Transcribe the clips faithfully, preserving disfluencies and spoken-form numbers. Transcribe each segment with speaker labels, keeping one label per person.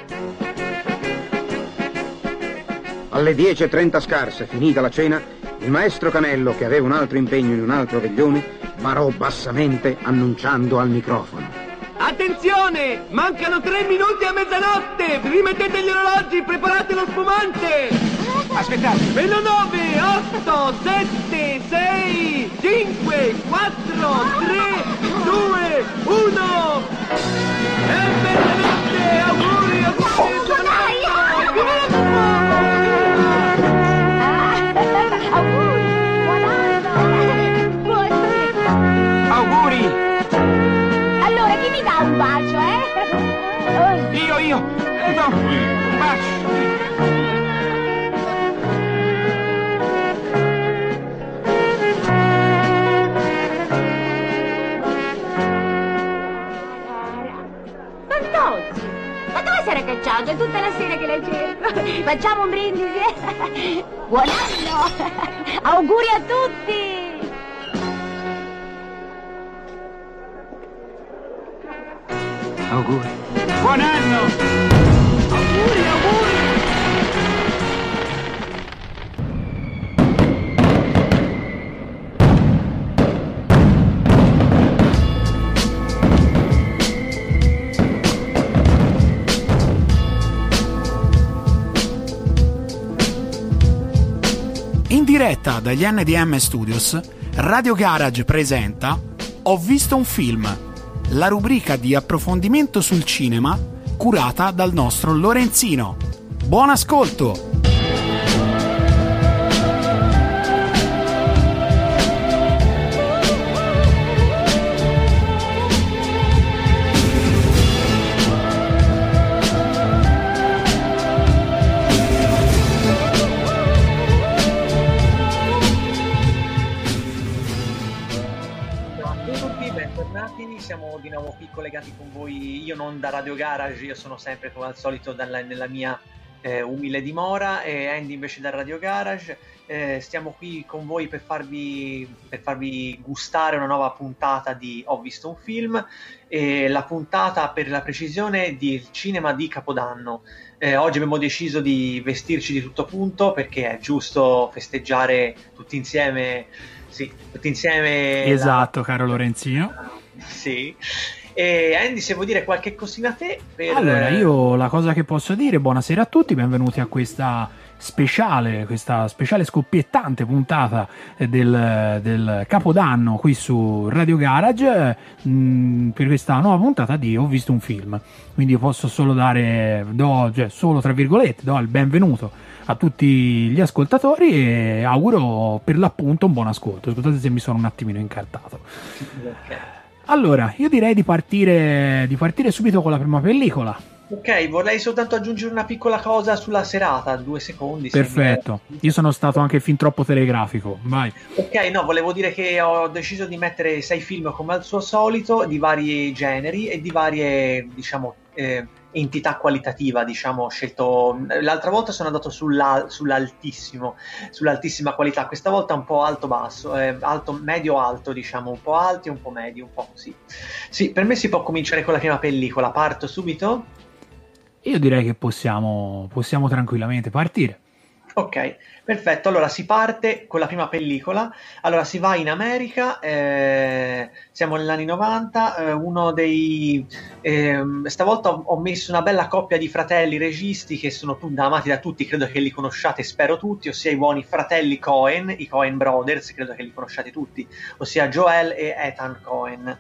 Speaker 1: Alle dieci e trenta scarse, finita la cena, il maestro Canello, che aveva un altro impegno in un altro veglione, barò bassamente annunciando al microfono:
Speaker 2: attenzione! Mancano tre minuti a mezzanotte! Rimettete gli orologi, preparate lo spumante!
Speaker 3: Aspettate!
Speaker 2: Meno nove, otto, sette, sei, cinque, quattro, tre, due, uno! E mezzanotte! Auguri, auguri!
Speaker 3: Auguri!
Speaker 4: Allora, chi mi dà un bacio, eh?
Speaker 3: Io, io! No, un bacio!
Speaker 4: Fantozzi! Ma dove si era cacciato? È tutta la sera che la cerco. Facciamo un brindisi, eh? Buon anno! Auguri a tutti!
Speaker 3: Auguri. Buon anno!
Speaker 2: Auguri, auguri!
Speaker 5: In diretta dagli N D M Studios, Radio Garage presenta Ho visto un film, la rubrica di approfondimento sul cinema curata dal nostro Lorenzino. Buon ascolto!
Speaker 6: Siamo di nuovo qui collegati con voi, io non da Radio Garage, io sono sempre come al solito dalla, nella mia eh, umile dimora, e Andy invece da Radio Garage. Eh, stiamo qui con voi per farvi, per farvi gustare una nuova puntata di Ho visto un film, e la puntata, per la precisione, di cinema di Capodanno. Eh, oggi abbiamo deciso di vestirci di tutto punto perché è giusto festeggiare tutti insieme, sì, tutti insieme.
Speaker 5: Esatto,
Speaker 6: la...
Speaker 5: caro Lorenzino.
Speaker 6: Sì. E Andy, se vuoi dire qualche cosina a te per...
Speaker 5: Allora, io la cosa che posso dire, buonasera a tutti, benvenuti a questa speciale, questa speciale scoppiettante puntata del, del Capodanno qui su Radio Garage, mh, per questa nuova puntata di Ho visto un film. Quindi io posso solo dare, do, cioè solo tra virgolette, do il benvenuto a tutti gli ascoltatori e auguro per l'appunto un buon ascolto. Scusate se mi sono un attimino incartato.
Speaker 6: Okay.
Speaker 5: Allora, io direi di partire, di partire subito con la prima pellicola.
Speaker 6: Ok, vorrei soltanto aggiungere una piccola cosa sulla serata, due secondi.
Speaker 5: Perfetto, io sono stato anche fin troppo telegrafico, vai.
Speaker 6: Ok, no, volevo dire che ho deciso di mettere sei film come al suo solito, di vari generi e di varie, diciamo, eh, entità qualitativa, diciamo. Ho scelto, l'altra volta sono andato sulla, sull'altissimo, sull'altissima qualità, questa volta un po' alto-basso, eh, alto, medio-alto, diciamo, un po' alti e un po' medi, un po' così. Sì, per me si può cominciare con la prima pellicola, parto subito?
Speaker 5: Io direi che possiamo, possiamo tranquillamente partire.
Speaker 6: Ok, perfetto. Allora si parte con la prima pellicola. Allora si va in America, eh, siamo negli anni novanta. Eh, uno dei eh, stavolta ho, ho messo una bella coppia di fratelli registi che sono tutti amati da tutti, credo che li conosciate, spero tutti, ossia i buoni fratelli Coen, i Coen Brothers, credo che li conosciate tutti, ossia Joel e Ethan Coen.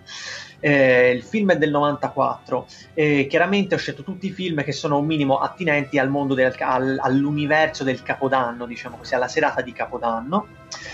Speaker 6: Eh, il film è del novantaquattro. Eh, chiaramente ho scelto tutti i film che sono un minimo attinenti al mondo del, al, all'universo del Capodanno, diciamo così, alla serata di Capodanno.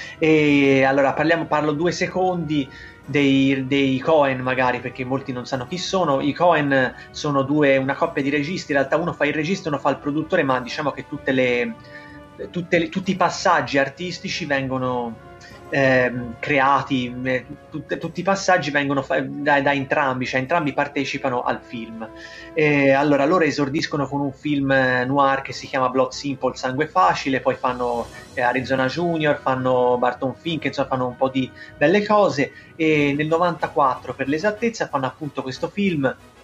Speaker 6: E allora parliamo, parlo due secondi dei, dei Coen, magari, perché molti non sanno chi sono. I Coen sono due, una coppia di registi, in realtà uno fa il regista e uno fa il produttore, ma diciamo che tutte le, tutte le, tutti i passaggi artistici vengono Eh, creati, eh, tut- tutti i passaggi vengono fa- da-, da entrambi, cioè entrambi partecipano al film. Eh, allora loro esordiscono con un film eh, noir che si chiama Blood Simple, Sangue Facile, poi fanno eh, Arizona Junior, fanno Barton Fink, insomma fanno un po' di belle cose, e nel novantaquattro per l'esattezza fanno appunto questo film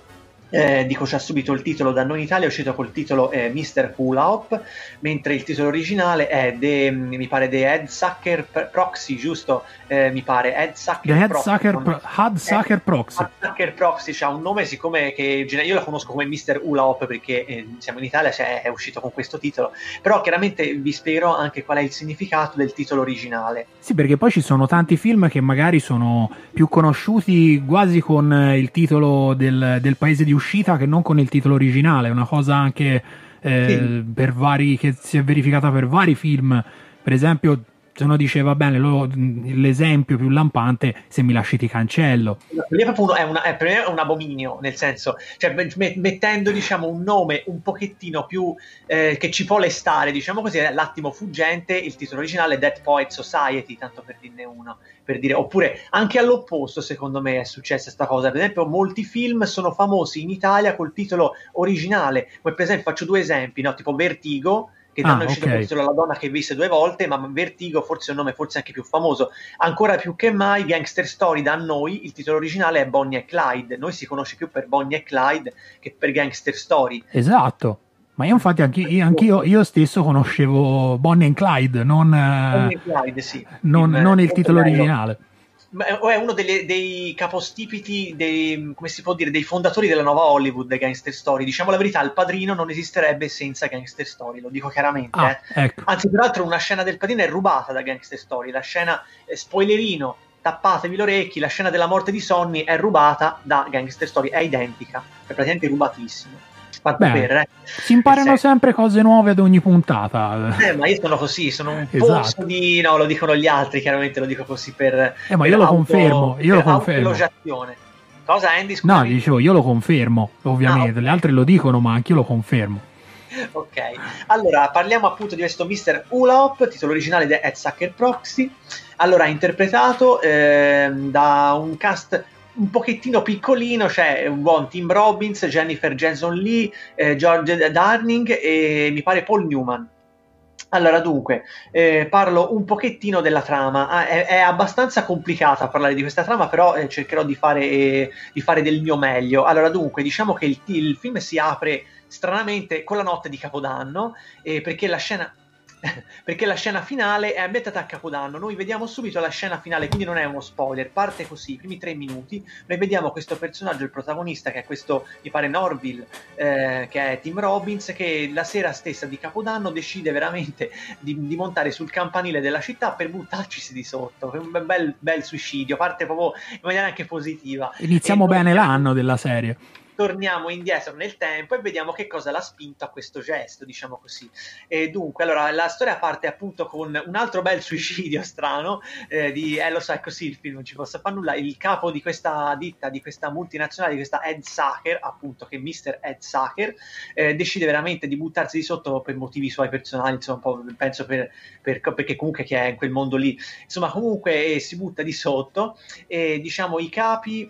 Speaker 6: Eh, dico già subito il titolo. Da noi in Italia è uscito col titolo eh, mister Hula Hoop, mentre il titolo originale è The, mi pare The Head Sucker Proxy, giusto? Eh, mi pare Head Sucker
Speaker 5: The Head
Speaker 6: Proxy,
Speaker 5: Sucker,
Speaker 6: non-
Speaker 5: Pro- Head Sucker Proxy.
Speaker 6: Head Sucker Proxy c'ha un nome, siccome che io la conosco come mister Hula Hoop perché eh, siamo in Italia, cioè, è uscito con questo titolo, però chiaramente vi spiegherò anche qual è il significato del titolo originale.
Speaker 5: Sì, perché poi ci sono tanti film che magari sono più conosciuti quasi con eh, il titolo del, del paese di uscita che non con il titolo originale. È una cosa anche eh,
Speaker 6: Sì.
Speaker 5: per vari, che si è verificata per vari film. Per esempio, se uno dice va bene, lo- l'esempio più lampante, Se mi lasci ti cancello.
Speaker 6: Lì è proprio uno- è, una, è per me è un abominio, nel senso, cioè me- mettendo diciamo un nome un pochettino più eh, che ci può lestare, diciamo così, è L'attimo fuggente, il titolo originale è Dead Poet Society, tanto per dirne uno, per dire, oppure anche all'opposto secondo me è successa questa cosa. Per esempio molti film sono famosi in Italia col titolo originale, come per esempio faccio due esempi, no? Tipo Vertigo, che
Speaker 5: Ah,
Speaker 6: danno uscito
Speaker 5: ok.
Speaker 6: col titolo La donna che visse due volte, ma Vertigo forse è un nome forse anche più famoso. Ancora più che mai Gangster Story da noi, il titolo originale è Bonnie e Clyde, noi si conosce più per Bonnie e Clyde che per Gangster Story.
Speaker 5: Esatto. Ma io infatti anche anch'io io stesso conoscevo Bonnie and Clyde, non, eh,
Speaker 6: Bonnie e Clyde, sì.
Speaker 5: non,
Speaker 6: Film
Speaker 5: non il
Speaker 6: molto
Speaker 5: titolo
Speaker 6: bello.
Speaker 5: originale.
Speaker 6: Ma è è uno delle- dei capostipiti, dei, come si può dire, dei fondatori della nuova Hollywood, Gangster Story. Diciamo la verità, il Padrino non esisterebbe senza Gangster Story, lo dico chiaramente.
Speaker 5: Ah,
Speaker 6: eh.
Speaker 5: ecco.
Speaker 6: Anzi, peraltro una scena del Padrino è rubata da Gangster Story, la scena, eh, spoilerino, tappatevi le orecchi, la scena della morte di Sonny è rubata da Gangster Story, è identica, è praticamente rubatissimo. Quanto
Speaker 5: Beh,
Speaker 6: per, eh.
Speaker 5: si imparano
Speaker 6: Per sé.
Speaker 5: sempre cose nuove ad ogni puntata.
Speaker 6: Eh, ma io sono così, sono un
Speaker 5: Esatto.
Speaker 6: pozzo di... No, lo dicono gli altri, chiaramente lo dico così per...
Speaker 5: Eh, ma
Speaker 6: per
Speaker 5: io lo
Speaker 6: auto-
Speaker 5: confermo, io lo
Speaker 6: per
Speaker 5: confermo.
Speaker 6: autoelogiazione. Cosa, Andy?
Speaker 5: No,
Speaker 6: Scusami.
Speaker 5: dicevo, io lo confermo, ovviamente.
Speaker 6: Ah, ok.
Speaker 5: Le altre lo dicono, ma anch'io lo confermo.
Speaker 6: Ok, allora parliamo appunto di questo mister Hula Hoop, titolo originale di Head Sucker Proxy. Allora, interpretato ehm, da un cast un pochettino piccolino, c'è un buon Tim Robbins, Jennifer Jason Leigh, eh, George Darning e mi pare Paul Newman. Allora, dunque, eh, parlo un pochettino della trama. Ah, è, è abbastanza complicata parlare di questa trama, però eh, cercherò di fare, eh, di fare del mio meglio. Allora, dunque, diciamo che il, il film si apre stranamente con la notte di Capodanno, eh, perché la scena... perché la scena finale è ambientata a Capodanno. Noi vediamo subito la scena finale, quindi non è uno spoiler, parte così, i primi tre minuti noi vediamo questo personaggio, il protagonista, che è questo, mi pare Norville, eh, che è Tim Robbins, che la sera stessa di Capodanno decide veramente di, di montare sul campanile della città per buttarcisi di sotto. È un bel, bel suicidio, parte proprio in maniera anche positiva.
Speaker 5: Iniziamo
Speaker 6: E noi-
Speaker 5: bene l'anno della serie.
Speaker 6: Torniamo indietro nel tempo e vediamo che cosa l'ha spinto a questo gesto, diciamo così. E dunque, allora, la storia parte appunto con un altro bel suicidio strano, eh, di, eh, lo so, è così il film, non ci posso fare nulla. Il capo di questa ditta, di questa multinazionale, di questa Head Sucker, appunto, che è mister Head Sucker, eh, decide veramente di buttarsi di sotto per motivi suoi personali, insomma, un po', penso per, per, perché comunque che è in quel mondo lì, insomma, comunque eh, si butta di sotto e, diciamo, i capi...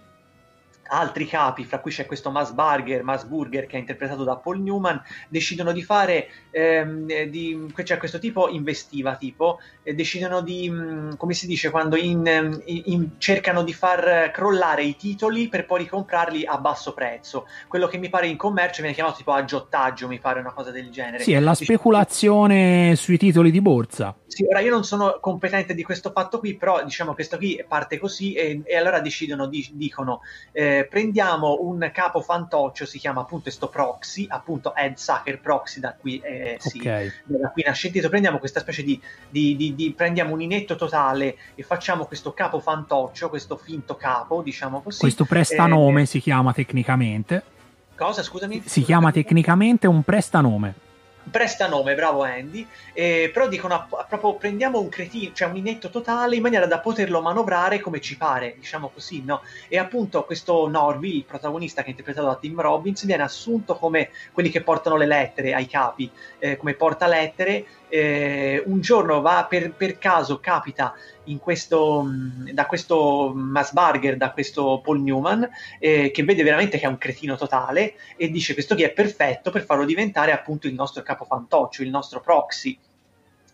Speaker 6: altri capi, fra cui c'è questo Masburger, Masburger che è interpretato da Paul Newman, decidono di fare, ehm, di, cioè questo tipo investiva, tipo, eh, decidono di, mh, come si dice, quando in, in, in, cercano di far crollare i titoli per poi ricomprarli a basso prezzo. Quello che mi pare in commercio viene chiamato tipo aggiottaggio, mi pare una cosa del genere.
Speaker 5: Sì, è la speculazione sui titoli di borsa.
Speaker 6: Sì, ora io non sono competente di questo fatto qui, però diciamo questo qui parte così e, e allora decidono, di, dicono eh, prendiamo un capo fantoccio, si chiama appunto questo proxy, appunto Head Sucker Proxy, da qui, eh, sì,
Speaker 5: Ok.
Speaker 6: da qui nasce il titolo, prendiamo questa specie di, di, di, di prendiamo un inetto totale e facciamo questo capo fantoccio, questo finto capo, diciamo così.
Speaker 5: Questo prestanome
Speaker 6: Eh,
Speaker 5: si chiama tecnicamente.
Speaker 6: cosa, scusami?
Speaker 5: Si chiama tecnicamente un prestanome.
Speaker 6: Prestanome, bravo Andy, eh, però dicono a- proprio prendiamo un cretino, cioè un inetto totale in maniera da poterlo manovrare come ci pare, diciamo così, no? E appunto questo Norville, il protagonista che è interpretato da Tim Robbins, viene assunto come quelli che portano le lettere ai capi, eh, come portalettere. Eh, un giorno va per, per caso capita in questo mh, da questo Masburger, da questo Paul Newman, eh, che vede veramente che è un cretino totale e dice questo qui è perfetto per farlo diventare appunto il nostro capo fantoccio, il nostro proxy.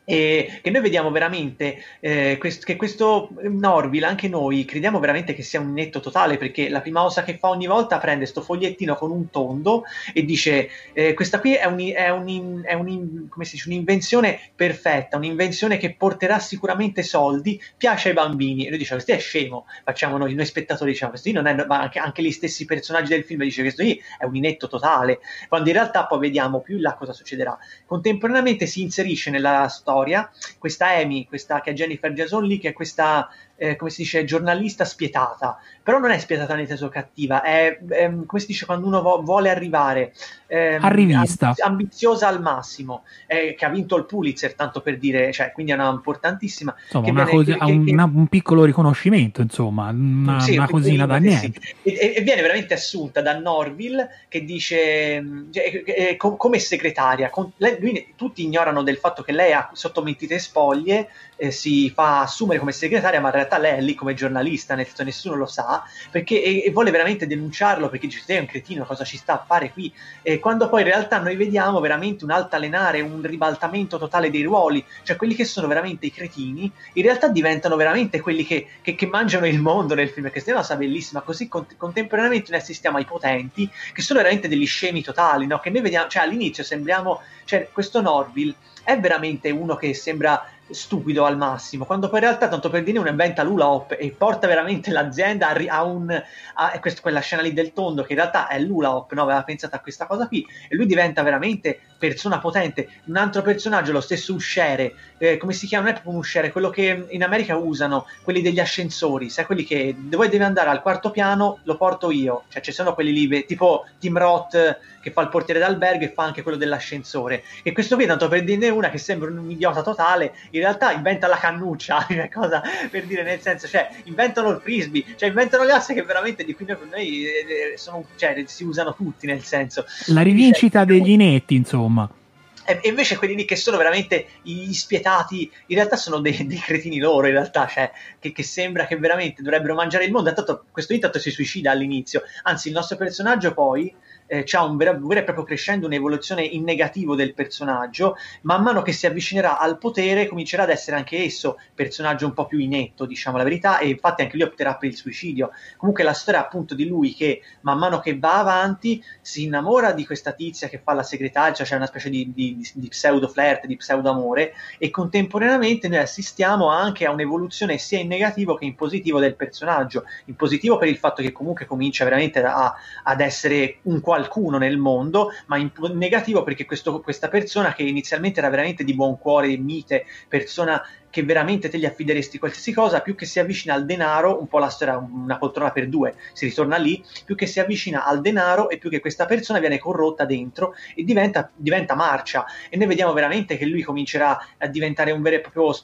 Speaker 6: E che noi vediamo veramente eh, quest- che questo Norville, anche noi crediamo veramente che sia un inetto totale, perché la prima cosa che fa ogni volta prende sto fogliettino con un tondo e dice eh, questa qui è, un, è, un, è un, come si dice, un'invenzione perfetta, un'invenzione che porterà sicuramente soldi, piace ai bambini. E lui dice questo è scemo, facciamo noi, noi spettatori diciamo questo qui non è, ma anche, anche gli stessi personaggi del film dice questo qui è un inetto totale, quando in realtà poi vediamo più in là cosa succederà. Contemporaneamente si inserisce nella storia questa Amy, questa che è Jennifer Jason Leigh, che è questa eh, come si dice, giornalista spietata, però non è spietata nel senso cattiva, è, è come si dice quando uno vo- vuole arrivare ehm,
Speaker 5: arrivista,
Speaker 6: amb- ambiziosa al massimo, eh, che ha vinto il Pulitzer, tanto per dire, cioè, quindi è una importantissima,
Speaker 5: insomma,
Speaker 6: che
Speaker 5: una
Speaker 6: viene,
Speaker 5: cosa,
Speaker 6: che, che,
Speaker 5: una, un piccolo riconoscimento, insomma, una,
Speaker 6: sì,
Speaker 5: una cosina da niente.
Speaker 6: sì. e, e viene veramente assunta da Norville, che dice cioè, eh, com- come segretaria, con, lei, lui, tutti ignorano del fatto che lei ha sotto mentite spoglie, eh, si fa assumere come segretaria, ma in realtà lei è lì come giornalista, nel senso nessuno lo sa, perché e, e vuole veramente denunciarlo, perché dice sei un cretino, cosa ci sta a fare qui, e quando poi in realtà noi vediamo veramente un altalenare, un ribaltamento totale dei ruoli, cioè quelli che sono veramente i cretini in realtà diventano veramente quelli che, che, che mangiano il mondo nel film, che è una cosa bellissima. Così cont- contemporaneamente noi assistiamo ai potenti, che sono veramente degli scemi totali, no? Che noi vediamo, cioè all'inizio sembriamo, cioè questo Norville è veramente uno che sembra stupido al massimo, quando poi in realtà, tanto per dire, uno inventa l'hula hoop e porta veramente l'azienda a, ri- a un a questo, quella scena lì del tondo che in realtà è l'hula hoop, no? Aveva pensato a questa cosa qui e lui diventa veramente persona potente. Un altro personaggio, lo stesso usciere, eh, come si chiama? Non è proprio un usciere, quello che in America usano, quelli degli ascensori, sai, quelli che voi devi andare al quarto piano, lo porto io, cioè ci sono quelli lì tipo Tim Roth che fa il portiere d'albergo e fa anche quello dell'ascensore, e questo qui, tanto per dirne una che sembra un idiota totale, in realtà inventa la cannuccia, cosa per dire, nel senso, cioè inventano il frisbee, cioè inventano le asse che veramente di qui noi, noi eh, sono, cioè, si usano tutti, nel senso
Speaker 5: la rivincita
Speaker 6: cioè,
Speaker 5: degli inetti, insomma.
Speaker 6: E invece quelli lì che sono veramente gli spietati, in realtà sono dei, dei cretini loro, in realtà, cioè, che, che sembra che veramente dovrebbero mangiare il mondo. Intanto, questo intanto si suicida all'inizio, anzi il nostro personaggio poi eh, c'ha un vero, vero e proprio crescendo, un'evoluzione in negativo del personaggio. Man mano che si avvicinerà al potere comincerà ad essere anche esso personaggio un po' più inetto, diciamo la verità, e infatti anche lui opterà per il suicidio. Comunque la storia appunto di lui che man mano che va avanti si innamora di questa tizia che fa la segretaria, cioè c'è una specie di, di Di, di pseudo flirt, di pseudo amore, e contemporaneamente noi assistiamo anche a un'evoluzione sia in negativo che in positivo del personaggio. In positivo per il fatto che comunque comincia veramente a, ad essere un qualcuno nel mondo, ma in negativo perché questo, questa persona che inizialmente era veramente di buon cuore, mite, persona che veramente te gli affideresti qualsiasi cosa, più che si avvicina al denaro, un po' la storia, una poltrona per due, si ritorna lì, più che si avvicina al denaro e più che questa persona viene corrotta dentro e diventa, diventa marcia, e noi vediamo veramente che lui comincerà a diventare un vero e proprio,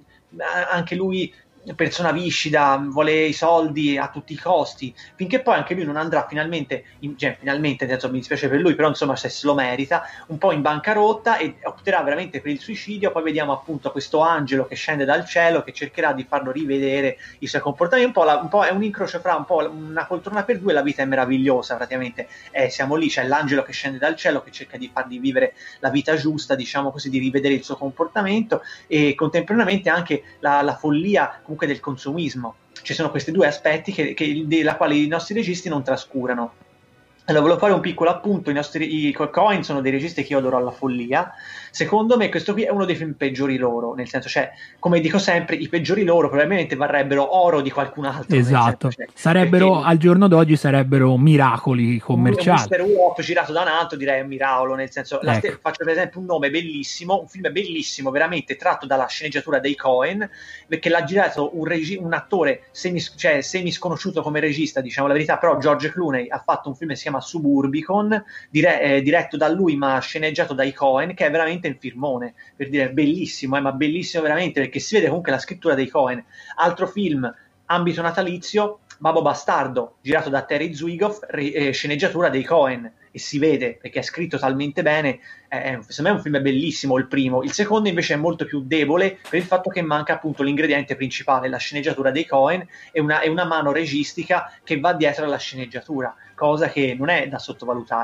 Speaker 6: anche lui persona viscida, vuole i soldi a tutti i costi, finché poi anche lui non andrà finalmente, in, cioè finalmente, adesso mi dispiace per lui, però insomma se se lo merita, un po' in bancarotta e opterà veramente per il suicidio. Poi vediamo appunto questo angelo che scende dal cielo, che cercherà di farlo rivedere i suoi comportamenti, un po', la, un po' è un incrocio fra un po' una poltrona per due, la vita è meravigliosa praticamente, eh, siamo lì, c'è l'angelo che scende dal cielo che cerca di fargli vivere la vita giusta, diciamo così, di rivedere il suo comportamento, e contemporaneamente anche la, la follia del consumismo. Ci sono questi due aspetti che, che, della quale i nostri registi non trascurano. Allora, volevo fare un piccolo appunto. I nostri i Coen sono dei registi che io adoro alla follia. Secondo me questo qui è uno dei film peggiori loro, nel senso, cioè, come dico sempre, i peggiori loro probabilmente varrebbero oro di qualcun altro.
Speaker 5: Esatto,
Speaker 6: senso, cioè,
Speaker 5: sarebbero,
Speaker 6: perché
Speaker 5: al giorno d'oggi sarebbero miracoli commerciali.
Speaker 6: Un mister Uopo girato da un altro direi è un miracolo, nel senso, la
Speaker 5: ecco.
Speaker 6: ste- faccio per esempio un nome bellissimo, un film bellissimo, veramente tratto dalla sceneggiatura dei Coen, perché l'ha girato un, regi- un attore semi, cioè, semi sconosciuto come regista, diciamo la verità, però George Clooney ha fatto un film che si chiama Suburbicon, dire- eh, diretto da lui ma sceneggiato dai Coen, che è veramente il filmone, per dire bellissimo, eh, ma bellissimo veramente, perché si vede comunque la scrittura dei Coen. Altro film, ambito natalizio, Babbo Bastardo, girato da Terry Zwigoff, re- eh, sceneggiatura dei Coen, e si vede perché è scritto talmente bene. Eh, secondo me è un film bellissimo il primo. Il secondo invece è molto più debole per il fatto che manca appunto l'ingrediente principale, la sceneggiatura dei Coen, e una, e una mano registica che va dietro alla sceneggiatura, cosa che non è da sottovalutare.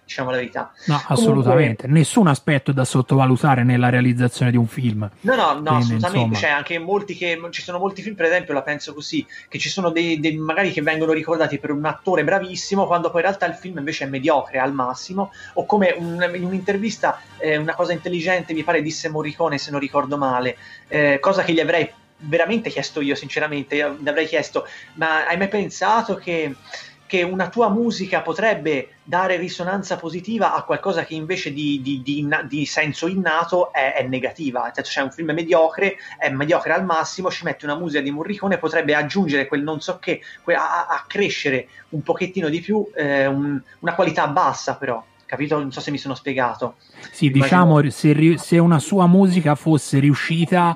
Speaker 6: diciamo la verità.
Speaker 5: No, assolutamente. Comunque, nessun aspetto è da sottovalutare nella realizzazione di un film.
Speaker 6: No, no, no,
Speaker 5: Quindi,
Speaker 6: assolutamente.
Speaker 5: insomma...
Speaker 6: C'è anche molti che ci sono molti film, per esempio, la penso così, che ci sono dei, dei magari che vengono ricordati per un attore bravissimo, quando poi in realtà il film invece è mediocre al massimo, o come un, in un'intervista eh, una cosa intelligente mi pare disse Morricone, se non ricordo male, eh, cosa che gli avrei veramente chiesto io, sinceramente, io gli avrei chiesto, ma hai mai pensato che che una tua musica potrebbe dare risonanza positiva a qualcosa che invece di, di, di, di senso innato è, è negativa? Nel senso, c'è un film mediocre, è mediocre al massimo, ci mette una musica di Morricone, potrebbe aggiungere quel non so che, a, a crescere un pochettino di più, eh, un, una qualità bassa però, capito? Non so se mi sono spiegato.
Speaker 5: Sì, Immagino... diciamo, se, se una sua musica fosse riuscita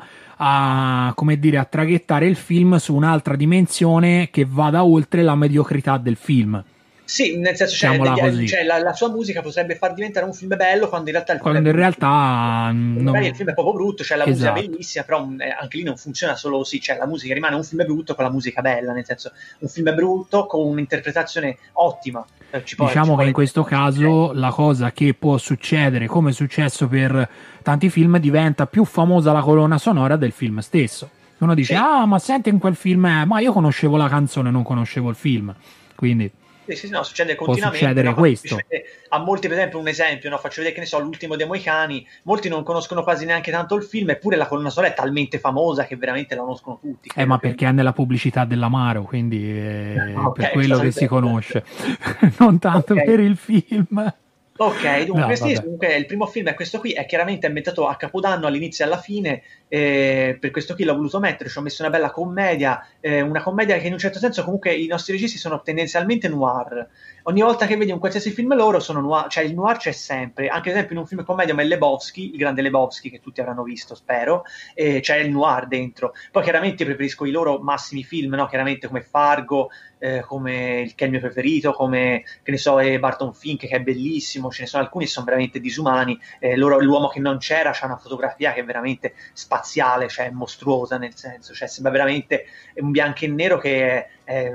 Speaker 5: a, come dire, a traghettare il film su un'altra dimensione che vada oltre la mediocrità del film.
Speaker 6: Sì, nel senso, cioè, degli, cioè la, la sua musica potrebbe far diventare un film bello quando in realtà il film,
Speaker 5: quando
Speaker 6: è
Speaker 5: in realtà non...
Speaker 6: il film è proprio brutto, cioè la
Speaker 5: esatto.
Speaker 6: musica è bellissima, però eh, anche lì non funziona solo così, cioè la musica rimane un film brutto con la musica bella, nel senso, un film brutto con un'interpretazione ottima. Ci può,
Speaker 5: diciamo
Speaker 6: ci
Speaker 5: che in questo
Speaker 6: essere.
Speaker 5: caso la cosa che può succedere, come è successo per tanti film, diventa più famosa la colonna sonora del film stesso. Uno dice, sì. ah ma senti in quel film è... ma io conoscevo la canzone, non conoscevo il film, quindi
Speaker 6: sì, sì, no, succede
Speaker 5: può
Speaker 6: continuamente,
Speaker 5: succedere
Speaker 6: no?
Speaker 5: questo.
Speaker 6: A molti, per esempio, un esempio, no? Faccio vedere che ne so, l'ultimo dei Moicani, molti non conoscono quasi neanche tanto il film, eppure la colonna sonora è talmente famosa che veramente la conoscono tutti.
Speaker 5: Eh, ma perché è nella pubblicità dell'Amaro, quindi è
Speaker 6: okay,
Speaker 5: per quello che si
Speaker 6: bene.
Speaker 5: conosce, non tanto
Speaker 6: okay.
Speaker 5: per il film.
Speaker 6: Ok, dunque,
Speaker 5: no,
Speaker 6: sì, dunque il primo film è questo qui, è chiaramente ambientato a Capodanno, all'inizio e alla fine, eh, per questo qui l'ho voluto mettere, ci ho messo una bella commedia, eh, una commedia che in un certo senso comunque i nostri registi sono tendenzialmente noir. Ogni volta che vedi un qualsiasi film loro sono noir, cioè il noir c'è sempre, anche ad esempio in un film commedia come Lebowski, il grande Lebowski che tutti avranno visto spero, eh, c'è il noir dentro. Poi chiaramente preferisco i loro massimi film, no? Chiaramente come Fargo, eh, come il che è il mio preferito, come che ne so, eh, Barton Fink che è bellissimo, ce ne sono alcuni che sono veramente disumani, eh, loro, l'uomo che non c'era c'ha una fotografia che è veramente spaziale, cioè mostruosa nel senso, cioè sembra veramente un bianco e nero che è, è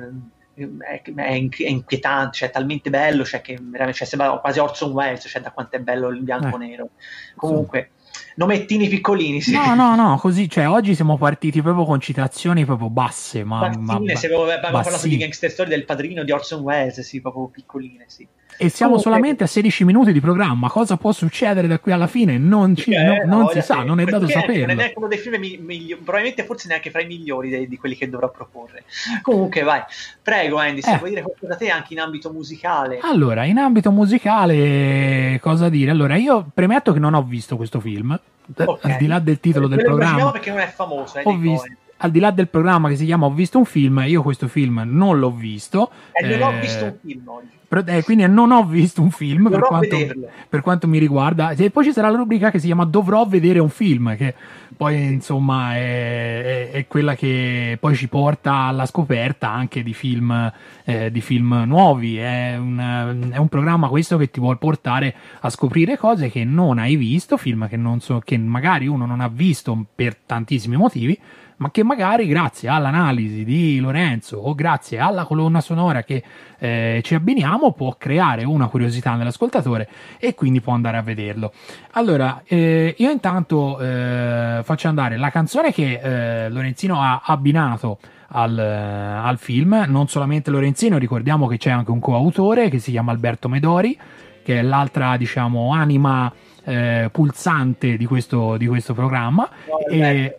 Speaker 6: È, è inquietante, cioè è talmente bello, cioè che veramente, cioè, sembra quasi Orson Welles, cioè da quanto è bello il bianco e
Speaker 5: eh.
Speaker 6: nero. Comunque, nomettini piccolini, sì.
Speaker 5: No, no, no, così, cioè oggi siamo partiti proprio con citazioni proprio basse, ma,
Speaker 6: Bassine,
Speaker 5: ma
Speaker 6: se avevo, abbiamo
Speaker 5: bassine.
Speaker 6: parlato di Gangster Story del Padrino di Orson Welles, sì, proprio piccoline, sì.
Speaker 5: E siamo
Speaker 6: Comunque,
Speaker 5: solamente a sedici minuti di programma. Cosa può succedere da qui alla fine? Non, ci,
Speaker 6: eh,
Speaker 5: no, non
Speaker 6: no,
Speaker 5: si sa, non è dato saperlo.
Speaker 6: Non è neanche uno dei film mi, mi, probabilmente forse neanche fra i migliori dei, di quelli che dovrò proporre. Comunque, vai, prego Andy, se
Speaker 5: eh.
Speaker 6: vuoi dire qualcosa a te anche in ambito musicale.
Speaker 5: Allora, in ambito musicale, cosa dire? Allora, io premetto che non ho visto questo film, okay. Al di là del titolo del programma.
Speaker 6: Perché non è famoso, eh,
Speaker 5: ho visto. Al di là del programma che si chiama Ho visto un film, io questo film non l'ho visto.
Speaker 6: E non
Speaker 5: eh,
Speaker 6: ho visto un film oggi.
Speaker 5: Però, eh, quindi non ho visto un film per quanto,
Speaker 6: vederlo.
Speaker 5: per quanto mi riguarda. E poi ci sarà la rubrica che si chiama Dovrò vedere un film, che poi insomma è, è, è quella che poi ci porta alla scoperta anche di film, eh, di film nuovi. È un, è un programma questo che ti vuol portare a scoprire cose che non hai visto, film che, non so, che magari uno non ha visto per tantissimi motivi, ma che magari grazie all'analisi di Lorenzo o grazie alla colonna sonora che eh, ci abbiniamo può creare una curiosità nell'ascoltatore e quindi può andare a vederlo. Allora, eh, io intanto eh, faccio andare la canzone che eh, Lorenzino ha abbinato al, al film, non solamente Lorenzino, ricordiamo che c'è anche un coautore che si chiama Alberto Medori, che è l'altra, diciamo, anima eh, pulsante di questo, di questo programma. No, e,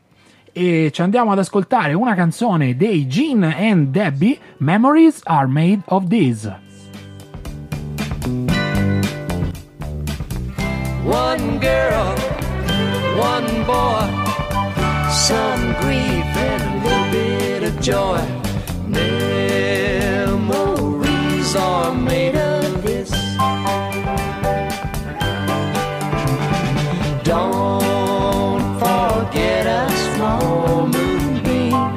Speaker 5: e ci andiamo ad ascoltare una canzone dei Gene and Debbie, Memories Are Made of This.
Speaker 7: One girl, one boy, some grief and a little bit of joy. Memories are made of this. Don't forget a small moonbeam,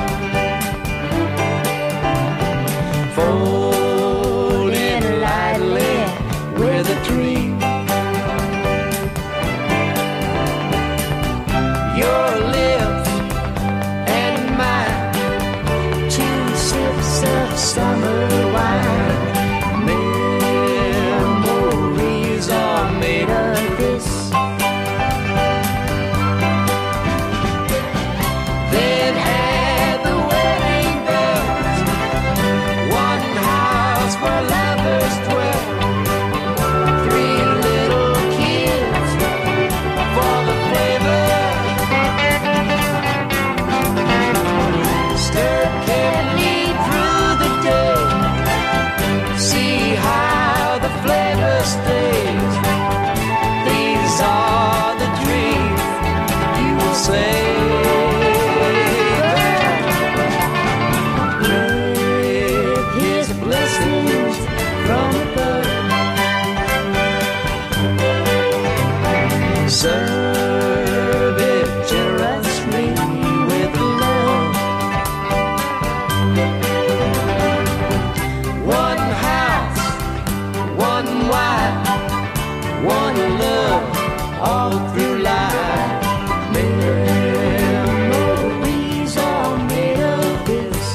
Speaker 7: folding lightly with a dream. Your lips and mine, two sips of summer wine. all through life. Memories are made of this.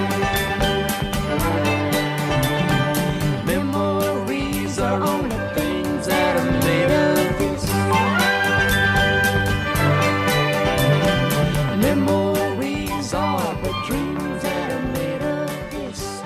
Speaker 7: Memories are only things that are made of this. Memories are the dreams that are made of this.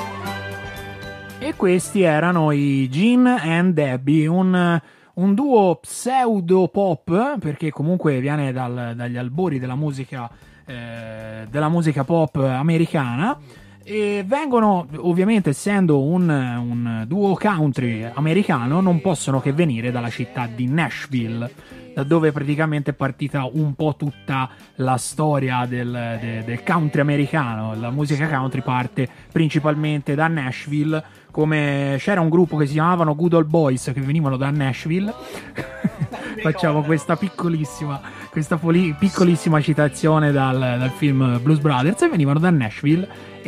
Speaker 5: E questi erano i Gene and Debbie, un, un duo pseudo pop, perché comunque viene dal- dagli albori della musica, eh, della musica pop americana, e vengono, ovviamente essendo un, un duo country americano, non possono che venire dalla città di Nashville, da dove praticamente è partita un po' tutta la storia del, de- del country americano. La musica country parte principalmente da Nashville, come c'era un gruppo che si chiamavano Good Old Boys che venivano da Nashville. Facciamo questa piccolissima questa poli- piccolissima citazione dal, dal film Blues Brothers, e venivano da Nashville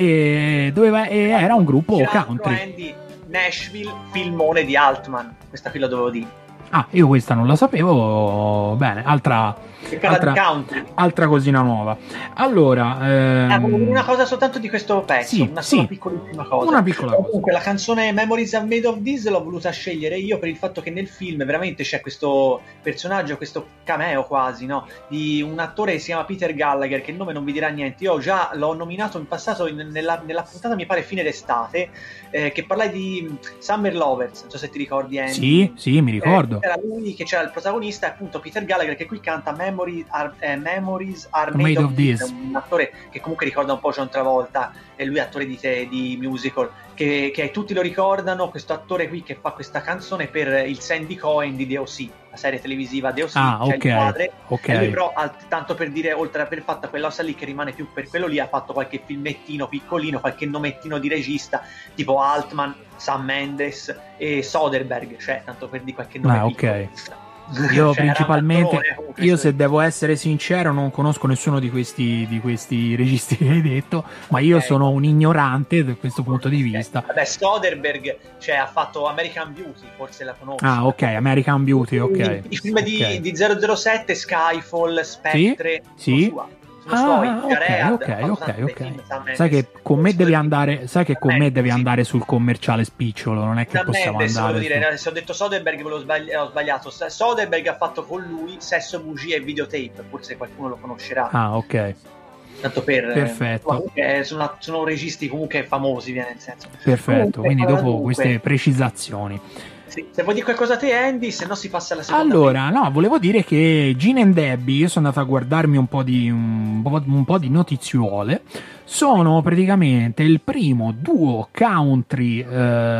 Speaker 5: e, doveva, e era un gruppo
Speaker 6: Tra l'altro,
Speaker 5: country.
Speaker 6: Andy, Nashville, filmone di Altman, questa qui la dovevo dire.
Speaker 5: Ah, io questa non la sapevo. Bene, altra,
Speaker 6: Che parla di
Speaker 5: altra,
Speaker 6: country.
Speaker 5: altra cosina nuova. Allora,
Speaker 6: Ah,
Speaker 5: ehm,
Speaker 6: una cosa soltanto di questo pezzo,
Speaker 5: sì,
Speaker 6: una sola
Speaker 5: sì.
Speaker 6: piccolissima cosa.
Speaker 5: Una piccola cosa.
Speaker 6: Comunque, la canzone Memories Are Made of This l'ho voluta scegliere io per il fatto che nel film veramente c'è questo personaggio, questo cameo quasi, no? Di un attore che si chiama Peter Gallagher, che il nome non vi dirà niente. Io già l'ho nominato in passato in- nella, nella puntata, mi pare fine d'estate, eh, che parlai di Summer Lovers, non so se ti ricordi, Andy.
Speaker 5: sì, sì, mi ricordo.
Speaker 6: Eh, era lui che c'era il protagonista, appunto Peter Gallagher, che qui canta Memory are, eh, Memories Are
Speaker 5: Made
Speaker 6: Made,
Speaker 5: of
Speaker 6: of This.
Speaker 5: This.
Speaker 6: È un attore che comunque ricorda un po' John Travolta, e lui è attore di, te, di musical, che, che tutti lo ricordano, questo attore qui che fa questa canzone per il Sandy Cohen di The O C, la serie televisiva The O C,
Speaker 5: Ah,
Speaker 6: c'è
Speaker 5: ok,
Speaker 6: il padre.
Speaker 5: ok.
Speaker 6: E lui però, al- tanto per dire, oltre a aver fatto quella cosa lì che rimane più per quello lì, ha fatto qualche filmettino piccolino, qualche nomettino di regista, tipo Altman, Sam Mendes e Soderbergh, cioè tanto per dire qualche nome
Speaker 5: Ah,
Speaker 6: piccolo.
Speaker 5: ok. Io
Speaker 6: Cioè,
Speaker 5: principalmente,
Speaker 6: era un attore, comunque,
Speaker 5: io
Speaker 6: sì.
Speaker 5: se devo essere sincero, non conosco nessuno di questi, di questi registi che hai detto, ma io
Speaker 6: Ok.
Speaker 5: sono un ignorante da questo punto di
Speaker 6: Ok.
Speaker 5: vista.
Speaker 6: Vabbè, Soderbergh, cioè, ha fatto American Beauty, forse la conosci.
Speaker 5: Ah, ok, American Beauty, ok.
Speaker 6: I, i film di,
Speaker 5: Ok.
Speaker 6: di zero zero sette, Skyfall, Spectre,
Speaker 5: Sì?
Speaker 6: sono sua. Sono suoi.
Speaker 5: Ah,
Speaker 6: Jared,
Speaker 5: ok,
Speaker 6: ha fatto
Speaker 5: ok,
Speaker 6: tanti
Speaker 5: ok,
Speaker 6: film, Sam
Speaker 5: ok.
Speaker 6: Mendes.
Speaker 5: Sai che con me
Speaker 6: Sì.
Speaker 5: devi andare, sai che con me devi
Speaker 6: Sì.
Speaker 5: andare sul commerciale spicciolo, non è che
Speaker 6: Sam
Speaker 5: possiamo
Speaker 6: Mendes,
Speaker 5: andare.
Speaker 6: volevo
Speaker 5: su-
Speaker 6: dire, se ho detto Soderbergh volevo sbagli- ho sbagliato. Soderbergh ha fatto con lui Sesso, Bugie e Videotape, forse qualcuno lo conoscerà.
Speaker 5: Ah, ok,
Speaker 6: Tanto per
Speaker 5: Perfetto.
Speaker 6: ma comunque, eh, sono, sono registi comunque famosi, viene nel senso.
Speaker 5: perfetto.
Speaker 6: Comunque,
Speaker 5: Quindi
Speaker 6: allora,
Speaker 5: dopo
Speaker 6: dunque,
Speaker 5: queste precisazioni.
Speaker 6: sì, se vuoi dire qualcosa a te, Andy, se no si passa alla seconda.
Speaker 5: Allora, no, volevo dire che Gene and Debbie, io sono andato a guardarmi un po' di, un po', un po' di notiziole, sono praticamente il primo duo country eh,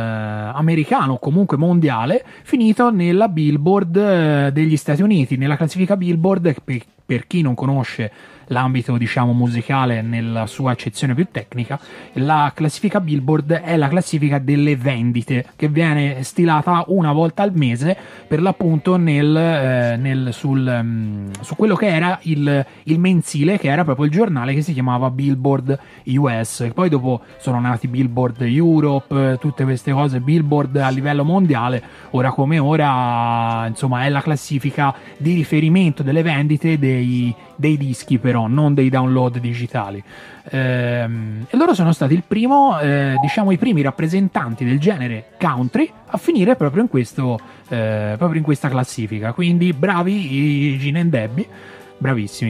Speaker 5: americano, comunque mondiale, finito nella Billboard eh, degli Stati Uniti, nella classifica Billboard, per, per chi non conosce l'ambito, diciamo, musicale nella sua accezione più tecnica, la classifica Billboard è la classifica delle vendite, che viene stilata una volta al mese, per l'appunto nel, eh, nel sul, um, su quello che era il, il mensile, che era proprio il giornale che si chiamava Billboard U S. Poi dopo sono nati Billboard Europe, eh, tutte queste cose, Billboard a livello mondiale. Ora come ora, insomma, è la classifica di riferimento delle vendite dei, dei dischi, però non dei download digitali. Ehm, e loro sono stati il primo, eh, diciamo, i primi rappresentanti del genere country a finire proprio in questo, eh, proprio in questa classifica. Quindi bravi i Gene and Debbie, bravissimi.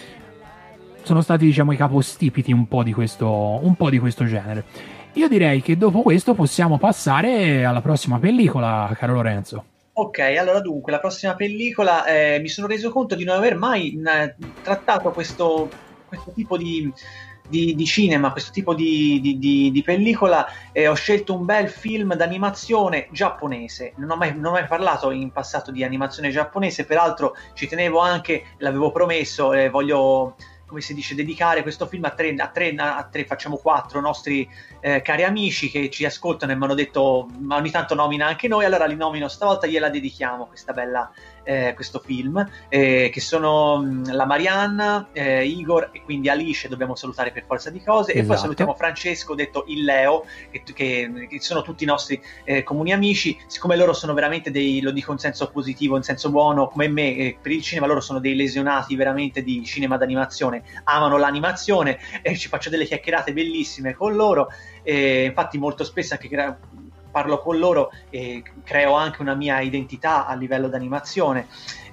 Speaker 5: Sono stati, diciamo, i capostipiti un po' di questo, un po' di questo genere. Io direi che dopo questo possiamo passare alla prossima pellicola, caro Lorenzo.
Speaker 6: Ok, allora dunque, la prossima pellicola, eh, mi sono reso conto di non aver mai mh, trattato questo, questo tipo di, di, di cinema, questo tipo di, di, di, di pellicola. Eh, ho scelto un bel film d'animazione giapponese. Non ho, mai, non ho mai parlato in passato di animazione giapponese, peraltro ci tenevo anche, l'avevo promesso, eh, voglio come si dice, dedicare questo film a tre, a tre, a tre facciamo quattro nostri eh, cari amici che ci ascoltano e mi hanno detto, ma ogni tanto nomina anche noi, allora li nomino stavolta, gliela dedichiamo questa bella, eh, questo film, eh, che sono mh, la Marianna, eh, Igor e quindi Alice, dobbiamo salutare per forza di cose, esatto. E poi salutiamo Francesco, detto il Leo, che, che, che sono tutti i nostri eh, comuni amici, siccome loro sono veramente dei, lo dico in senso positivo, in senso buono, come me, eh, per il cinema loro sono dei lesionati veramente di cinema d'animazione, amano l'animazione e ci faccio delle chiacchierate bellissime con loro, e infatti molto spesso anche crea- parlo con loro e creo anche una mia identità a livello d'animazione,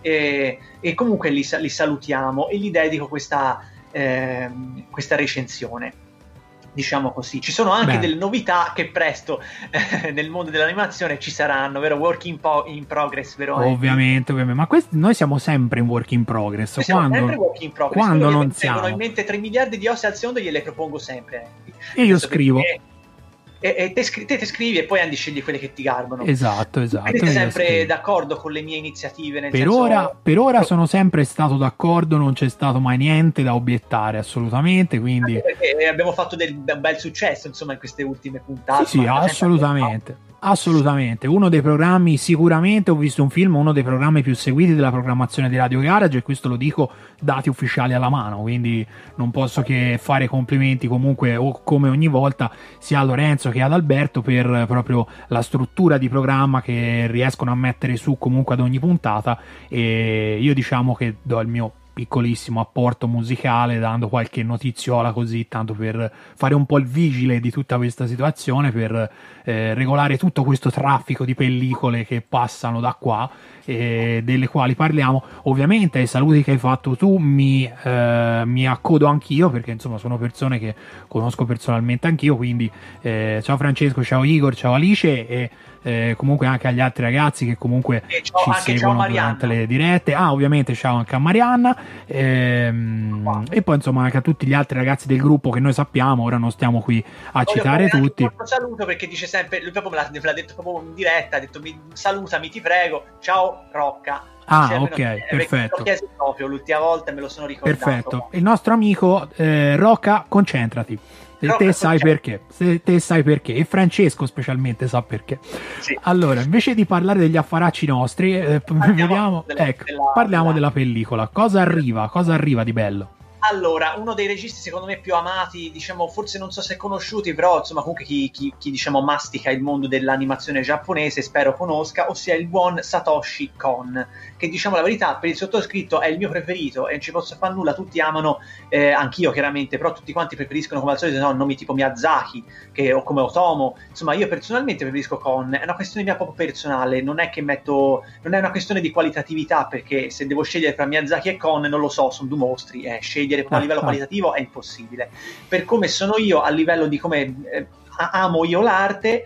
Speaker 6: e, e comunque li, li salutiamo e gli dedico questa, eh, questa recensione, diciamo così. Ci sono anche Beh. delle novità che presto eh, nel mondo dell'animazione ci saranno, vero? Work in, po- in progress, vero?
Speaker 5: Ovviamente, ovviamente, ma questi, noi siamo sempre in work in progress.
Speaker 6: Noi siamo
Speaker 5: quando,
Speaker 6: sempre work in progress.
Speaker 5: Quando non siamo.
Speaker 6: Vengono in mente tre miliardi di osse al secondo, gliele propongo sempre.
Speaker 5: E io scrivo.
Speaker 6: Perché... E, e te, scri- te, te scrivi e poi Andy scegli quelle che ti garbano.
Speaker 5: Esatto, esatto.
Speaker 6: Siete sempre d'accordo con le mie iniziative? Nel
Speaker 5: per,
Speaker 6: senso...
Speaker 5: ora, per ora sono sempre stato d'accordo, non c'è stato mai niente da obiettare, assolutamente. Quindi
Speaker 6: anche perché abbiamo fatto del, un bel successo, insomma, in queste ultime puntate.
Speaker 5: Sì, sì, assolutamente. Assolutamente, uno dei programmi, sicuramente ho visto un film, uno dei programmi più seguiti della programmazione di Radio Garage, e questo lo dico dati ufficiali alla mano, quindi non posso che fare complimenti comunque, o come ogni volta, sia a Lorenzo che ad Alberto per proprio la struttura di programma che riescono a mettere su comunque ad ogni puntata, e io diciamo che do il mio piccolissimo apporto musicale dando qualche notiziola così, tanto per fare un po' il vigile di tutta questa situazione, per eh, regolare tutto questo traffico di pellicole che passano da qua e delle quali parliamo. Ovviamente ai saluti che hai fatto tu mi, eh, mi accodo anch'io, perché insomma sono persone che conosco personalmente anch'io, quindi eh, ciao Francesco, ciao Igor, ciao Alice, e Eh, comunque anche agli altri ragazzi che comunque ci seguono durante le dirette. Ah, ovviamente ciao anche a Marianna, ehm, wow. E poi insomma anche a tutti gli altri ragazzi del gruppo che noi sappiamo, ora non stiamo qui a Voglio citare tutti.
Speaker 6: Un saluto, perché dice sempre, lui proprio me l'ha, me l'ha detto proprio in diretta, ha detto mi, salutami, ti prego, ciao Rocca.
Speaker 5: Ah,
Speaker 6: cioè,
Speaker 5: ok,
Speaker 6: non,
Speaker 5: perfetto.
Speaker 6: L'ho chiesto proprio l'ultima volta e me lo sono ricordato.
Speaker 5: Perfetto, il nostro amico eh, Rocca, concentrati. Se te sai perché, se te sai perché, e Francesco specialmente sa perché. Sì. Allora, invece di parlare degli affaracci nostri, eh, vediamo, della, ecco, della, parliamo della... della pellicola. Cosa arriva? Cosa arriva di bello?
Speaker 6: Allora, uno dei registi secondo me più amati, diciamo, forse non so se conosciuti, però insomma comunque chi, chi, chi diciamo mastica il mondo dell'animazione giapponese spero conosca, ossia il buon Satoshi Kon, che diciamo la verità per il sottoscritto è il mio preferito e non ci posso fare nulla, tutti amano, eh, anch'io chiaramente, però tutti quanti preferiscono come al solito no, nomi tipo Miyazaki che, o come Otomo, insomma io personalmente preferisco Kon, è una questione mia proprio personale, non è che metto, non è una questione di qualitatività, perché se devo scegliere tra Miyazaki e Kon non lo so, sono due mostri, eh, scegli a livello qualitativo è impossibile. Per come sono io, a livello di come eh, amo io l'arte,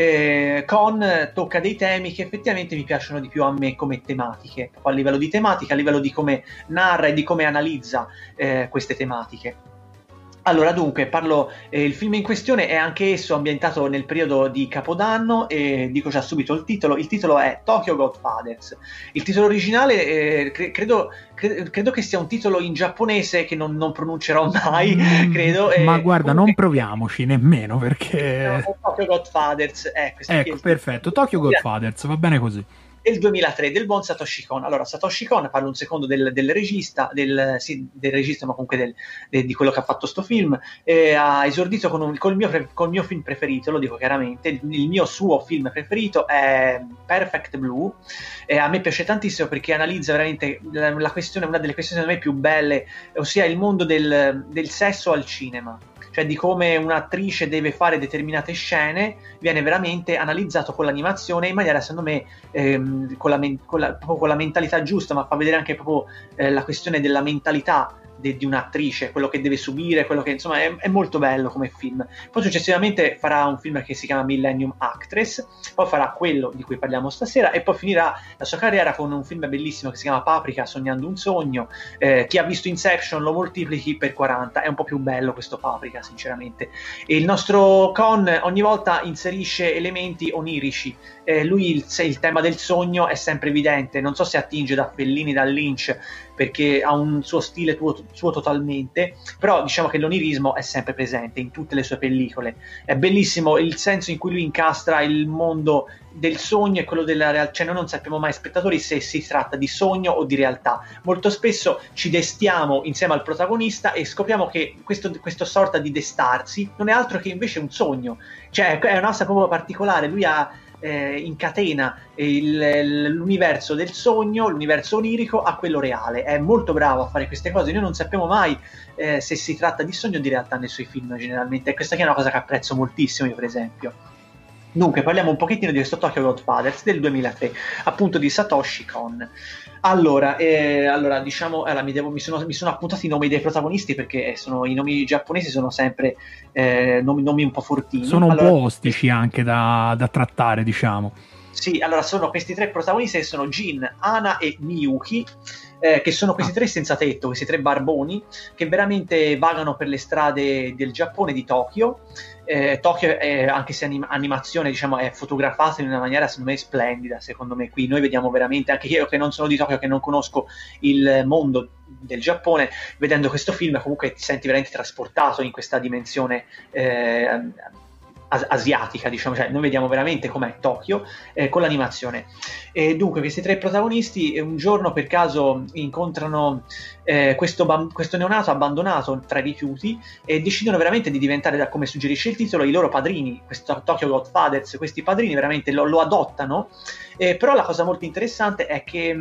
Speaker 6: eh, Kon tocca dei temi che effettivamente mi piacciono di più a me come tematiche, a livello di tematica, a livello di come narra e di come analizza eh, queste tematiche. Allora, dunque, parlo, eh, il film in questione è anche esso ambientato nel periodo di Capodanno e dico già subito il titolo. Il titolo è Tokyo Godfathers. Il titolo originale eh, cre- credo, cre- credo che sia un titolo in giapponese che non, non pronuncerò mai, mm, credo. Eh,
Speaker 5: ma guarda, comunque... non proviamoci nemmeno perché...
Speaker 6: No, Tokyo Godfathers, eh,
Speaker 5: ecco, perfetto, Tokyo Godfathers, va bene così.
Speaker 6: Del duemilatré, del buon Satoshi Kon. Allora, Satoshi Kon, parlo un secondo del, del regista, del, sì, del regista, ma comunque del, de, di quello che ha fatto sto film. Eh, ha esordito con, un, con, il mio pre, con il mio film preferito, lo dico chiaramente. Il, il mio suo film preferito è Perfect Blue. Eh, a me piace tantissimo perché analizza veramente la, la questione, una delle questioni secondo me più belle, ossia il mondo del, del sesso al cinema. Cioè di come un'attrice deve fare determinate scene, viene veramente analizzato con l'animazione in maniera, secondo me, ehm, con, la men- con, la, proprio con la mentalità giusta, ma fa vedere anche proprio eh, la questione della mentalità de- di un'attrice, quello che deve subire, quello che insomma è, è molto bello come film. Poi successivamente farà un film che si chiama Millennium Actress, poi farà quello di cui parliamo stasera e poi finirà la sua carriera con un film bellissimo che si chiama Paprika, sognando un sogno. Eh, chi ha visto Inception lo moltiplichi per quaranta, è un po' più bello questo Paprika sinceramente. E il nostro Kon ogni volta inserisce elementi onirici, eh, lui il, il tema del sogno è sempre evidente, non so se attinge da Fellini, da Lynch, perché ha un suo stile tu- suo totalmente, però diciamo che l'onirismo è sempre presente in tutte le sue pellicole. È bellissimo il senso in cui lui incastra il mondo del sogno e quello della realtà, cioè noi non sappiamo mai, spettatori, se si tratta di sogno o di realtà. Molto spesso ci destiamo insieme al protagonista e scopriamo che questo, questo sorta di destarsi non è altro che invece un sogno, cioè è una cosa proprio particolare. Lui ha eh, incatena il, l'universo del sogno, l'universo onirico a quello reale, è molto bravo a fare queste cose. Noi non sappiamo mai eh, se si tratta di sogno o di realtà nei suoi film generalmente, e questa qui è una cosa che apprezzo moltissimo io, per esempio. Dunque, parliamo un pochettino di questo Tokyo Godfathers del duemilatré, appunto di Satoshi Kon. Allora, eh, allora diciamo, allora, mi, devo, mi, sono, mi sono appuntato i nomi dei protagonisti, perché sono, i nomi giapponesi sono sempre eh, nomi, nomi un po' fortini.
Speaker 5: Sono un
Speaker 6: allora,
Speaker 5: po' ostici anche da, da trattare, diciamo.
Speaker 6: Sì, allora sono questi tre protagonisti che sono Jin, Hana e Miyuki, eh, che sono questi tre senza tetto, questi tre barboni, che veramente vagano per le strade del Giappone, di Tokyo. Eh, Tokyo, è, anche se anim- animazione, diciamo, è fotografata in una maniera secondo me splendida. Secondo me qui noi vediamo veramente, anche io che non sono di Tokyo, che non conosco il mondo del Giappone, vedendo questo film comunque ti senti veramente trasportato in questa dimensione eh, as- asiatica, diciamo, cioè noi vediamo veramente com'è Tokyo eh, con l'animazione. E dunque questi tre protagonisti un giorno per caso incontrano eh, questo, bam- questo neonato abbandonato tra i rifiuti e decidono veramente di diventare, da come suggerisce il titolo, i loro padrini, questo Tokyo Godfathers. Questi padrini veramente lo, lo adottano, eh, però la cosa molto interessante è che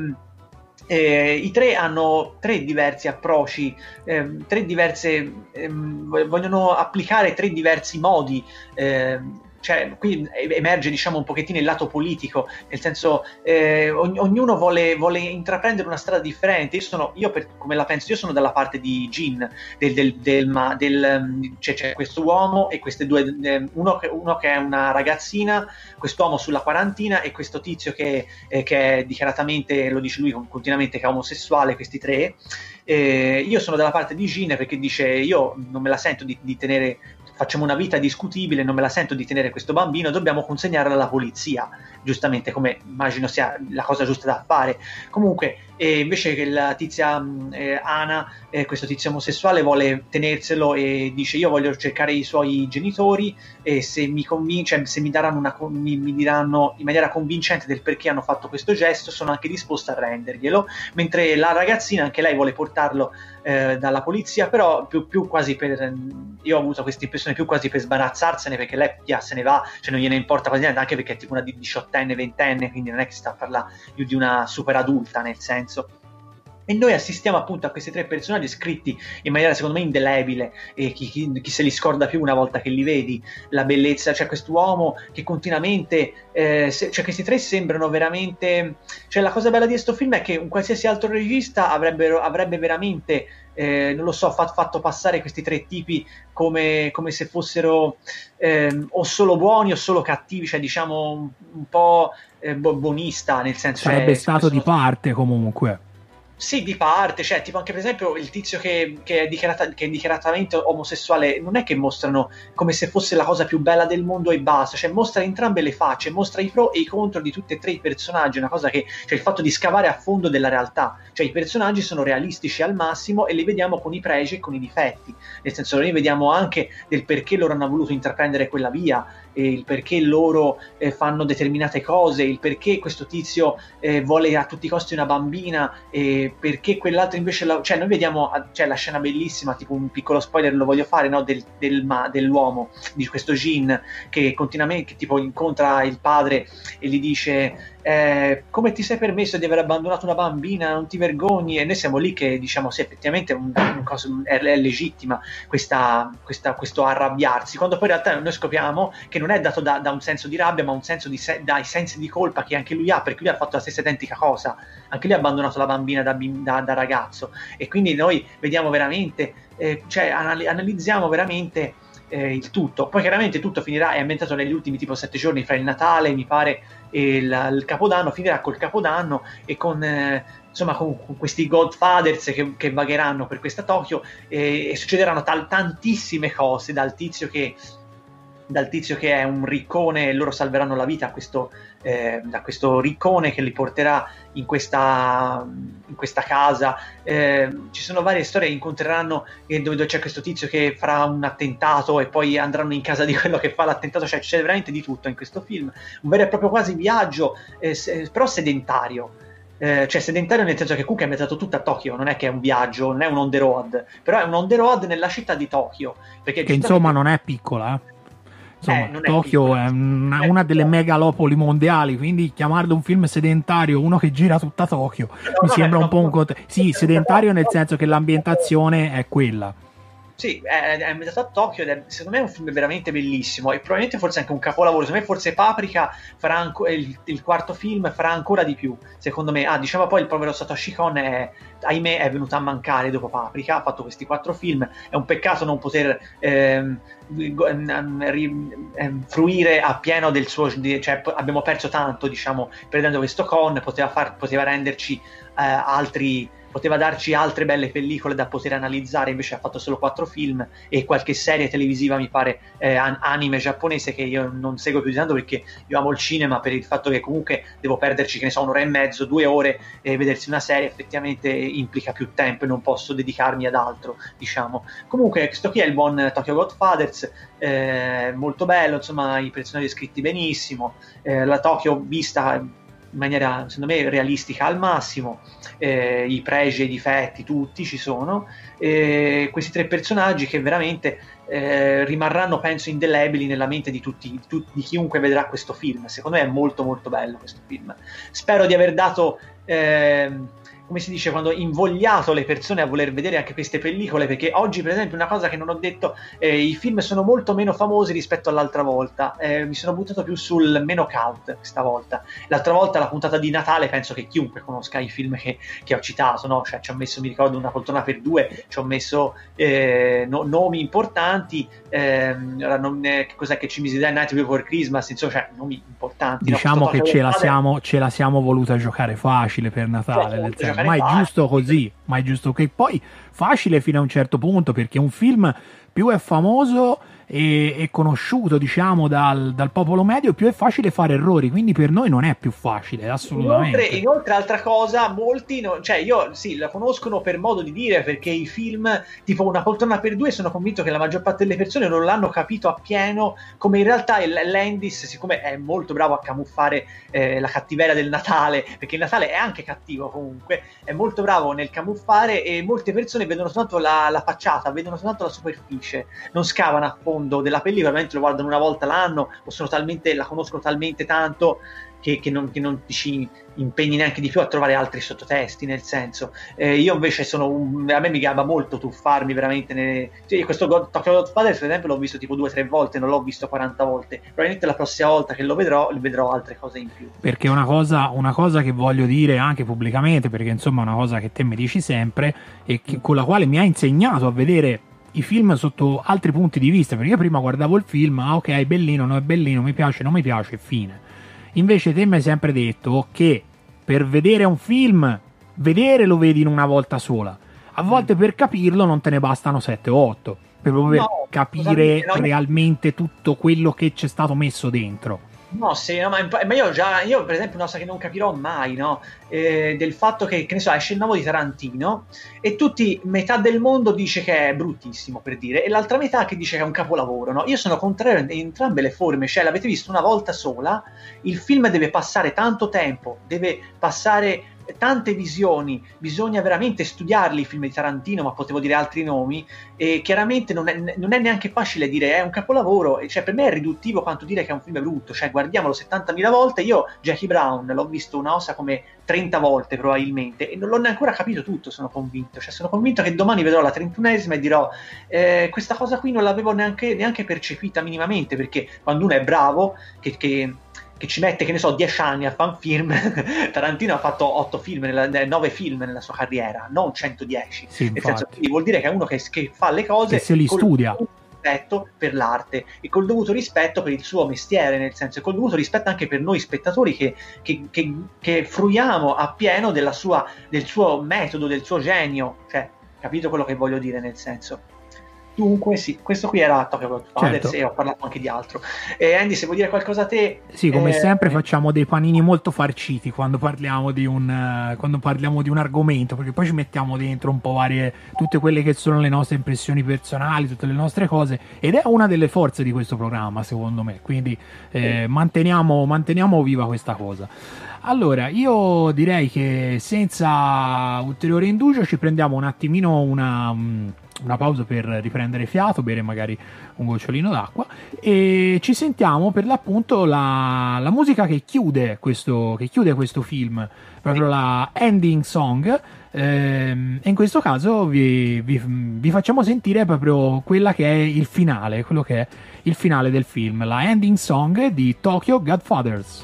Speaker 6: Eh, i tre hanno tre diversi approcci, eh, tre diverse, eh, vogliono applicare tre diversi modi. Eh, cioè qui emerge, diciamo, un pochettino il lato politico, nel senso eh, ogn- ognuno vuole, vuole intraprendere una strada differente. Io sono, io per, come la penso, io sono dalla parte di Jin, del, del, del, ma, del cioè, c'è questo uomo e queste due, eh, uno, che, uno che è una ragazzina, quest'uomo sulla quarantina, e questo tizio che, eh, che è dichiaratamente, lo dice lui continuamente, che è omosessuale. Questi tre, eh, io sono dalla parte di Jin, perché dice: io non me la sento di, di tenere, facciamo una vita discutibile, non me la sento di tenere questo bambino, dobbiamo consegnarlo alla polizia, giustamente, come immagino sia la cosa giusta da fare. Comunque, eh, invece che la tizia eh, Hana, eh, questo tizio omosessuale, vuole tenerselo e dice: io voglio cercare i suoi genitori, e se mi convince, se mi daranno, una, mi, mi diranno in maniera convincente del perché hanno fatto questo gesto, sono anche disposta a renderglielo. Mentre la ragazzina, anche lei vuole portarlo eh, dalla polizia, però più, più quasi per, io ho avuto questa impressione, più quasi per sbarazzarsene, perché lei yeah, se ne va, cioè non gliene importa quasi niente, anche perché è tipo una di diciottenne, ventenne, quindi non è che si sta a parlare più di una super adulta, nel senso. E noi assistiamo appunto a questi tre personaggi scritti in maniera secondo me indelebile, e chi, chi, chi se li scorda più una volta che li vedi, la bellezza, cioè quest'uomo che continuamente eh, se, cioè questi tre sembrano veramente, cioè la cosa bella di questo film è che un qualsiasi altro regista avrebbero, avrebbe veramente eh, non lo so, fatto, fatto passare questi tre tipi come, come se fossero eh, o solo buoni o solo cattivi, cioè diciamo un, un po' eh, buonista, nel senso
Speaker 5: sarebbe
Speaker 6: è,
Speaker 5: stato
Speaker 6: sono...
Speaker 5: di parte comunque.
Speaker 6: Sì, di parte, cioè tipo anche per esempio il tizio che, che, è dichiarata, che è dichiaratamente omosessuale, non è che mostrano come se fosse la cosa più bella del mondo e basta, cioè mostra entrambe le facce, mostra i pro e i contro di tutti e tre i personaggi, una cosa che, cioè il fatto di scavare a fondo della realtà, cioè i personaggi sono realistici al massimo e li vediamo con i pregi e con i difetti, nel senso noi vediamo anche del perché loro hanno voluto intraprendere quella via, e il perché loro eh, fanno determinate cose, il perché questo tizio eh, vuole a tutti i costi una bambina, e perché quell'altro invece la, cioè noi vediamo, cioè la scena bellissima, tipo un piccolo spoiler lo voglio fare, no? del, del, ma, dell'uomo, di questo Jin che continuamente che, tipo incontra il padre e gli dice eh, come ti sei permesso di aver abbandonato una bambina, non ti vergogni? E noi siamo lì che diciamo sì, effettivamente un, un cosa, è, è legittima questa, questa, questo arrabbiarsi, quando poi in realtà noi scopriamo che non è dato da, da un senso di rabbia, ma un senso di se, dai sensi di colpa che anche lui ha, perché lui ha fatto la stessa identica cosa, anche lui ha abbandonato la bambina da, da, da ragazzo, e quindi noi vediamo veramente eh, cioè anal- analizziamo veramente eh, il tutto. Poi chiaramente tutto finirà, è ambientato negli ultimi tipo sette giorni fra il Natale, mi pare, e il, il Capodanno, finirà col Capodanno e con eh, insomma con, con questi Godfathers che, che vagheranno per questa Tokyo, e, e succederanno tal- tantissime cose, dal tizio che dal tizio che è un riccone e loro salveranno la vita a questo, eh, da questo riccone che li porterà in questa, in questa casa. Eh, ci sono varie storie, incontreranno eh, dove, dove c'è questo tizio che farà un attentato e poi andranno in casa di quello che fa l'attentato, cioè c'è veramente di tutto in questo film, un vero e proprio quasi viaggio, eh, se, però sedentario. Eh, cioè sedentario nel senso che comunque è mezzato tutto a Tokyo, non è che è un viaggio, non è un on the road, però è un on the road nella città di Tokyo, perché
Speaker 5: che insomma non è piccola, eh. Insomma,
Speaker 6: Eh, non è
Speaker 5: Tokyo
Speaker 6: piccola.
Speaker 5: è una,
Speaker 6: È
Speaker 5: una delle
Speaker 6: piccola.
Speaker 5: megalopoli mondiali, quindi chiamarlo un film sedentario, uno che gira tutta Tokyo,
Speaker 6: No,
Speaker 5: mi
Speaker 6: no,
Speaker 5: sembra
Speaker 6: no,
Speaker 5: un po' un
Speaker 6: no.
Speaker 5: conto. Sì, sedentario nel senso che l'ambientazione è quella.
Speaker 6: Sì, è, è ambientato a Tokyo ed è secondo me è un film veramente bellissimo e probabilmente forse anche un capolavoro. Secondo me forse Paprika farà anco, il, il quarto film farà ancora di più, secondo me. Ah, diciamo poi il povero Satoshi Kon è, ahimè, è venuto a mancare dopo Paprika, ha fatto questi quattro film, è un peccato non poter ehm, ehm, ri, ehm, fruire appieno del suo, di, cioè abbiamo perso tanto, diciamo, perdendo questo Kon, poteva, far, poteva renderci eh, altri poteva darci altre belle pellicole da poter analizzare, invece ha fatto solo quattro film e qualche serie televisiva, mi pare, eh, anime giapponese, che io non seguo più di tanto perché io amo il cinema, per il fatto che comunque devo perderci, che ne so, un'ora e mezzo, due ore e vedersi una serie effettivamente implica più tempo e non posso dedicarmi ad altro, diciamo. Comunque questo qui è il buon Tokyo Godfathers, eh, molto bello, insomma, i personaggi scritti benissimo, eh, la Tokyo vista in maniera secondo me realistica al massimo, eh, i pregi e i difetti tutti ci sono, eh, questi tre personaggi che veramente eh, rimarranno, penso, indelebili nella mente di tutti, di, tutti, di chiunque vedrà questo film. Secondo me è molto molto bello questo film, spero di aver dato eh, come si dice, quando invogliato le persone a voler vedere anche queste pellicole, perché oggi per esempio una cosa che non ho detto, eh, i film sono molto meno famosi rispetto all'altra volta, eh, mi sono buttato più sul meno cult stavolta. L'altra volta, la puntata di Natale, penso che chiunque conosca i film che, che ho citato, no? Cioè ci ho messo, mi ricordo, Una poltrona per due, ci ho messo eh, no, nomi importanti, ehm, non, eh, cos'è che ci misi da Night Before Christmas, insomma, cioè nomi importanti.
Speaker 5: Diciamo
Speaker 6: no?
Speaker 5: che ce la, siamo, ce la siamo voluta giocare facile per Natale,
Speaker 6: Sì,
Speaker 5: nel senso,
Speaker 6: giocare
Speaker 5: ma è
Speaker 6: facile.
Speaker 5: giusto così, ma è giusto che poi facile fino a un certo punto, perché un film più è famoso e, e conosciuto, diciamo, dal, dal popolo medio, più è facile fare errori, quindi per noi non è più facile, assolutamente.
Speaker 6: Inoltre, inoltre altra cosa, molti, no, cioè io sì, la conoscono per modo di dire, perché i film tipo Una poltrona per due, sono convinto che la maggior parte delle persone non l'hanno capito appieno, come in realtà il Landis, siccome è molto bravo a camuffare eh, la cattiveria del Natale, perché il Natale è anche cattivo comunque, è molto bravo nel camuffare, e molte persone vedono soltanto la, la facciata, vedono soltanto la superficie, non scavano a fondo della pellicola, mentre lo guardano una volta l'anno o sono talmente, la conoscono talmente tanto che, che, non, che non ti ci impegni neanche di più a trovare altri sottotesti, nel senso, eh, io invece sono un, a me mi gabba molto tuffarmi veramente nelle, cioè, questo God, Tokyo Godfathers per esempio l'ho visto tipo due o tre volte, non l'ho visto quaranta volte, probabilmente la prossima volta che lo vedrò vedrò altre cose in più,
Speaker 5: perché una cosa, una cosa che voglio dire anche pubblicamente, perché insomma è una cosa che te mi dici sempre e che, con la quale mi ha insegnato a vedere i film sotto altri punti di vista, perché io prima guardavo il film, ah ok, è bellino, non è bellino, mi piace, non mi piace, fine. Invece te mi hai sempre detto che per vedere un film, vedere lo vedi in una volta sola, a volte per capirlo non te ne bastano sette o otto, per proprio
Speaker 6: No,
Speaker 5: capire
Speaker 6: no,
Speaker 5: realmente tutto quello che c'è stato messo dentro.
Speaker 6: No, sì, no, ma, ma io già, io per esempio una cosa che non capirò mai, no? Eh, del fatto che, che ne so, esce il nuovo di Tarantino e tutti, metà del mondo dice che è bruttissimo, per dire, e l'altra metà che dice che è un capolavoro, no? Io sono contrario in entrambe le forme, cioè l'avete visto una volta sola, il film deve passare tanto tempo, deve passare tante visioni, bisogna veramente studiarli i film di Tarantino, ma potevo dire altri nomi, e chiaramente non è, non è neanche facile dire è un capolavoro, cioè per me è riduttivo quanto dire che è un film brutto, cioè guardiamolo settantamila volte. Io Jackie Brown l'ho visto una osa come trenta volte probabilmente e non l'ho ancora capito tutto, sono convinto, cioè sono convinto che domani vedrò la trentunesima e dirò eh, questa cosa qui non l'avevo neanche, neanche percepita minimamente, perché quando uno è bravo che, che che ci mette, che ne so, dieci anni a fare un film, Tarantino ha fatto otto film, nove film nella sua carriera, non centodieci.
Speaker 5: Sì,
Speaker 6: nel senso, quindi vuol dire che è uno che, che fa le cose
Speaker 5: che se li studia,
Speaker 6: col rispetto per l'arte e col dovuto rispetto per il suo mestiere, nel senso, e col dovuto rispetto anche per noi spettatori che, che, che, che fruiamo appieno della sua, del suo metodo, del suo genio, cioè, capito quello che voglio dire, nel senso. Dunque sì, questo qui era Tokyo Godfathers,
Speaker 5: Certo.
Speaker 6: e ho parlato anche di altro. E Andy, se vuoi dire qualcosa a te...
Speaker 5: Sì, come
Speaker 6: eh,
Speaker 5: sempre facciamo dei panini molto farciti quando parliamo di un eh, quando parliamo di un argomento, perché poi ci mettiamo dentro un po' varie, tutte quelle che sono le nostre impressioni personali, tutte le nostre cose, ed è una delle forze di questo programma, secondo me. Quindi eh, manteniamo, manteniamo viva questa cosa. Allora, io direi che senza ulteriore indugio ci prendiamo un attimino una, una pausa per riprendere fiato, bere magari un gocciolino d'acqua, e ci sentiamo per l'appunto la, la musica che chiude questo, che chiude questo film, proprio la ending song. Ehm, e in questo caso vi, vi, vi facciamo sentire proprio quella che è il finale, quello che è il finale del film, la ending song di Tokyo Godfathers.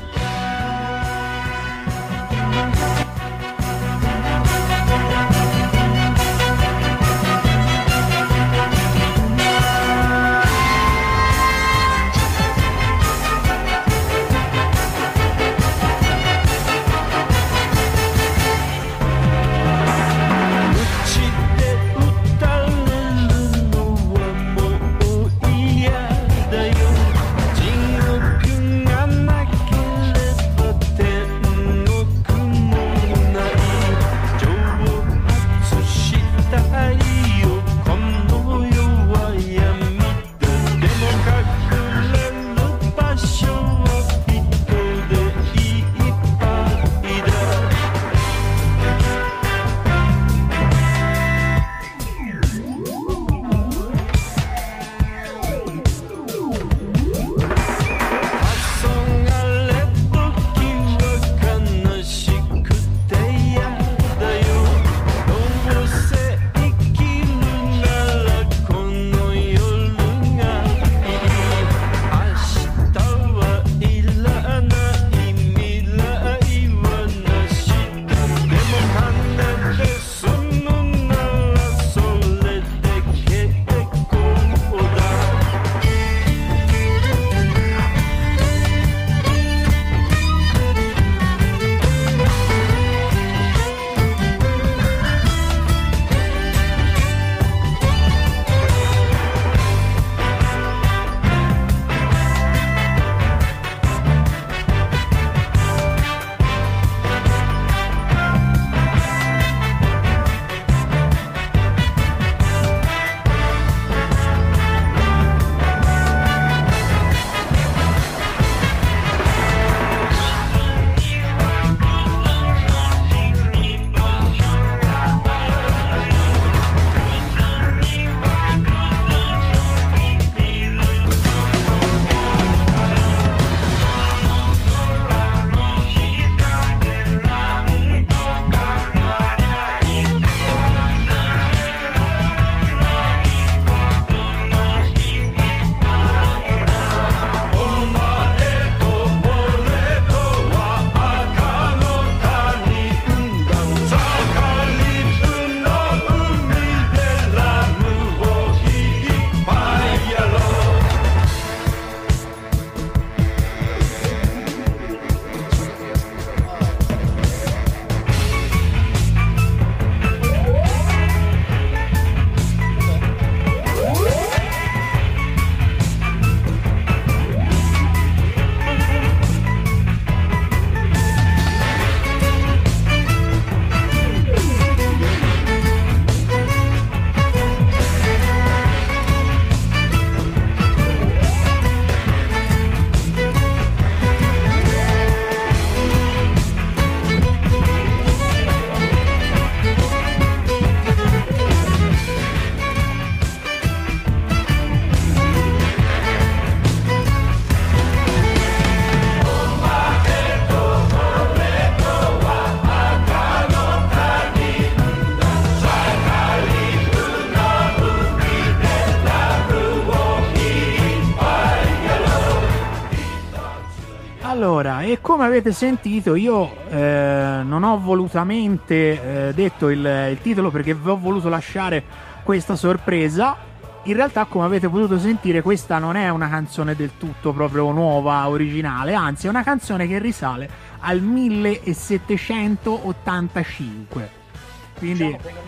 Speaker 5: Allora, e come avete sentito, io eh, non ho volutamente eh, detto il, il titolo perché vi ho voluto lasciare questa sorpresa. In realtà, come avete potuto sentire, questa non è una canzone del tutto proprio nuova, originale, anzi è una canzone che risale al millesettecentottantacinque. Quindi
Speaker 6: diciamo che non è altro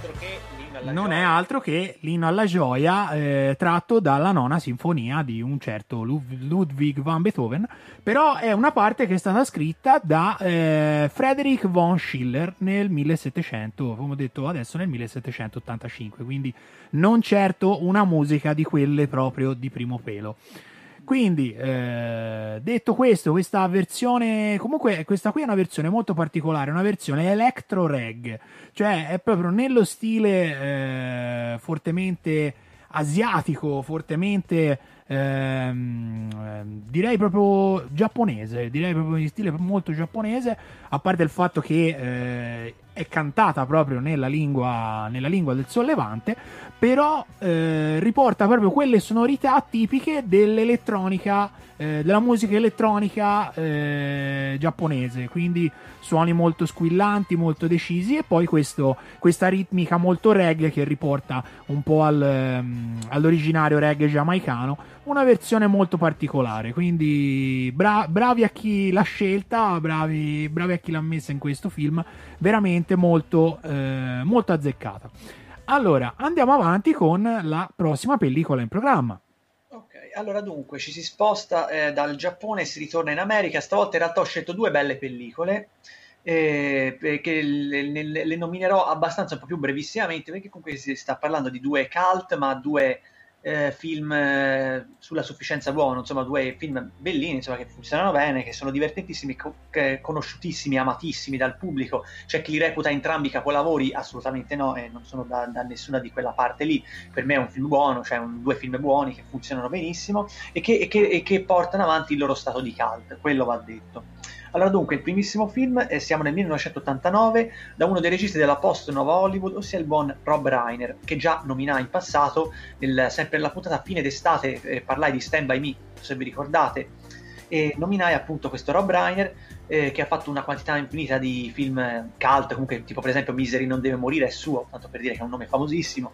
Speaker 6: altro che l'inno alla
Speaker 5: non
Speaker 6: gioia.
Speaker 5: è altro che l'inno alla gioia, eh, tratto dalla nona sinfonia di un certo Ludwig van Beethoven, però è una parte che è stata scritta da eh, Friedrich von Schiller nel millesettecento, come ho detto adesso, nel millesettecentottantacinque, quindi non certo una musica di quelle proprio di primo pelo. Quindi, eh, detto questo, questa versione, comunque questa qui è una versione molto particolare, una versione electro reg, cioè è proprio nello stile eh, fortemente asiatico, fortemente ehm, direi proprio giapponese, direi proprio in stile molto giapponese, a parte il fatto che eh, è cantata proprio nella lingua, nella lingua del sollevante, però eh, riporta proprio quelle sonorità tipiche dell'elettronica, eh, della musica elettronica eh, giapponese, quindi suoni molto squillanti, molto decisi, e poi questo, questa ritmica molto reggae che riporta un po' al, um, all'originario reggae giamaicano, una versione molto particolare, quindi bra- bravi a chi l'ha scelta, bravi, bravi a chi l'ha messa in questo film, veramente molto, eh, molto azzeccata. Allora, andiamo avanti con la prossima pellicola in programma.
Speaker 6: Ok, allora dunque ci si sposta eh, dal Giappone e si ritorna in America. Stavolta in realtà ho scelto due belle pellicole eh, che le, le, le nominerò abbastanza un po' più brevissimamente, perché comunque si sta parlando di due cult, ma due eh, film eh, sulla sufficienza buono, insomma due film bellini, insomma, che funzionano bene, che sono divertentissimi, co- che conosciutissimi, amatissimi dal pubblico. C'è chi li reputa entrambi capolavori, assolutamente no, e non sono da, da nessuna di quella parte lì. Per me è un film buono, cioè un, due film buoni che funzionano benissimo e che, e, che, e che portano avanti il loro stato di cult, quello va detto. Allora dunque, il primissimo film, eh, siamo nel millenovecentottantanove, da uno dei registi della post-Nova Hollywood, ossia il buon Rob Reiner, che già nominai in passato, nel, sempre nella puntata a fine d'estate, eh, parlai di Stand By Me, se vi ricordate, e nominai appunto questo Rob Reiner, eh, che ha fatto una quantità infinita di film cult, comunque tipo per esempio Misery non deve morire è suo, tanto per dire che è un nome famosissimo.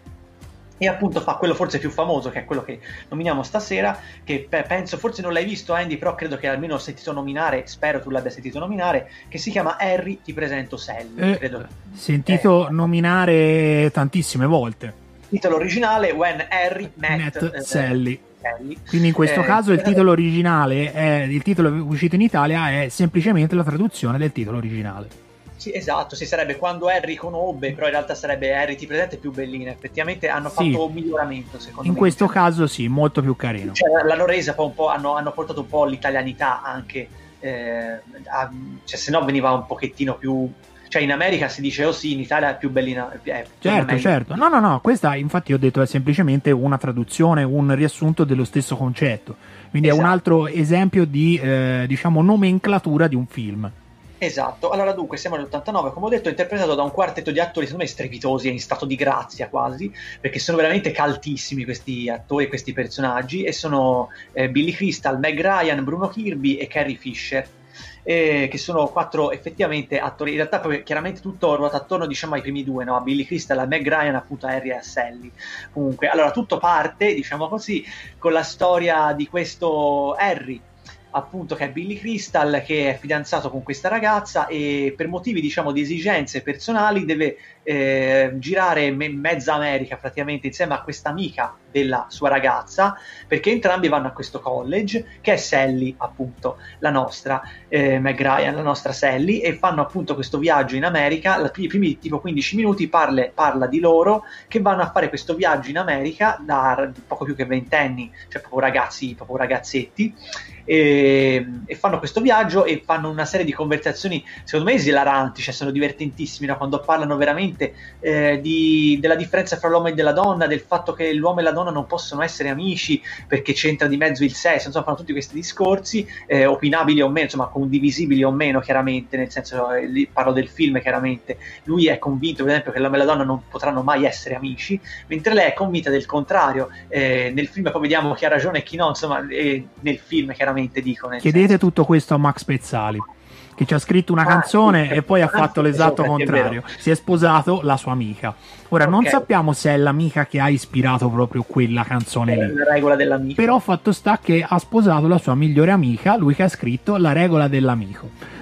Speaker 6: E appunto fa quello forse più famoso, che è quello che nominiamo stasera, che pe- penso, forse non l'hai visto Andy, però credo che almeno ho sentito nominare, spero tu l'abbia sentito nominare, che si chiama Harry, ti presento Sally.
Speaker 5: Eh,
Speaker 6: credo.
Speaker 5: sentito
Speaker 6: eh,
Speaker 5: nominare tantissime volte.
Speaker 6: Titolo originale, When Harry Met,
Speaker 5: Met
Speaker 6: eh,
Speaker 5: Sally.
Speaker 6: Sally.
Speaker 5: Quindi in questo
Speaker 6: Eh,
Speaker 5: caso il titolo originale, è, il titolo uscito in Italia è semplicemente la traduzione del titolo originale.
Speaker 6: Sì, esatto, si sarebbe Quando Harry conobbe, però in realtà sarebbe Harry ti presente più bellina. Effettivamente hanno
Speaker 5: Sì.
Speaker 6: fatto un miglioramento, secondo
Speaker 5: In
Speaker 6: me.
Speaker 5: questo
Speaker 6: Cioè,
Speaker 5: caso sì, molto più carino.
Speaker 6: cioè, l'hanno resa poi un po', hanno, hanno portato un po' l'italianità anche, eh, a- cioè se no veniva un pochettino più, cioè in America si dice oh sì, in Italia è più bellina, è
Speaker 5: Certo,
Speaker 6: meglio.
Speaker 5: certo. No, no, no, questa infatti ho detto è semplicemente una traduzione, un riassunto dello stesso concetto. Quindi è un
Speaker 6: Esatto.
Speaker 5: altro esempio di, eh, diciamo, nomenclatura di un film.
Speaker 6: Esatto, allora dunque siamo nell'ottantanove, come ho detto, interpretato da un quartetto di attori secondo me strepitosi e in stato di grazia quasi, perché sono veramente caltissimi questi attori, questi personaggi, e sono eh, Billy Crystal, Meg Ryan, Bruno Kirby e Carrie Fisher, eh, che sono quattro effettivamente attori, in realtà poi chiaramente tutto ruota attorno diciamo ai primi due, no? A Billy Crystal, a Meg Ryan, appunto a Harry e a Sally. Comunque, allora tutto parte, diciamo così, con la storia di questo Harry, appunto, che è Billy Crystal, che è fidanzato con questa ragazza e per motivi diciamo di esigenze personali deve eh, girare me- mezza America praticamente insieme a questa amica della sua ragazza, perché entrambi vanno a questo college che è Sally, appunto la nostra eh, Meg Ryan, la nostra Sally, e fanno appunto questo viaggio in America. La, I primi tipo quindici minuti parle, parla di loro che vanno a fare questo viaggio in America da poco più che ventenni, cioè proprio ragazzi, proprio ragazzetti, e, e fanno questo viaggio e fanno una serie di conversazioni secondo me esilaranti, cioè sono divertentissimi, no? Quando parlano veramente eh, di, della differenza fra l'uomo e della donna, del fatto che l'uomo e la donna non possono essere amici perché c'entra di mezzo il sesso, insomma fanno tutti questi discorsi eh, opinabili o meno, insomma condivisibili o meno chiaramente, nel senso eh, lì parlo del film chiaramente, lui è convinto per esempio che l'uomo e la donna non potranno mai essere amici, mentre lei è convinta del contrario. Eh, nel film poi vediamo chi ha ragione e chi no, insomma eh, nel film chiaramente dico nel
Speaker 5: Chiedete
Speaker 6: senso.
Speaker 5: tutto questo a Max Pezzali, che ci ha scritto una
Speaker 6: Ah,
Speaker 5: canzone
Speaker 6: sì,
Speaker 5: e poi ha
Speaker 6: anzi,
Speaker 5: fatto l'esatto
Speaker 6: esatto, è
Speaker 5: contrario.
Speaker 6: vero.
Speaker 5: Si è sposato la sua amica. Ora non
Speaker 6: Ok.
Speaker 5: sappiamo se è l'amica che ha ispirato proprio quella canzone lì.
Speaker 6: La regola dell'amico.
Speaker 5: Però fatto sta che ha sposato la sua migliore amica, lui che ha scritto La regola dell'amico.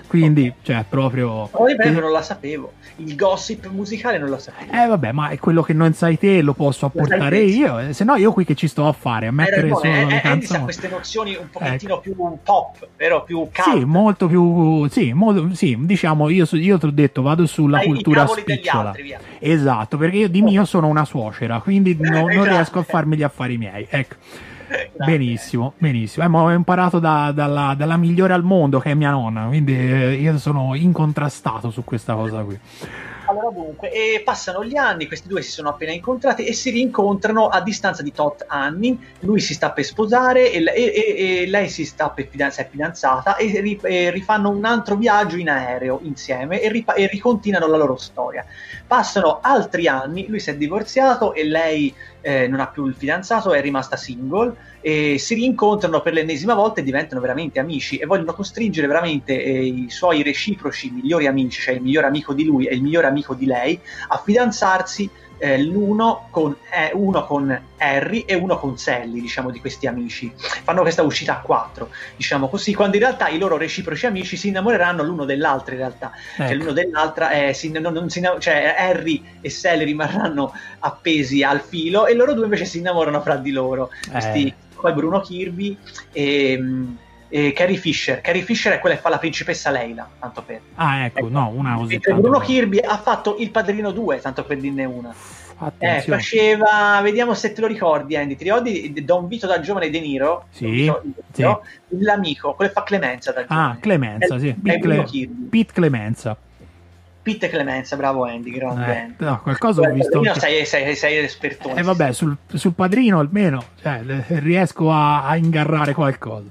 Speaker 5: quindi cioè proprio
Speaker 6: Oh, ripeto, non la sapevo, il gossip musicale non lo sapevo.
Speaker 5: eh vabbè, ma è quello che non sai te, lo posso apportare
Speaker 6: Lo sai te,
Speaker 5: io, eh, se no io qui che ci sto a fare, a
Speaker 6: Hai
Speaker 5: mettere
Speaker 6: ragione,
Speaker 5: solo
Speaker 6: eh,
Speaker 5: le
Speaker 6: eh, Andy sa
Speaker 5: canzoni.
Speaker 6: queste nozioni un pochettino più pop, vero? Più
Speaker 5: Sì,
Speaker 6: cult.
Speaker 5: molto più sì, molto, sì, diciamo io, su- io ti ho detto vado sulla
Speaker 6: Dai, i
Speaker 5: cultura
Speaker 6: cavoli degli
Speaker 5: spicciola.
Speaker 6: altri, via.
Speaker 5: Esatto, perché io di mio sono una suocera, quindi no- non
Speaker 6: Esatto.
Speaker 5: riesco a farmi gli affari miei, ecco.
Speaker 6: Grazie.
Speaker 5: Benissimo, benissimo. Eh, ma ho imparato da- dalla, dalla migliore al mondo che è mia nonna, quindi eh, io sono incontrastato su questa cosa qui.
Speaker 6: Allora dunque, e passano gli anni, questi due si sono appena incontrati e si rincontrano a distanza di tot anni. Lui si sta per sposare e, e- e- e lei si sta per fidanz- è fidanzata e, ri- e rifanno un altro viaggio in aereo insieme e, ripa- e ricontinuano la loro storia. Passano altri anni, lui si è divorziato e lei eh, non ha più il fidanzato, è rimasta single e si rincontrano per l'ennesima volta e diventano veramente amici e vogliono costringere veramente eh, i suoi reciproci migliori amici, cioè il migliore amico di lui e il migliore amico di lei, a fidanzarsi eh, l'uno con, eh, uno con Harry e uno con Sally, diciamo, di questi amici. Fanno questa uscita a quattro, diciamo così, quando in realtà i loro reciproci amici si innamoreranno l'uno dell'altro in realtà. Cioè,
Speaker 5: Ecco.
Speaker 6: l'uno dell'altra eh, si, non, non si innam- cioè Harry e Sally rimarranno appesi al filo e loro due invece si innamorano fra di loro. Questi, poi Bruno Kirby e, e Carrie Fisher. Carrie Fisher è quella che fa la principessa Leila, tanto per.
Speaker 5: Ah, ecco, no, una così
Speaker 6: Mentre
Speaker 5: tanto
Speaker 6: Bruno
Speaker 5: per-
Speaker 6: Kirby ha fatto Il Padrino due, tanto per dirne una. Eh,
Speaker 5: Attenzione.
Speaker 6: faceva, vediamo se te lo ricordi, Andy. Ti ricordi Don Vito da giovane De Niro?
Speaker 5: Sì,
Speaker 6: Don Vito-
Speaker 5: sì.
Speaker 6: no? L'amico, quello che fa Clemenza da giovane.
Speaker 5: Ah, Clemenza,
Speaker 6: È-
Speaker 5: sì,
Speaker 6: è
Speaker 5: Pete,
Speaker 6: Bruno
Speaker 5: Cle-
Speaker 6: Kirby.
Speaker 5: Pete Clemenza.
Speaker 6: Pete Clemenza, bravo Andy, grande
Speaker 5: Eh,
Speaker 6: Andy.
Speaker 5: no, qualcosa ho visto
Speaker 6: Io
Speaker 5: anche-
Speaker 6: sei, sei, sei espertone.
Speaker 5: E vabbè, sul, sul padrino almeno cioè, le- riesco a, a ingarrare qualcosa.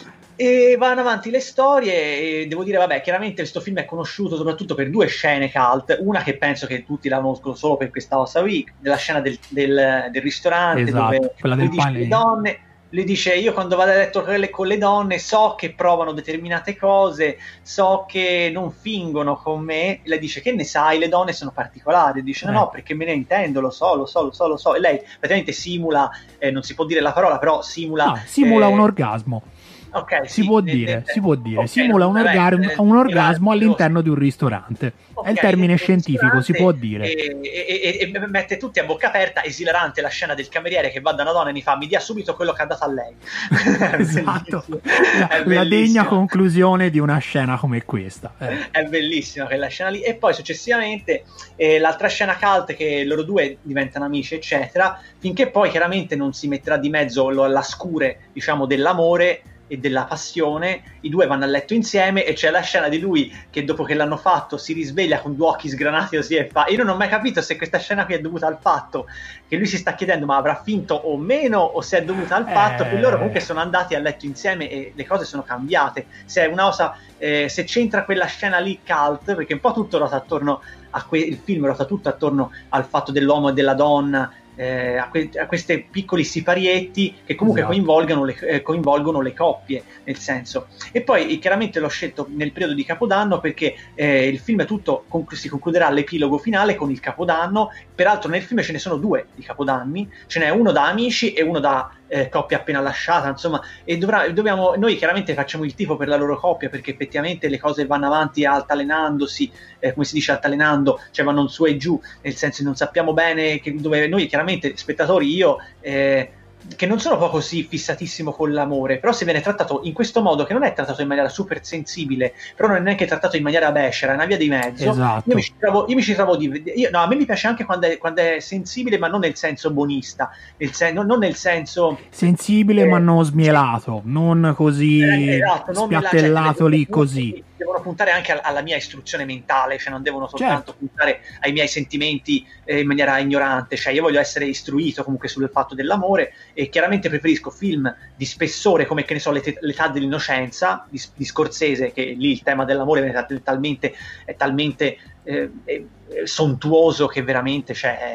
Speaker 6: E vanno avanti le storie e devo dire, vabbè, chiaramente questo film è conosciuto soprattutto per due scene cult, una che penso che tutti la conoscono solo per questa Osa Week, della scena del, del, del ristorante,
Speaker 5: Esatto,
Speaker 6: dove
Speaker 5: quella
Speaker 6: lui
Speaker 5: del
Speaker 6: dice
Speaker 5: pane.
Speaker 6: le donne, lui dice io quando vado a letto con le, con le donne so che provano determinate cose, so che non fingono con me, lei dice che ne sai, le donne sono particolari, dice no,
Speaker 5: Eh.
Speaker 6: no, perché me ne intendo, lo so, lo so, lo so, lo so, e lei praticamente simula, eh, non si può dire la parola, però simula...
Speaker 5: No, simula
Speaker 6: eh,
Speaker 5: un orgasmo.
Speaker 6: ok,
Speaker 5: Si
Speaker 6: sì,
Speaker 5: può
Speaker 6: ne-
Speaker 5: dire,
Speaker 6: ne-
Speaker 5: si può dire,
Speaker 6: ok,
Speaker 5: simula un,
Speaker 6: vabbè,
Speaker 5: orgasmo,
Speaker 6: eh,
Speaker 5: un orgasmo
Speaker 6: eh,
Speaker 5: all'interno di un ristorante.
Speaker 6: ok,
Speaker 5: È il termine
Speaker 6: nel
Speaker 5: scientifico, si
Speaker 6: ristorante,
Speaker 5: può dire.
Speaker 6: E, e- e- e mette tutti a bocca aperta, esilarante la scena del cameriere che va da una donna e mi fa mi dia subito quello che ha dato a lei. È
Speaker 5: Esatto,
Speaker 6: bellissimo,
Speaker 5: la,
Speaker 6: è
Speaker 5: la
Speaker 6: bellissimo.
Speaker 5: degna conclusione di una scena come questa. Eh.
Speaker 6: È bellissima quella scena lì. E poi successivamente eh, l'altra scena cult che loro due diventano amici, eccetera, finché poi chiaramente non si metterà di mezzo lo- la scure, diciamo, dell'amore e della passione. I due vanno a letto insieme e c'è la scena di lui che dopo che l'hanno fatto si risveglia con due occhi sgranati così e fa. Io non ho mai capito se questa scena qui è dovuta al fatto che lui si sta chiedendo ma avrà finto o meno, o se è dovuta al fatto
Speaker 5: Eh.
Speaker 6: che loro comunque sono andati a letto insieme e le cose sono cambiate. Se è una cosa, eh, se c'entra quella scena lì cult, perché un po' tutto ruota attorno a que- il film ruota tutto attorno al fatto dell'uomo e della donna, eh, a, que- a questi piccoli siparietti che comunque
Speaker 5: Esatto.
Speaker 6: coinvolgono, le, eh, coinvolgono le coppie, nel senso. E poi eh, chiaramente l'ho scelto nel periodo di Capodanno perché eh, il film è tutto conclu- si concluderà all'epilogo finale con il Capodanno. Peraltro nel film ce ne sono due di Capodanni, ce n'è uno da amici e uno da eh, coppia appena lasciata, insomma, e dovrà, dobbiamo, noi chiaramente facciamo il tifo per la loro coppia perché effettivamente le cose vanno avanti altalenandosi, eh, come si dice altalenando, cioè vanno su e giù, nel senso non sappiamo bene che, dove noi chiaramente spettatori, io eh, che non sono poi così fissatissimo con l'amore, però se viene trattato in questo modo, che non è trattato in maniera super sensibile, però non è neanche trattato in maniera becera, è una via di mezzo.
Speaker 5: Esatto.
Speaker 6: Io mi ci trovo, io mi ci trovo di, io, no, a me mi piace anche quando è, quando è sensibile, ma non nel senso buonista, nel sen- non, non nel senso
Speaker 5: Sensibile
Speaker 6: eh,
Speaker 5: ma non smielato, non così
Speaker 6: eh, esatto, non me la-
Speaker 5: spiattellato
Speaker 6: cioè,
Speaker 5: lì
Speaker 6: devono-
Speaker 5: così.
Speaker 6: devono puntare anche al- alla mia istruzione mentale, cioè non devono soltanto
Speaker 5: Certo.
Speaker 6: puntare ai miei sentimenti eh, in maniera ignorante, cioè io voglio essere istruito comunque sul fatto dell'amore e chiaramente preferisco film di spessore come, che ne so, l'et- l'età dell'innocenza di, di Scorsese, che lì il tema dell'amore è tal- talmente, è talmente eh, eh, sontuoso che veramente cioè, è,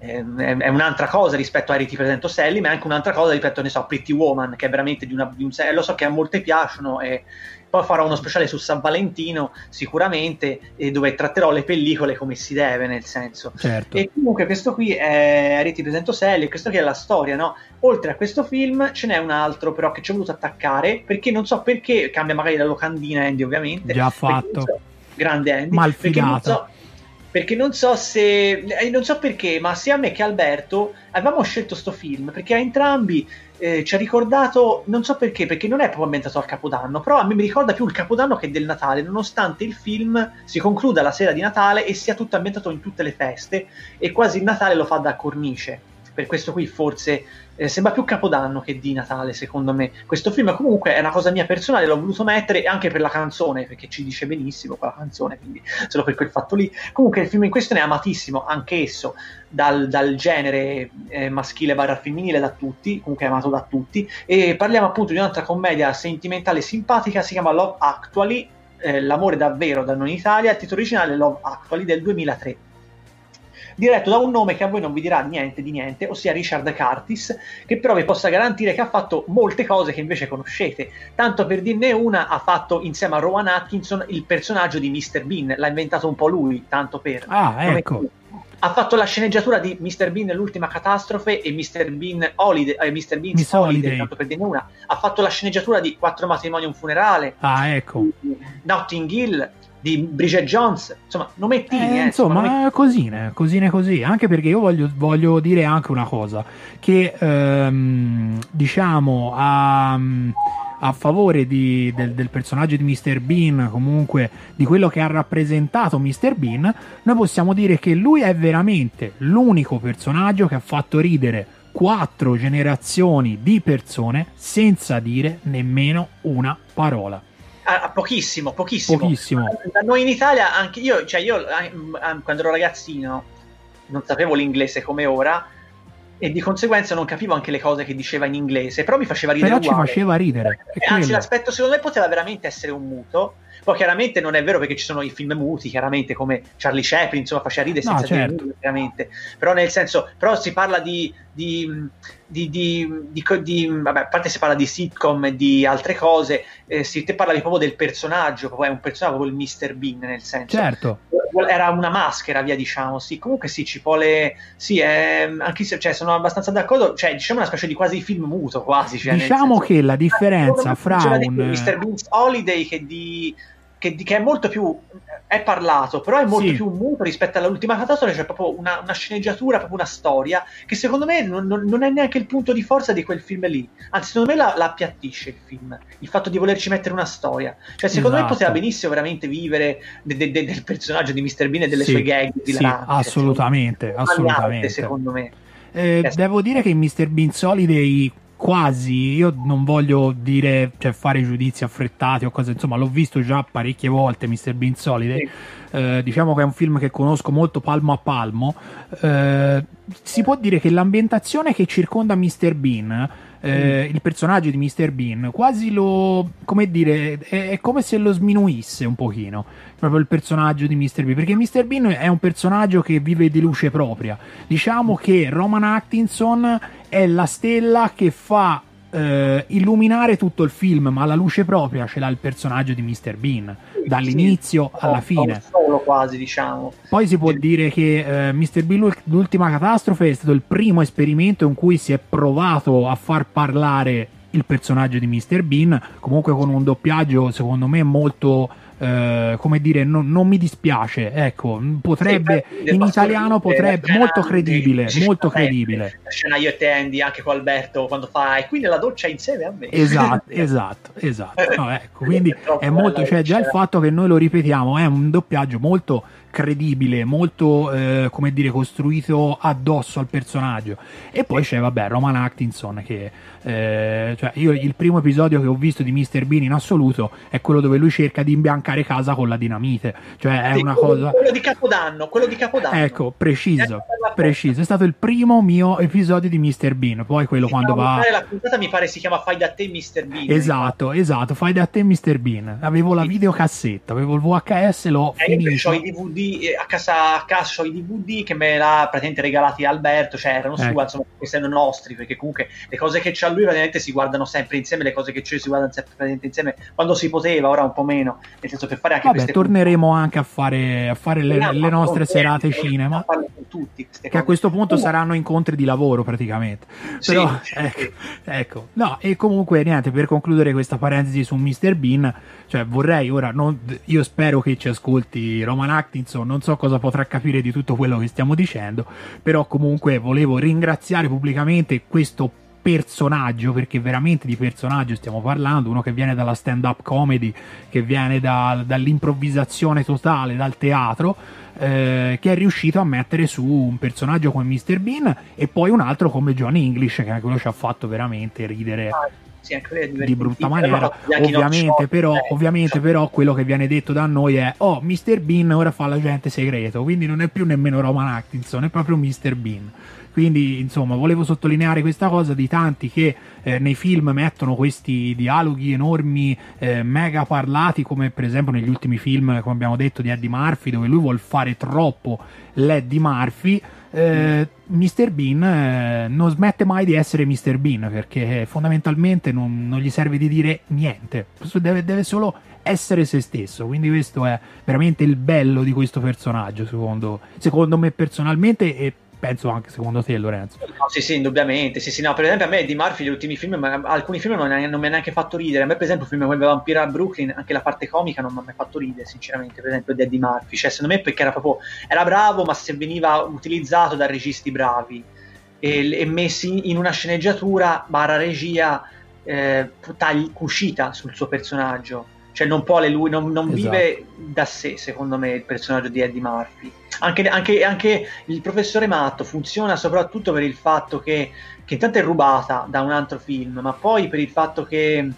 Speaker 6: è, è un'altra cosa rispetto a Harry ti presento Sally, ma è anche un'altra cosa rispetto, ne so, a Pretty Woman, che è veramente di, una, di un... lo so che a molte piacciono, e poi farò uno speciale su San Valentino sicuramente, e dove tratterò le pellicole come si deve, nel senso.
Speaker 5: Certo.
Speaker 6: E comunque questo qui è Harry ti presento Sally, e questo qui è la storia, no? Oltre a questo film ce n'è un altro però che ci ho voluto attaccare, perché non so perché, cambia magari la locandina Andy ovviamente.
Speaker 5: Già fatto.
Speaker 6: So, grande Andy.
Speaker 5: Malfidato.
Speaker 6: Perché non so... Perché non so se, eh, non so perché, ma sia a me che a Alberto avevamo scelto sto film perché a entrambi eh, ci ha ricordato, non so perché, perché non è proprio ambientato al Capodanno, però a me mi ricorda più il Capodanno che del Natale, nonostante il film si concluda la sera di Natale e sia tutto ambientato in tutte le feste, e quasi il Natale lo fa da cornice. Per questo qui forse eh, sembra più Capodanno che di Natale, secondo me. Questo film comunque è una cosa mia personale, l'ho voluto mettere anche per la canzone, perché ci dice benissimo quella canzone, quindi solo per quel fatto lì. Comunque il film in questione è amatissimo, anche esso, dal, dal genere eh, maschile barra femminile, da tutti, comunque è amato da tutti, e parliamo appunto di un'altra commedia sentimentale simpatica, si chiama Love Actually, eh, l'amore davvero da noi in Italia, il titolo originale è Love Actually del duemilatré. Diretto da un nome che a voi non vi dirà niente di niente, ossia Richard Curtis, che però vi possa garantire che ha fatto molte cose che invece conoscete. Tanto per dirne una, ha fatto insieme a Rowan Atkinson il personaggio di mister Bean, l'ha inventato un po' lui, tanto per...
Speaker 5: Ah, ecco.
Speaker 6: Ha fatto la sceneggiatura di mister Bean l'ultima catastrofe e mister Bean Holiday, eh, mister Bean's
Speaker 5: Miss
Speaker 6: Holiday,
Speaker 5: Holiday.
Speaker 6: tanto per dirne una. Ha fatto la sceneggiatura di Quattro matrimoni e un funerale,
Speaker 5: Ah, ecco.
Speaker 6: Notting Hill, di Bridget Jones, insomma, nomettini,
Speaker 5: Eh,
Speaker 6: eh,
Speaker 5: insomma,
Speaker 6: nomettini.
Speaker 5: cosine, cosine così. Anche perché io voglio, voglio dire anche una cosa, che ehm, diciamo a, a favore di- del, del personaggio di mister Bean, comunque di quello che ha rappresentato mister Bean, noi possiamo dire che lui è veramente l'unico personaggio che ha fatto ridere quattro generazioni di persone senza dire nemmeno una parola.
Speaker 6: Ah, pochissimo, pochissimo.
Speaker 5: Pochissimo.
Speaker 6: Da noi in Italia, anche io, cioè io eh, quando ero ragazzino non sapevo l'inglese come ora, e di conseguenza non capivo anche le cose che diceva in inglese, però mi faceva ridere
Speaker 5: Però ci
Speaker 6: uguale.
Speaker 5: faceva ridere. è
Speaker 6: Anzi,
Speaker 5: quello.
Speaker 6: l'aspetto secondo me poteva veramente essere un muto. Poi chiaramente non è vero, perché ci sono i film muti, chiaramente, come Charlie Chaplin, insomma, faceva ridere
Speaker 5: No,
Speaker 6: senza dire
Speaker 5: certo.
Speaker 6: nulla, chiaramente. Però nel senso, però si parla di di, di, di, di, di vabbè, a parte si parla di sitcom e di altre cose, eh, si te parlavi proprio del personaggio, proprio è un personaggio, proprio il mister Bean, nel senso.
Speaker 5: Certo.
Speaker 6: Era una maschera, via, diciamo, sì. Comunque sì, ci vuole, sì, è, anche se, cioè, sono abbastanza d'accordo, cioè, diciamo una specie di quasi film muto, quasi. Cioè, nel
Speaker 5: Diciamo
Speaker 6: senso-
Speaker 5: che la differenza
Speaker 6: Ah,
Speaker 5: fra
Speaker 6: c'era di
Speaker 5: un...
Speaker 6: più mister Bean's Holiday che di che, di- che è molto più è parlato, però è molto
Speaker 5: Sì.
Speaker 6: più muto rispetto all'ultima catastrofe, c'è proprio una, una sceneggiatura, proprio una storia che secondo me non, non- non è neanche il punto di forza di quel film lì, anzi secondo me la, la appiattisce il film, il fatto di volerci mettere una storia, cioè secondo me
Speaker 5: Esatto.
Speaker 6: poteva benissimo veramente vivere de- de- de- del personaggio di mister Bean e delle
Speaker 5: Sì,
Speaker 6: sue gag
Speaker 5: sì,
Speaker 6: hilaranti, cioè,
Speaker 5: assolutamente,
Speaker 6: secondo me,
Speaker 5: assolutamente.
Speaker 6: secondo me.
Speaker 5: Eh,
Speaker 6: Eh,
Speaker 5: devo dire che in mister Bean's Holiday quasi, io non voglio dire, cioè fare giudizi affrettati o cose, insomma l'ho visto già parecchie volte mister Bean's Holiday,
Speaker 6: Sì.
Speaker 5: eh, diciamo che è un film che conosco molto palmo a palmo, eh, si può dire che l'ambientazione che circonda mister Bean, eh, il personaggio di mister Bean, quasi lo, come dire, è, è come se lo sminuisse un pochino, proprio il personaggio di mister Bean, perché mister Bean è un personaggio che vive di luce propria. Diciamo che Rowan Atkinson è la stella che fa eh, illuminare tutto il film, ma la luce propria ce l'ha il personaggio di mister Bean dall'inizio
Speaker 6: Sì,
Speaker 5: alla
Speaker 6: un
Speaker 5: fine.
Speaker 6: solo quasi, diciamo.
Speaker 5: Poi si può dire che eh, mister Bean l'ultima catastrofe è stato il primo esperimento in cui si è provato a far parlare il personaggio di mister Bean, comunque con un doppiaggio secondo me molto eh, come dire, non, non mi dispiace, ecco, potrebbe
Speaker 6: Sì,
Speaker 5: in
Speaker 6: posso
Speaker 5: italiano
Speaker 6: dire,
Speaker 5: potrebbe,
Speaker 6: la
Speaker 5: molto
Speaker 6: scena
Speaker 5: credibile,
Speaker 6: di-
Speaker 5: molto
Speaker 6: sì,
Speaker 5: credibile.
Speaker 6: La scena io e te, Andy, anche con Alberto, quando fa e qui nella doccia insieme a me.
Speaker 5: Esatto, esatto, esatto. No, ecco, quindi
Speaker 6: troppo
Speaker 5: è molto,
Speaker 6: bella
Speaker 5: cioè già il
Speaker 6: scena.
Speaker 5: fatto che noi lo ripetiamo è un doppiaggio molto credibile, molto eh, come dire costruito addosso al personaggio. E poi c'è vabbè Rowan Atkinson che eh, cioè io il primo episodio che ho visto di mister Bean in assoluto è quello dove lui cerca di imbiancare casa con la dinamite, cioè è
Speaker 6: Sì,
Speaker 5: una
Speaker 6: quello-
Speaker 5: cosa
Speaker 6: quello di Capodanno, quello di Capodanno.
Speaker 5: ecco preciso.
Speaker 6: Eh,
Speaker 5: preciso, è stato il primo mio episodio di mister Bean, poi quello quando va...
Speaker 6: La puntata mi pare si chiama Fai da te mister Bean.
Speaker 5: Esatto, esatto, Fai da te mister Bean. Avevo la videocassetta, avevo il V H S, l'ho
Speaker 6: eh,
Speaker 5: finito.
Speaker 6: Ho i D V D, a casa, a casa ho i D V D che me l'ha praticamente regalati Alberto, cioè erano
Speaker 5: ecco.
Speaker 6: sua, insomma, questi erano nostri, perché comunque le cose che c'ha lui praticamente si guardano sempre insieme, le cose che c'è si guardano sempre praticamente insieme, quando si poteva, ora un po' meno, nel senso per fare anche
Speaker 5: Vabbè,
Speaker 6: queste
Speaker 5: torneremo anche a fare, a fare le, le nostre serate cinema,
Speaker 6: tutti,
Speaker 5: che a questo punto uh. saranno incontri di lavoro praticamente.
Speaker 6: Sì,
Speaker 5: però
Speaker 6: sì,
Speaker 5: ecco,
Speaker 6: sì.
Speaker 5: ecco, no, e comunque niente, per concludere questa parentesi su mister Bean, cioè vorrei ora, non, io spero che ci ascolti Rowan Atkinson, non so cosa potrà capire di tutto quello che stiamo dicendo, però comunque volevo ringraziare pubblicamente questo personaggio, perché veramente di personaggio stiamo parlando, uno che viene dalla stand-up comedy, che viene da, dall'improvvisazione totale, dal teatro, eh, che è riuscito a mettere su un personaggio come mister Bean e poi un altro come Johnny English, che anche quello ci ha fatto veramente ridere
Speaker 6: ah, sì,
Speaker 5: di brutta maniera. Ovviamente però,
Speaker 6: eh,
Speaker 5: ovviamente però quello che viene detto da noi è oh, mister Bean ora fa l'agente segreto, quindi non è più nemmeno Rowan Atkinson, è proprio mister Bean. Quindi insomma volevo sottolineare questa cosa di tanti che eh, nei film mettono questi dialoghi enormi, eh, mega parlati, come per esempio negli ultimi film, come abbiamo detto, di Eddie Murphy, dove lui vuol fare troppo l'Eddie Murphy. eh, mister Bean eh, non smette mai di essere mister Bean, perché fondamentalmente non, non gli serve di dire niente, deve, deve solo essere se stesso, quindi questo è veramente il bello di questo personaggio, secondo, secondo me personalmente, e penso anche secondo te, Lorenzo.
Speaker 6: No, sì, sì, indubbiamente. Sì, sì, no, per esempio a me Eddie Murphy, gli ultimi film, ma alcuni film non, non mi ha neanche fatto ridere. A me, per esempio, il film come Vampiro a Brooklyn, anche la parte comica non mi ha mai fatto ridere, sinceramente, per esempio, di Eddie Murphy. Cioè, secondo me perché era proprio, era bravo, ma se veniva utilizzato da registi bravi e, e messi in una sceneggiatura barra regia eh, tagli, cucita sul suo personaggio. Cioè non può lui, non, non
Speaker 5: esatto.
Speaker 6: vive da sé, secondo me, il personaggio di Eddie Murphy. Anche, anche, anche il professore Matto funziona soprattutto per il fatto che, che intanto è rubata da un altro film, ma poi per il fatto che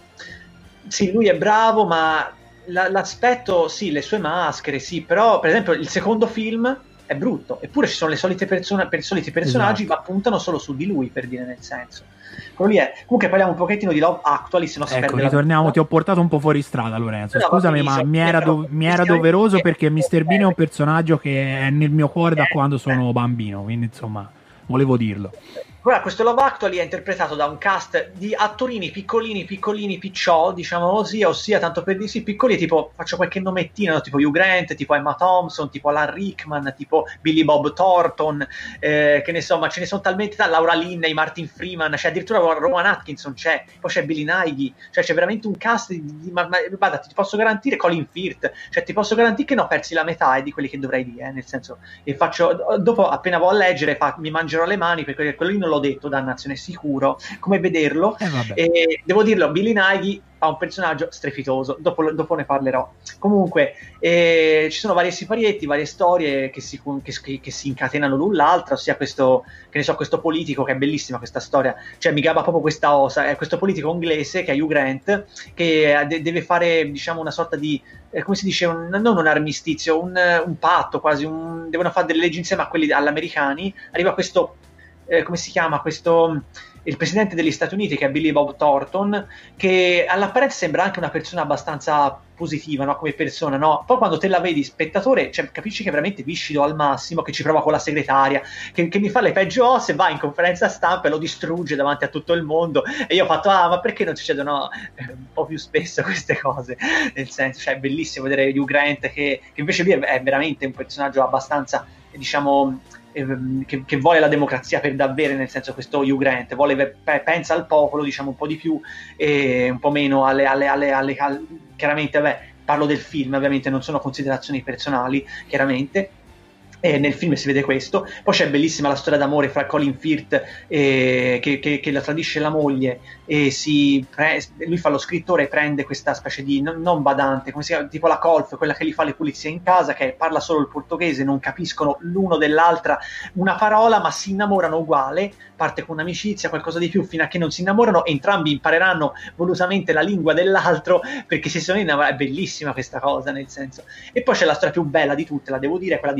Speaker 6: sì, lui è bravo, ma la, l'aspetto, sì, le sue maschere, sì, però per esempio il secondo film è brutto, eppure ci sono le solite persone, per soliti personaggi, esatto. ma puntano solo su di lui, per dire, nel senso. Quello lì è. Comunque parliamo un pochettino di Love Actually, se no si
Speaker 5: ecco,
Speaker 6: perde
Speaker 5: ritorniamo,
Speaker 6: la...
Speaker 5: ti ho portato un po' fuori strada, Lorenzo.
Speaker 6: No,
Speaker 5: scusami, ma mi era, do- mi era doveroso perché mister Bean è un personaggio che è nel mio cuore da quando sono bambino, quindi insomma volevo dirlo.
Speaker 6: Guarda, questo Love Actually è interpretato da un cast di attorini piccolini, piccolini, picciò, diciamo così, ossia, tanto per dirsi piccoli, tipo, faccio qualche nomettino, no? Tipo Hugh Grant, tipo Emma Thompson, tipo Alan Rickman, tipo Billy Bob Thornton, eh, che ne so, ma ce ne sono talmente, da Laura Linney, Martin Freeman, cioè addirittura Rowan Atkinson c'è, poi c'è Billy Nighy, cioè c'è veramente un cast di, di ma, ma, guarda, ti posso garantire Colin Firth, cioè ti posso garantire che ne ho persi la metà eh, di quelli che dovrei dire, eh, nel senso, e faccio, dopo appena vado a leggere, fa, mi mangerò le mani, perché quello lì non l'ho detto, dannazione, sicuro come vederlo,
Speaker 5: eh,
Speaker 6: e devo dirlo, Billy Nighy fa un personaggio strepitoso, dopo, dopo ne parlerò. Comunque eh, ci sono vari siparietti, varie storie che si, che, che si incatenano l'un l'altra, ossia questo, che ne so, questo politico, che è bellissima questa storia, cioè mi gaba proprio questa osa, è questo politico inglese che è Hugh Grant, che de- deve fare, diciamo, una sorta di eh, come si dice, un, non un armistizio, un, un patto quasi, un, devono fare delle leggi insieme a quelli all'americani, arriva questo Eh, come si chiama questo, il presidente degli Stati Uniti, che è Billy Bob Thornton, che all'apparenza sembra anche una persona abbastanza positiva, no? Come persona, no? Poi quando te la vedi spettatore, cioè, capisci che è veramente viscido al massimo, che ci prova con la segretaria, che, che mi fa le peggio osse, va in conferenza stampa e lo distrugge davanti a tutto il mondo, e io ho fatto, ah, ma perché non succedono eh, un po' più spesso queste cose? Nel senso, cioè è bellissimo vedere Hugh Grant che, che invece lui è, è veramente un personaggio abbastanza, diciamo, Che, che vuole la democrazia per davvero, nel senso, questo Hugh Grant vuole, pensa al popolo, diciamo, un po' di più e un po' meno alle, alle, alle, alle, alle chiaramente, vabbè, parlo del film, ovviamente non sono considerazioni personali, chiaramente. E nel film si vede questo. Poi c'è bellissima la storia d'amore fra Colin Firth eh, che, che, che la tradisce la moglie e si pre- lui fa lo scrittore e prende questa specie di non, non badante, come si chiama, tipo la colf, quella che gli fa le pulizie in casa, che parla solo il portoghese, non capiscono l'uno dell'altra una parola, ma si innamorano uguale, parte con un'amicizia, qualcosa di più, fino a che non si innamorano, entrambi impareranno volutamente la lingua dell'altro perché si sono innamorati. È bellissima questa cosa, nel senso. E poi c'è la storia più bella di tutte, la devo dire, quella di Billy Nye,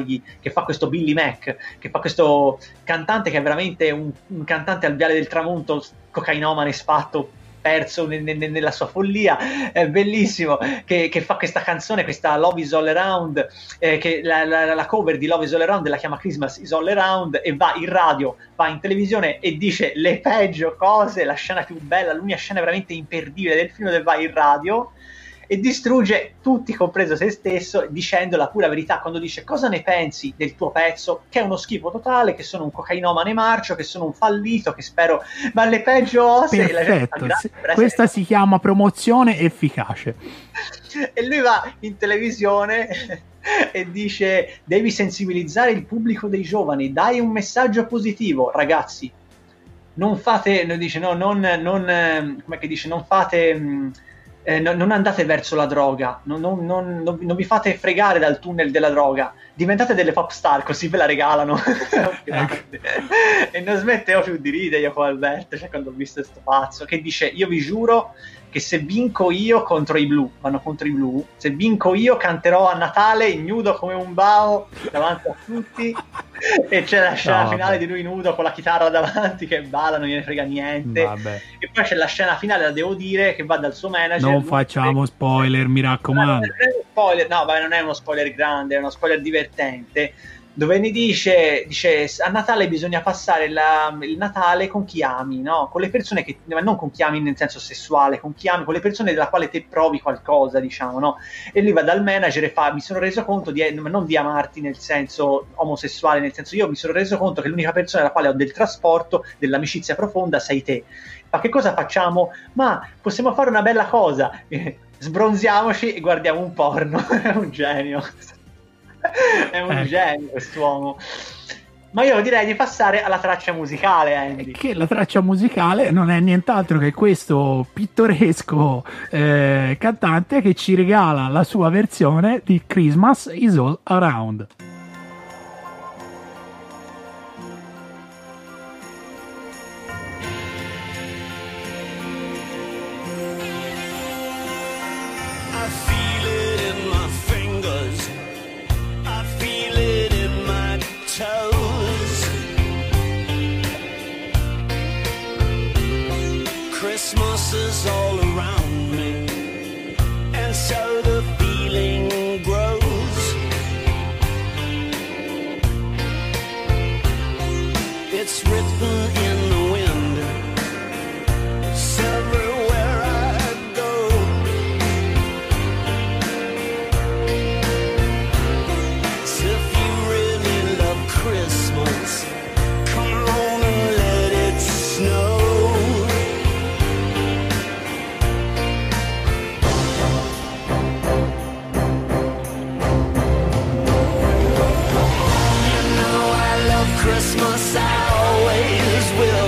Speaker 6: Maglie, che fa questo Billy Mac, che fa questo cantante che è veramente un, un cantante al viale del tramonto, cocainomane sfatto, perso ne, ne, nella sua follia, è bellissimo, che, che fa questa canzone, questa Love is All Around, eh, che la, la, la cover di Love is All Around la chiama Christmas is All Around, e va in radio, va in televisione e dice le peggio cose, la scena più bella, l'unica scena veramente imperdibile del film dove va in radio e distrugge tutti, compreso se stesso, dicendo la pura verità quando dice: cosa ne pensi del tuo pezzo, che è uno schifo totale, che sono un cocainomane marcio, che sono un fallito, che spero, ma le peggio cose.
Speaker 5: Perfetto, la gente, questa si chiama promozione efficace.
Speaker 6: E lui va in televisione e dice: devi sensibilizzare il pubblico dei giovani, dai un messaggio positivo, ragazzi, non fate, no, dice no, non, non come che dice, non fate mh, Eh, no, non andate verso la droga, non, non, non, non, non vi fate fregare dal tunnel della droga, diventate delle pop star, così ve la regalano. E non smettevo più di ridere io con Alberto, cioè, quando ho visto questo pazzo che dice: io vi giuro che se vinco io contro i blu, vanno contro i blu, se vinco io canterò a Natale nudo come un bao davanti a tutti, e c'è la scena no, finale di lui nudo con la chitarra davanti che balla, non gliene frega niente. Vabbè. E poi c'è la scena finale, la devo dire, che va dal suo manager.
Speaker 5: Non facciamo spoiler, mi raccomando.
Speaker 6: No, non è spoiler, no, vabbè, non è uno spoiler grande, è uno spoiler divertente, dove ne dice, dice a Natale bisogna passare la, il Natale con chi ami, no? Con le persone che, ma non con chi ami nel senso sessuale, con chi ami, con le persone della quale te provi qualcosa, diciamo, no? E lui va dal manager e fa: mi sono reso conto di, non di amarti nel senso omosessuale, nel senso, io mi sono reso conto che l'unica persona alla quale ho del trasporto, dell'amicizia profonda sei te. Ma che cosa facciamo? Ma possiamo fare una bella cosa, sbronziamoci e guardiamo un porno. È un genio. È un eh. genio quest'uomo. Ma io direi di passare alla traccia musicale, Andy.
Speaker 5: Che la traccia musicale non è nient'altro che questo pittoresco eh, cantante che ci regala la sua versione di Christmas is All Around.
Speaker 7: Christmas is all around me, and so the feeling grows. It's written in the wind, so everywhere I go. So if you really love Christmas, come on and let it snow. Christmas, I always will.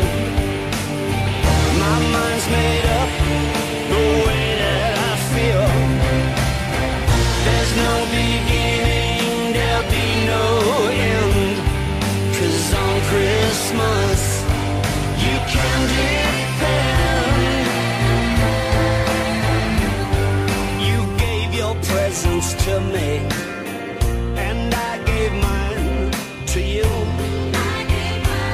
Speaker 7: My mind's made up the way that I feel. There's no beginning, there'll be no end. 'Cause on Christmas, you can depend. You gave your presents to me, and I gave mine to you.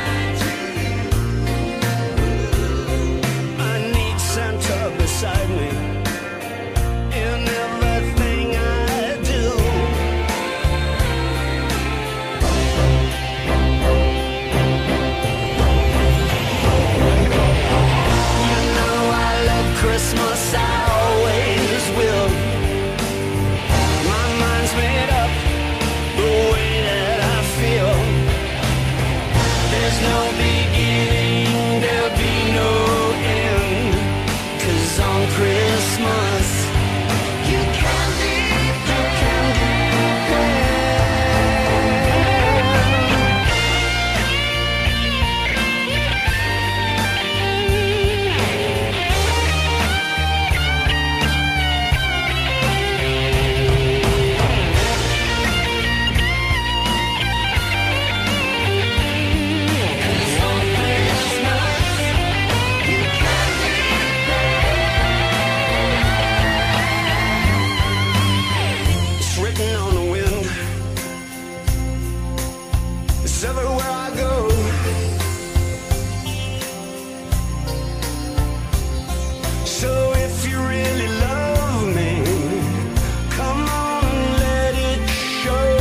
Speaker 7: It's everywhere I go. So if you really love me, come on and let it show.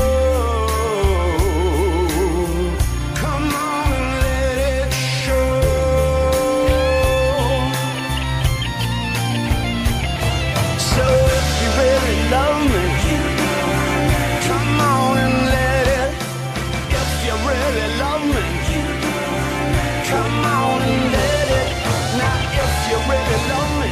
Speaker 7: Come on and let it show. So if you really love me, come on and let it. If you really love me, come on and let it. Now if you really love me.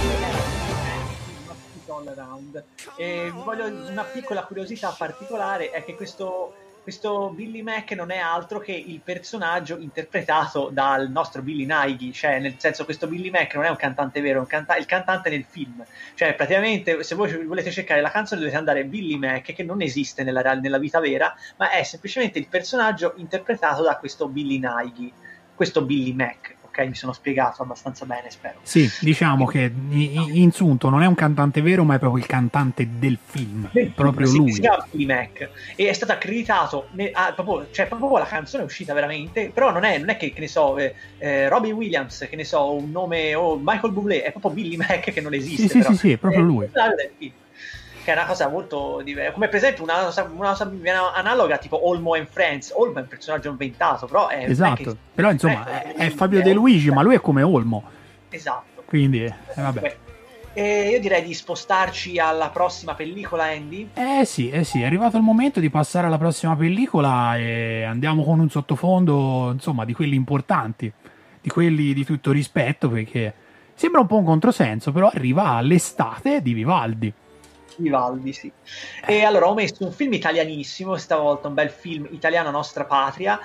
Speaker 6: All around. E voglio una piccola curiosità particolare è che questo, questo Billy Mack non è altro che il personaggio interpretato dal nostro Billy Nighy, cioè nel senso questo Billy Mack non è un cantante vero, è un canta- il cantante nel film, cioè praticamente se voi volete cercare la canzone dovete andare a Billy Mack, che non esiste nella, nella vita vera, ma è semplicemente il personaggio interpretato da questo Billy Nighy, questo Billy Mack. Ok, mi sono spiegato abbastanza bene, spero.
Speaker 5: Sì, diciamo che in sunto non è un cantante vero, ma è proprio il cantante del film,
Speaker 6: Del
Speaker 5: proprio
Speaker 6: film,
Speaker 5: lui.
Speaker 6: Si, si chiama Billy Mack e è stato accreditato, ne, ah, proprio, cioè proprio la canzone è uscita veramente, però non è, non è che, che ne so, eh, eh, Robin Williams, che ne so, un nome, o Michael Bublé, è proprio Billy Mack che non esiste.
Speaker 5: Sì,
Speaker 6: però.
Speaker 5: sì, sì, sì, è proprio
Speaker 6: è
Speaker 5: lui.
Speaker 6: Del film. Che è una cosa molto diversa, come per esempio una cosa, una cosa analoga tipo Olmo and Friends. Olmo è un personaggio inventato, però è
Speaker 5: Esatto,
Speaker 6: non è che,
Speaker 5: però insomma
Speaker 6: è,
Speaker 5: è, è Fabio De Luigi, ma lui è come Olmo,
Speaker 6: esatto.
Speaker 5: quindi eh, vabbè.
Speaker 6: E io direi di spostarci alla prossima pellicola, Andy.
Speaker 5: Eh sì, eh sì, è arrivato il momento di passare alla prossima pellicola e andiamo con un sottofondo, insomma, di quelli importanti, di quelli di tutto rispetto, perché sembra un po' un controsenso, però arriva l'estate di Vivaldi.
Speaker 6: Vivaldi, sì. E allora ho messo un film italianissimo, stavolta un bel film italiano, Nostra Patria,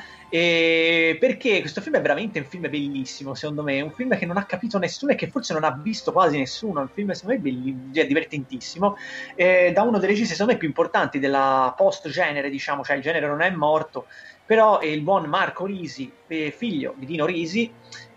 Speaker 6: e perché questo film è veramente un film bellissimo, secondo me, un film che non ha capito nessuno e che forse non ha visto quasi nessuno, un film secondo me belli, cioè, divertentissimo, eh, da uno dei registi secondo me più importanti della post-genere, diciamo, cioè il genere non è morto, però il buon Marco Risi, eh, figlio di Dino Risi,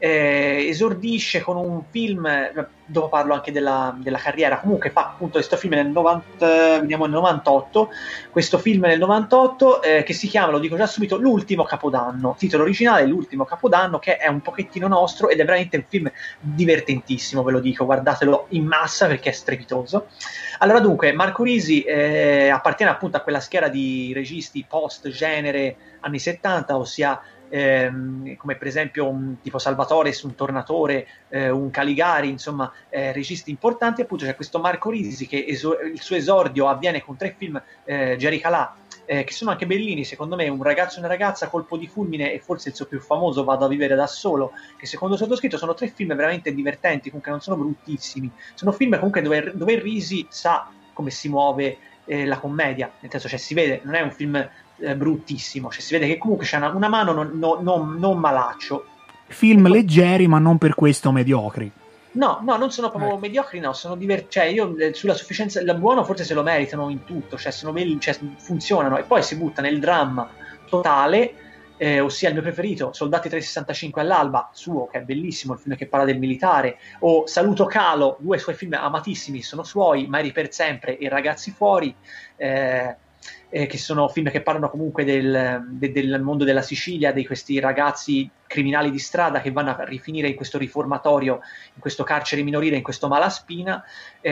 Speaker 6: eh, esordisce con un film, dopo parlo anche della, della carriera, comunque fa appunto questo film nel novanta, vediamo nel novantotto, questo film nel novantotto eh, che si chiama, lo dico già subito, L'ultimo Capodanno, titolo originale L'ultimo Capodanno, che è un pochettino nostro ed è veramente un film divertentissimo, ve lo dico, guardatelo in massa perché è strepitoso. Allora dunque, Marco Risi eh, appartiene appunto a quella schiera di registi post-genere anni settanta, ossia ehm, come per esempio un tipo Salvatore, un Tornatore, eh, un Caligari, insomma eh, registi importanti. Appunto c'è questo Marco Risi che eso- il suo esordio avviene con tre film, eh, Jerry Calà, eh, che sono anche bellini, secondo me, Un ragazzo e una ragazza, Colpo di fulmine e forse il suo più famoso Vado a vivere da solo, che secondo sottoscritto sono tre film veramente divertenti, comunque non sono bruttissimi, sono film comunque dove, dove Risi sa come si muove eh, la commedia, nel senso, cioè si vede, non è un film eh, bruttissimo, cioè si vede che comunque c'è una, una mano non, non, non, non malaccio.
Speaker 5: Film leggeri ma non per questo mediocri.
Speaker 6: No, no, non sono proprio
Speaker 5: Eh.
Speaker 6: mediocri, no, sono diversi, cioè io eh, sulla sufficienza, il buono forse se lo meritano in tutto, cioè sono belli, cioè funzionano, e poi si butta nel dramma totale, eh, ossia il mio preferito, Soldati trecentosessantacinque all'alba, suo, che è bellissimo, il film che parla del militare, o Saluto Calo, due suoi film amatissimi, sono suoi, Mari per sempre e Ragazzi fuori, eh, eh, che sono film che parlano comunque del, de, del mondo della Sicilia, di questi ragazzi criminali di strada che vanno a rifinire in questo riformatorio, in questo carcere minorile, in questo Malaspina,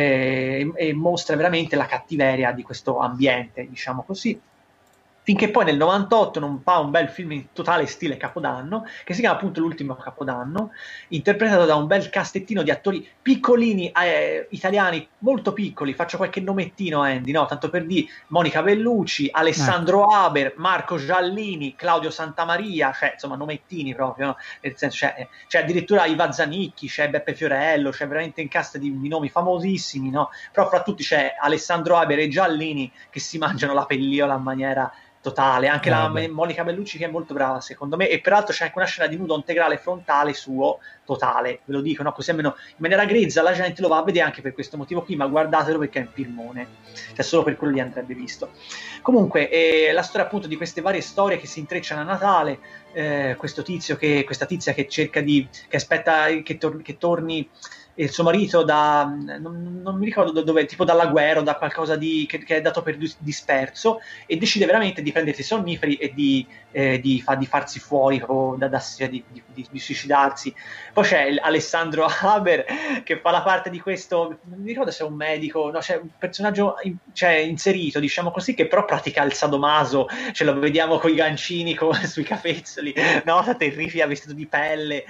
Speaker 6: eh, e, e mostra veramente la cattiveria di questo ambiente, diciamo così. Finché poi nel novantotto non fa un bel film in totale stile Capodanno, che si chiama appunto L'ultimo Capodanno, interpretato da un bel castettino di attori piccolini, eh, italiani, molto piccoli. Faccio qualche nomettino, Andy, no? Tanto per dire: Monica Bellucci, Alessandro Haber, Marco Giallini, Claudio Santamaria, cioè insomma nomettini proprio, no? Nel senso, c'è, c'è addirittura Iva Zanicchi, c'è Beppe Fiorello, c'è veramente un cast di, di nomi famosissimi, no? Però fra tutti c'è Alessandro Haber e Giallini che si mangiano la pellicola in maniera totale, anche
Speaker 5: Eh,
Speaker 6: la
Speaker 5: vabbè.
Speaker 6: Monica Bellucci che è molto brava secondo me, e peraltro c'è anche una scena di nudo integrale frontale suo totale, ve lo dico, no? Così almeno in maniera grezza la gente lo va a vedere anche per questo motivo qui, ma guardatelo perché è un filmone, cioè solo per quello lì andrebbe visto. Comunque eh, la storia appunto di queste varie storie che si intrecciano a Natale, eh, questo tizio che, questa tizia che cerca di, che aspetta che, tor- che torni e il suo marito da, non, non mi ricordo da dove, tipo dalla guerra o da qualcosa di, che, che è dato per dis- disperso, e decide veramente di prendersi i sonniferi e di, eh, di, fa, di farsi fuori, proprio da, da, di, di, di, di suicidarsi. Poi c'è Alessandro Haber che fa la parte di questo, non mi ricordo se è un medico, no, c'è un personaggio in, cioè, inserito, diciamo così, che però pratica il sadomaso, ce lo vediamo con i gancini con, sui capezzoli, no? La terrifica, vestito di pelle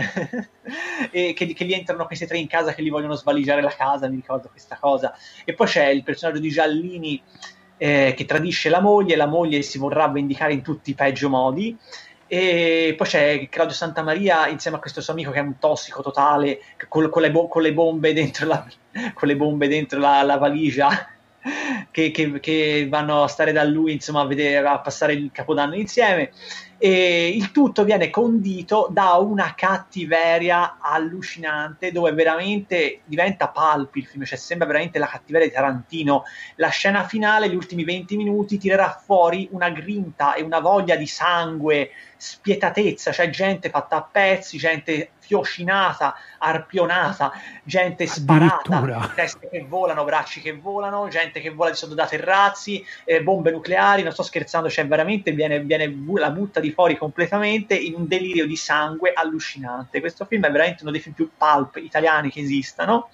Speaker 6: e che, che gli entrano questi tre in casa che gli vogliono svaligiare la casa, mi ricordo questa cosa. E poi c'è il personaggio di Giallini eh, che tradisce la moglie, la moglie si vorrà vendicare in tutti i peggio modi. E poi c'è Claudio Santamaria insieme a questo suo amico che è un tossico totale, con, con, le, bo- con le bombe dentro la, con le bombe dentro la, la valigia, che, che, che vanno a stare da lui, insomma, a vedere, a passare il Capodanno insieme. E il tutto viene condito da una cattiveria allucinante, dove veramente diventa pulp il film, cioè sembra veramente la cattiveria di Tarantino. La scena finale, gli ultimi venti minuti, tirerà fuori una grinta e una voglia di sangue, spietatezza, cioè gente fatta a pezzi, gente fiocinata, arpionata, gente sparata, teste che volano, bracci che volano, gente che vola di sotto da terrazzi, eh, bombe nucleari, non sto scherzando, cioè veramente viene, viene la butta di fuori completamente in un delirio di sangue allucinante. Questo film è veramente uno dei film più pulp italiani che esistano.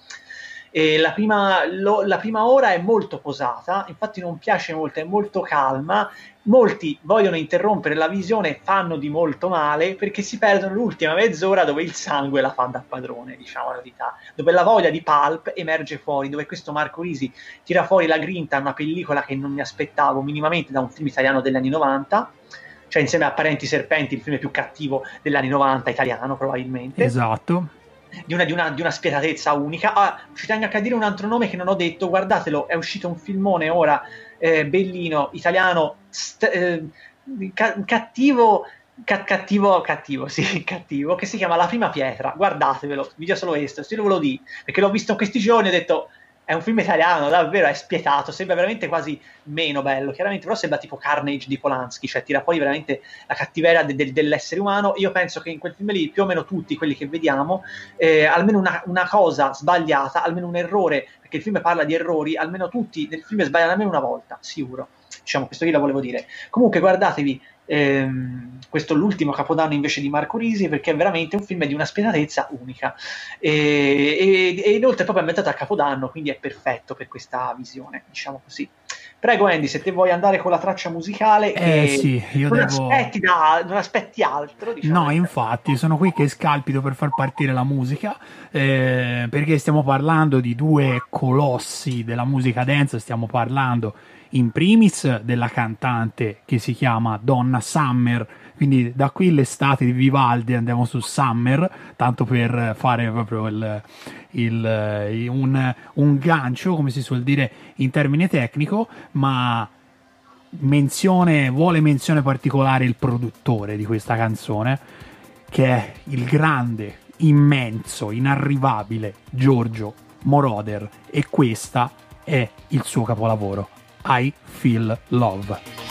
Speaker 6: E la prima, lo, la prima ora è molto posata, infatti non piace molto, è molto calma. Molti vogliono interrompere la visione, fanno di molto male, perché si perdono l'ultima mezz'ora dove il sangue la fa da padrone, diciamo la verità, dove la voglia di pulp emerge fuori, dove questo Marco Risi tira fuori la grinta, una pellicola che non mi aspettavo minimamente da un film italiano degli anni novanta, cioè insieme a Parenti Serpenti il film più cattivo degli anni novanta italiano probabilmente.
Speaker 5: Esatto.
Speaker 6: Di una, di, una, di una spietatezza unica. Ah, ci tengo anche a dire un altro nome che non ho detto, guardatelo, è uscito un filmone ora, eh, bellino, italiano, st- eh, ca- cattivo, ca- cattivo, cattivo, sì, cattivo, che si chiama La Prima Pietra, guardatevelo, video solo questo, se lo ve lo dico, perché l'ho visto in questi giorni e ho detto, è un film italiano, davvero, è spietato, sembra veramente quasi meno bello, chiaramente, però sembra tipo Carnage di Polanski, cioè tira fuori veramente la cattiveria de- de- dell'essere umano. Io penso che in quel film lì, più o meno tutti quelli che vediamo, eh, almeno una, una cosa sbagliata, almeno un errore, perché il film parla di errori, almeno tutti nel film sbagliano almeno una volta, sicuro. Diciamo, questo io la volevo dire. Comunque guardatevi ehm, questo l'ultimo Capodanno invece di Marco Risi, perché è veramente un film di una spietatezza unica e, e, e inoltre proprio è ambientato a Capodanno, quindi è perfetto per questa visione, diciamo così. Prego Andy, se te vuoi andare con la traccia musicale,
Speaker 5: eh, sì, io
Speaker 6: non,
Speaker 5: devo...
Speaker 6: aspetti da, non aspetti altro, diciamo.
Speaker 5: No, infatti sono qui che scalpito per far partire la musica, eh, perché stiamo parlando di due colossi della musica dance. Stiamo parlando in primis della cantante che si chiama Donna Summer, quindi da qui l'estate di Vivaldi andiamo su Summer, tanto per fare proprio il, il, un, un gancio, come si suol dire in termine tecnico, ma menzione, vuole menzione particolare il produttore di questa canzone, che è il grande, immenso, inarrivabile Giorgio Moroder, e questa è il suo capolavoro, I Feel Love.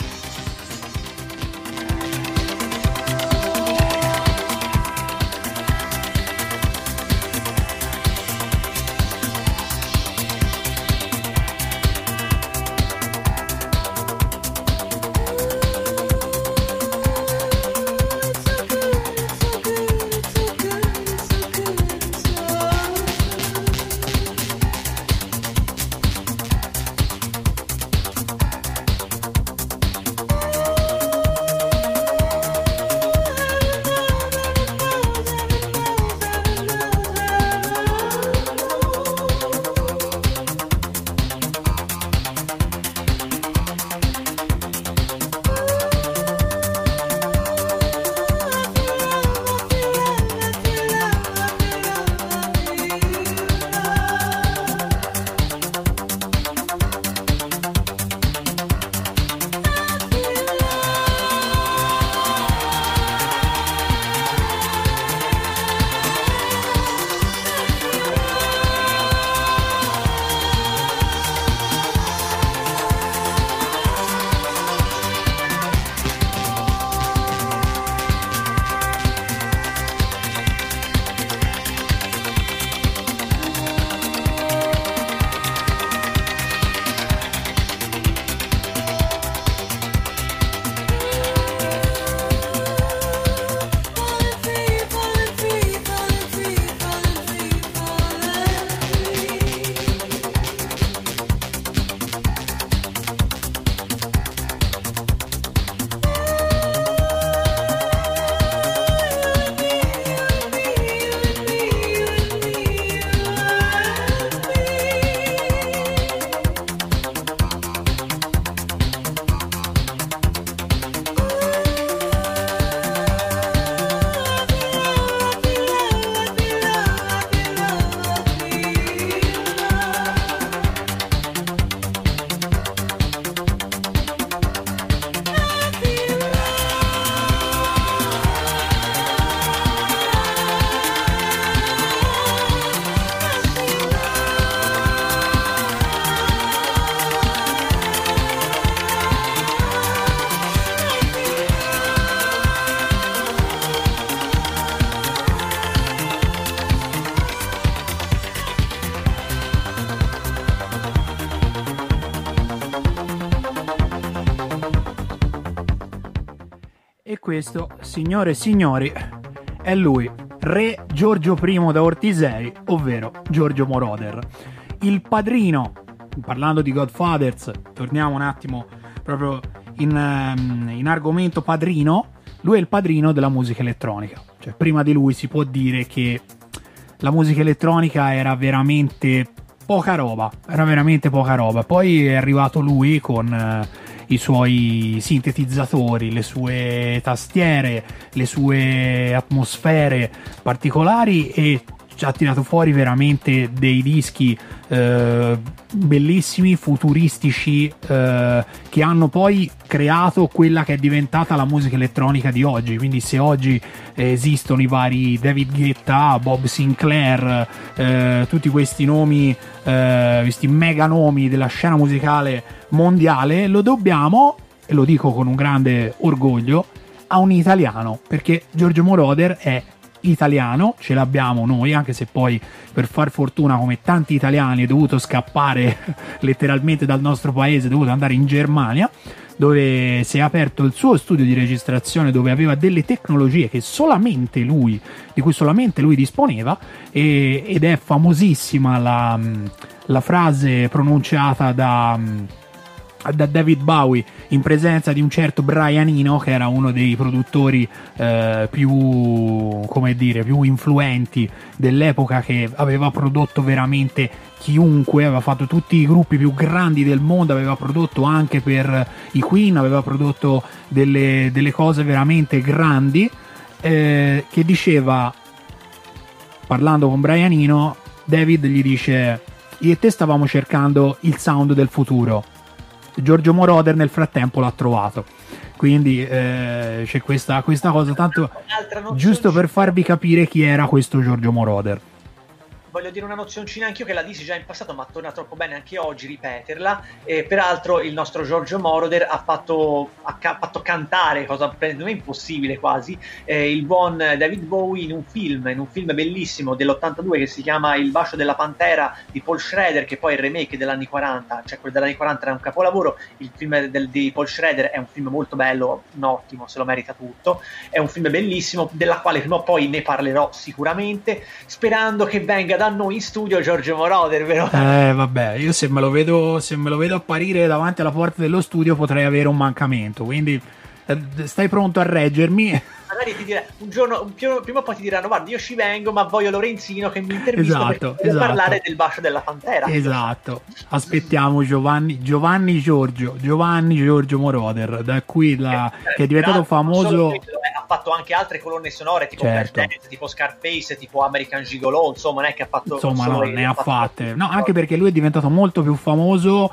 Speaker 5: questo, signore e signori, è lui, re Giorgio I da Ortisei, ovvero Giorgio Moroder, il padrino. Parlando di Godfathers, torniamo un attimo proprio in, in argomento padrino. Lui è il padrino della musica elettronica, cioè prima di lui si può dire che la musica elettronica era veramente poca roba, era veramente poca roba. Poi è arrivato lui con eh, i suoi sintetizzatori, le sue tastiere, le sue atmosfere particolari e ci ha tirato fuori veramente dei dischi eh, bellissimi, futuristici, eh, che hanno poi creato quella che è diventata la musica elettronica di oggi. Quindi se oggi eh, esistono i vari David Guetta, Bob Sinclair, eh, tutti questi nomi, eh, questi mega nomi della scena musicale mondiale, lo dobbiamo, e lo dico con un grande orgoglio, a un italiano, perché Giorgio Moroder è italiano, ce l'abbiamo noi, anche se poi per far fortuna come tanti italiani è dovuto scappare letteralmente dal nostro paese, è dovuto andare in Germania, dove si è aperto il suo studio di registrazione, dove aveva delle tecnologie che solamente lui, di cui solamente lui disponeva, e, ed è famosissima la, la frase pronunciata da da David Bowie in presenza di un certo Brian Eno, che era uno dei produttori eh, più, come dire, più influenti dell'epoca, che aveva prodotto veramente chiunque, aveva fatto tutti i gruppi più grandi del mondo, aveva prodotto anche per i Queen, aveva prodotto delle, delle cose veramente grandi, eh, che diceva, parlando con Brian Eno, David gli dice: io e te stavamo cercando il sound del futuro, Giorgio Moroder nel frattempo l'ha trovato. Quindi eh, c'è questa, questa cosa, tanto giusto per farvi capire chi era questo Giorgio Moroder.
Speaker 6: Voglio dire una nozioncina anch'io, che la dissi già in passato, ma torna troppo bene anche oggi ripeterla. E peraltro il nostro Giorgio Moroder ha fatto, ha ca- fatto cantare, cosa per me impossibile quasi, eh, il buon David Bowie in un film, in un film bellissimo dell'ottantadue che si chiama Il bacio della pantera di Paul Schrader, che poi è il remake dell'anni quaranta, cioè quello degli anni quaranta era un capolavoro, il film del, di Paul Schrader è un film molto bello, un ottimo, se lo merita tutto, è un film bellissimo, della quale prima o poi ne parlerò sicuramente, sperando che venga da noi in studio Giorgio Moroder, vero?
Speaker 5: Eh vabbè, io se me lo vedo se me lo vedo apparire davanti alla porta dello studio potrei avere un mancamento, quindi eh, stai pronto a reggermi?
Speaker 6: Magari ti dirà un giorno, un più, prima o poi ti diranno: guarda, io ci vengo, ma voglio Lorenzino che mi intervista,
Speaker 5: esatto,
Speaker 6: per
Speaker 5: esatto.
Speaker 6: parlare del bacio della pantera.
Speaker 5: Esatto, aspettiamo Giovanni Giovanni Giorgio Giovanni Giorgio Moroder, da qui la, eh, che è diventato famoso.
Speaker 6: Ha fatto anche altre colonne sonore tipo
Speaker 5: certo.
Speaker 6: Dance, tipo Scarface, tipo American Gigolo, insomma non è che ha fatto,
Speaker 5: insomma no, ne ha
Speaker 6: fatto
Speaker 5: fatte, no, anche perché lui è diventato molto più famoso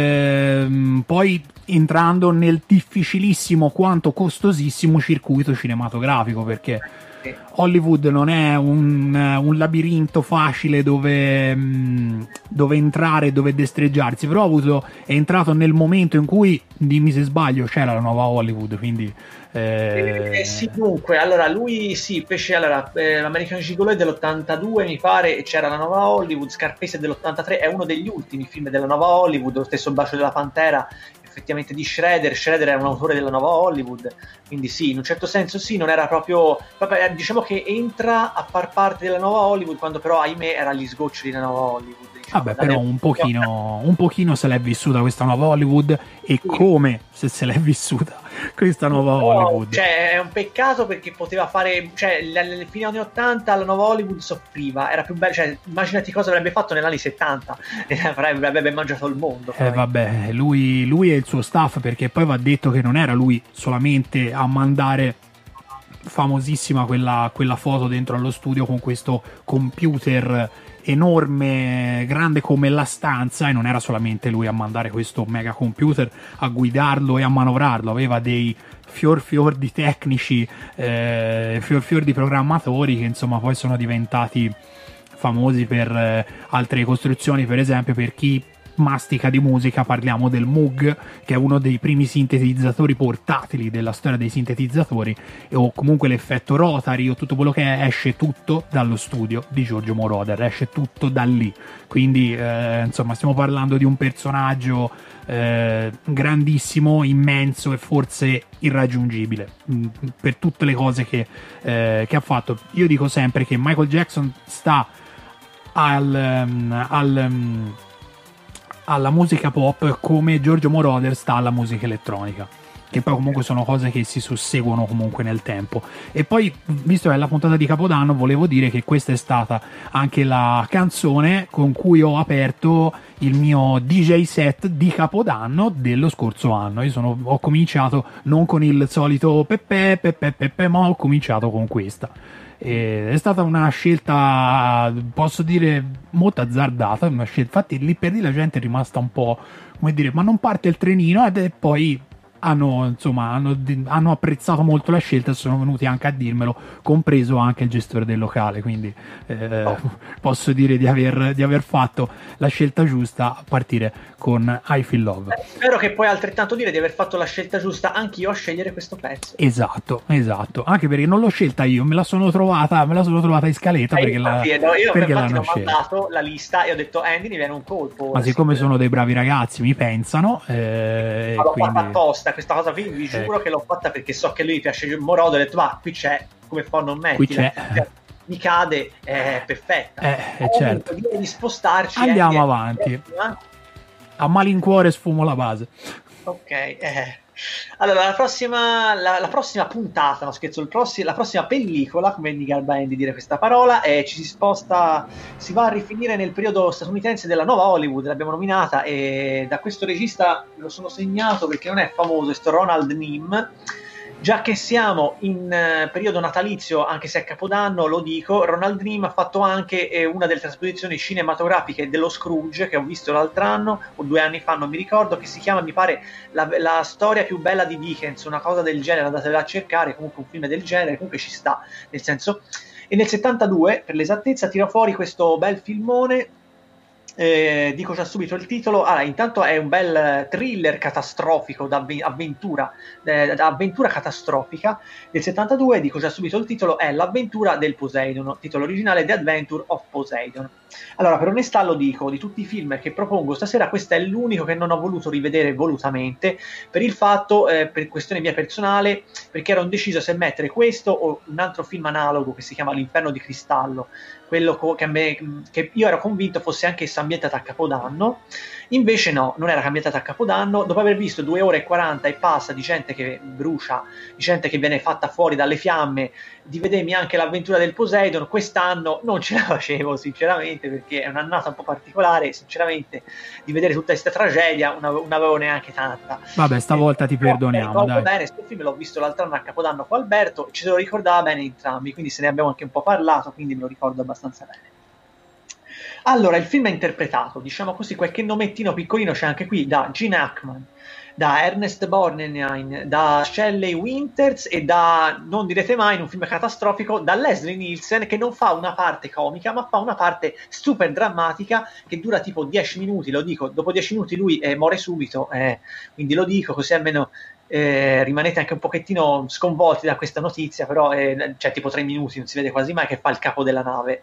Speaker 5: ehm, poi entrando nel difficilissimo quanto costosissimo circuito cinematografico, perché Hollywood non è un, un labirinto facile dove, dove entrare, dove destreggiarsi, però ha avuto, è entrato nel momento in cui, dimmi se sbaglio, c'era la nuova Hollywood, quindi
Speaker 6: eh... Eh, sì, dunque, allora lui sì, fece, allora, eh, l'American Gigolo è dell'ottantadue mi pare, e c'era la nuova Hollywood, Scarface è dell'ottantatré, è uno degli ultimi film della nuova Hollywood, lo stesso Il bacio della pantera effettivamente di Schrader. Schrader era un autore della nuova Hollywood, quindi sì, in un certo senso sì, non era proprio, vabbè, diciamo che entra a far parte della nuova Hollywood quando però, ahimè, era agli sgoccioli della nuova Hollywood, diciamo.
Speaker 5: Vabbè, però un pochino, un pochino se l'è vissuta questa nuova Hollywood, e sì, come se se l'è vissuta questa nuova no, Hollywood.
Speaker 6: Cioè, è un peccato perché poteva fare, cioè, nel fine anni ottanta la nuova Hollywood soffriva, era più bello, cioè, immaginati cosa avrebbe fatto negli anni settanta, avrebbe, avrebbe mangiato il mondo.
Speaker 5: Eh, vabbè, lui, lui e il suo staff, perché poi va detto che non era lui solamente a mandare, famosissima quella, quella foto dentro allo studio con questo computer enorme, grande come la stanza, e non era solamente lui a mandare questo mega computer, a guidarlo e a manovrarlo, aveva dei fior fior di tecnici, eh, fior fior di programmatori che insomma poi sono diventati famosi per eh, altre costruzioni. Per esempio, per chi mastica di musica, parliamo del Moog, che è uno dei primi sintetizzatori portatili della storia dei sintetizzatori, o comunque l'effetto Rotary o tutto quello che è, esce tutto dallo studio di Giorgio Moroder, esce tutto da lì. Quindi eh, insomma stiamo parlando di un personaggio eh, grandissimo, immenso e forse irraggiungibile mh, per tutte le cose che, eh, che ha fatto. Io dico sempre che Michael Jackson sta al, um, al um, alla musica pop come Giorgio Moroder sta alla musica elettronica, che poi comunque sono cose che si susseguono comunque nel tempo. E poi, visto che è la puntata di Capodanno, volevo dire che questa è stata anche la canzone con cui ho aperto il mio D J set di Capodanno dello scorso anno. Io sono, ho cominciato non con il solito pepe pepe pepe, ma ho cominciato con questa. E è stata una scelta, posso dire, molto azzardata, una scelta. Infatti lì per lì la gente è rimasta un po', come dire, ma non parte il trenino, e poi hanno, insomma, hanno, hanno apprezzato molto la scelta e sono venuti anche a dirmelo, compreso anche il gestore del locale. Quindi eh, oh. posso dire di aver, di aver fatto la scelta giusta a partire con I Feel Love.
Speaker 6: Eh, spero che puoi altrettanto dire di aver fatto la scelta giusta anch'io a scegliere questo pezzo.
Speaker 5: Esatto, esatto, anche perché non l'ho scelta io, me la sono trovata, me la sono trovata in scaletta, eh, perché,
Speaker 6: infatti,
Speaker 5: la,
Speaker 6: no, io
Speaker 5: perché
Speaker 6: infatti
Speaker 5: l'hanno
Speaker 6: ho
Speaker 5: scelta.
Speaker 6: mandato la lista e ho detto Andy, mi viene un colpo.
Speaker 5: Ma siccome sì, sono dei bravi ragazzi, mi pensano, eh,
Speaker 6: ma l'ho
Speaker 5: quindi...
Speaker 6: fatta apposta questa cosa qui, vi giuro eh. che l'ho fatta perché so che lui piace Moroder, ho detto ma qui c'è, come fa a non mettere,
Speaker 5: qui c'è,
Speaker 6: mi cade, è perfetta,
Speaker 5: eh, eh, certo.
Speaker 6: Direi di spostarci,
Speaker 5: andiamo
Speaker 6: eh,
Speaker 5: avanti,
Speaker 6: eh,
Speaker 5: a malincuore sfumo la base.
Speaker 6: Ok, eh. Allora la prossima, la, la prossima puntata, no scherzo, il prossi, la prossima pellicola, come mi garba di dire questa parola, e ci si sposta, si va a rifinire nel periodo statunitense della nuova Hollywood, l'abbiamo nominata, e da questo regista lo sono segnato perché non è famoso, questo Ronald Neame. Già che siamo in uh, periodo natalizio, anche se è Capodanno, lo dico, Ronald Neame ha fatto anche eh, una delle trasposizioni cinematografiche dello Scrooge che ho visto l'altro anno o due anni fa, non mi ricordo, che si chiama, mi pare, la, la storia più bella di Dickens, una cosa del genere, andatevela a cercare, comunque un film del genere, comunque ci sta, nel senso. E nel settantadue, per l'esattezza, tira fuori questo bel filmone. Eh, dico già subito il titolo. Allora, intanto è un bel thriller catastrofico d'avventura, eh, avventura catastrofica del settantadue. Dico già subito il titolo, è L'avventura del Poseidon, titolo originale The Adventure of Poseidon. Allora, per onestà lo dico, di tutti i film che propongo stasera questo è l'unico che non ho voluto rivedere volutamente, per il fatto, eh, per questione mia personale, perché ero indeciso se mettere questo o un altro film analogo che si chiama L'Inferno di Cristallo, quello che, a me, che io ero convinto fosse anche essa ambientata a Capodanno. Invece no, non era ambientata a Capodanno. Dopo aver visto due ore e quaranta e passa di gente che brucia, di gente che viene fatta fuori dalle fiamme, di vedermi anche l'avventura del Poseidon, quest'anno non ce la facevo sinceramente, perché è un'annata un po' particolare, sinceramente di vedere tutta questa tragedia non avevo neanche tanta.
Speaker 5: Vabbè, stavolta ti perdoniamo, dai.
Speaker 6: Bene, questo film l'ho visto l'altro anno a Capodanno con Alberto, ci se lo ricordava bene entrambi, quindi se ne abbiamo anche un po' parlato, quindi me lo ricordo abbastanza bene. Allora, il film è interpretato, diciamo così, qualche nomettino piccolino c'è anche qui, da Gene Hackman, da Ernest Borgnine, da Shelley Winters e da, non direte mai, in un film catastrofico, da Leslie Nielsen, che non fa una parte comica, ma fa una parte super drammatica che dura tipo dieci minuti, lo dico, dopo dieci minuti lui eh, muore subito, eh, quindi lo dico così almeno eh, rimanete anche un pochettino sconvolti da questa notizia, però eh, cioè tipo tre minuti, non si vede quasi mai, che fa il capo della nave.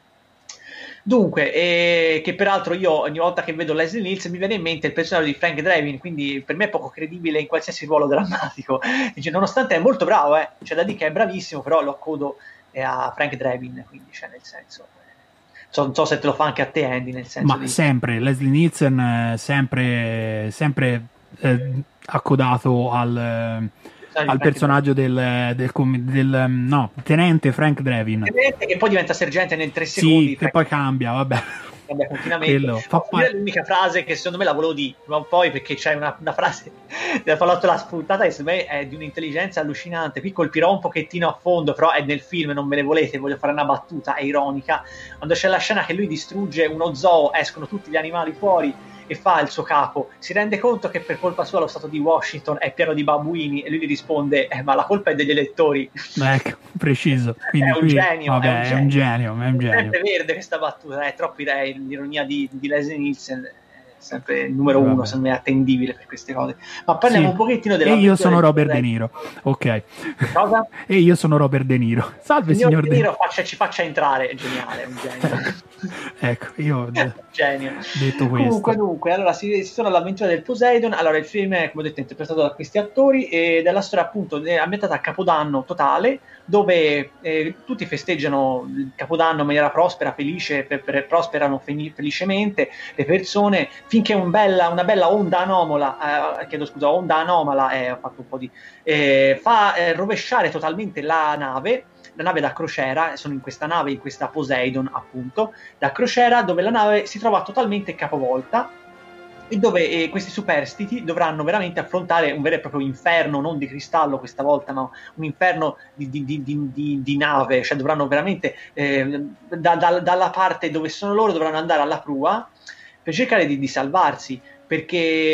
Speaker 6: Dunque, eh, che peraltro io ogni volta che vedo Leslie Nielsen mi viene in mente il personaggio di Frank Drebin, quindi per me è poco credibile in qualsiasi ruolo drammatico. Dice, nonostante è molto bravo, eh, c'è da dire che è bravissimo, però lo accodo eh, a Frank Drebin, quindi cioè, nel senso, eh, so, non so se te lo fa anche a te, Andy, nel senso.
Speaker 5: Ma
Speaker 6: di... sempre,
Speaker 5: Leslie Nielsen eh, sempre, sempre eh, accodato al... al personaggio del, del, del, del no, tenente Frank Drebin,
Speaker 6: tenente che poi diventa sergente nel tre secondi,
Speaker 5: sì, che poi cambia, vabbè,
Speaker 6: cambia continuamente. Fa pa- l'unica frase che secondo me la volevo dire prima o poi, perché c'è una, una frase della pallottola spuntata che secondo me è di un'intelligenza allucinante. Qui colpirò un pochettino a fondo, però è nel film, non me ne volete, voglio fare una battuta, è ironica, quando c'è la scena che lui distrugge uno zoo, escono tutti gli animali fuori e fa il suo capo, si rende conto che per colpa sua lo stato di Washington è pieno di babuini, e lui gli risponde eh, ma la colpa è degli elettori.
Speaker 5: Ecco, preciso. Quindi
Speaker 6: è un
Speaker 5: qui,
Speaker 6: genio,
Speaker 5: vabbè,
Speaker 6: è un genio,
Speaker 5: è un genio, è un genio.
Speaker 6: È verde questa battuta, è troppo l'ironia di, di Leslie Nielsen, sempre il numero
Speaker 5: Vabbè.
Speaker 6: uno, secondo me è attendibile per queste cose. Ma parliamo
Speaker 5: Sì.
Speaker 6: un pochettino della
Speaker 5: E io sono
Speaker 6: del
Speaker 5: Robert De
Speaker 6: progetto.
Speaker 5: Niro. Ok.
Speaker 6: Cosa?
Speaker 5: E io sono Robert De Niro. Salve
Speaker 6: Signor
Speaker 5: signor
Speaker 6: De
Speaker 5: De
Speaker 6: Niro
Speaker 5: Niro.
Speaker 6: faccia, ci faccia entrare, è geniale, è un genio.
Speaker 5: Ecco, io d-
Speaker 6: Genio.
Speaker 5: detto questo.
Speaker 6: Comunque, dunque, allora si, si sono all'avventura del Poseidon. Allora, il film è, come ho detto, interpretato da questi attori ed è la storia appunto è ambientata a Capodanno totale, dove eh, tutti festeggiano il Capodanno in maniera prospera, felice, per, per- prosperano feni- felicemente le persone, finché un bella, una bella onda anomala, eh, chiedo scusa, onda anomala, eh, ho fatto un po' di eh, fa eh, rovesciare totalmente la nave. La nave da crociera, sono in questa nave, in questa Poseidon appunto, da crociera, dove la nave si trova totalmente capovolta e dove eh, questi superstiti dovranno veramente affrontare un vero e proprio inferno, non di cristallo questa volta, ma un inferno di, di, di, di, di, di nave, cioè dovranno veramente, eh, da, da, dalla parte dove sono loro, dovranno andare alla prua per cercare di, di salvarsi, perché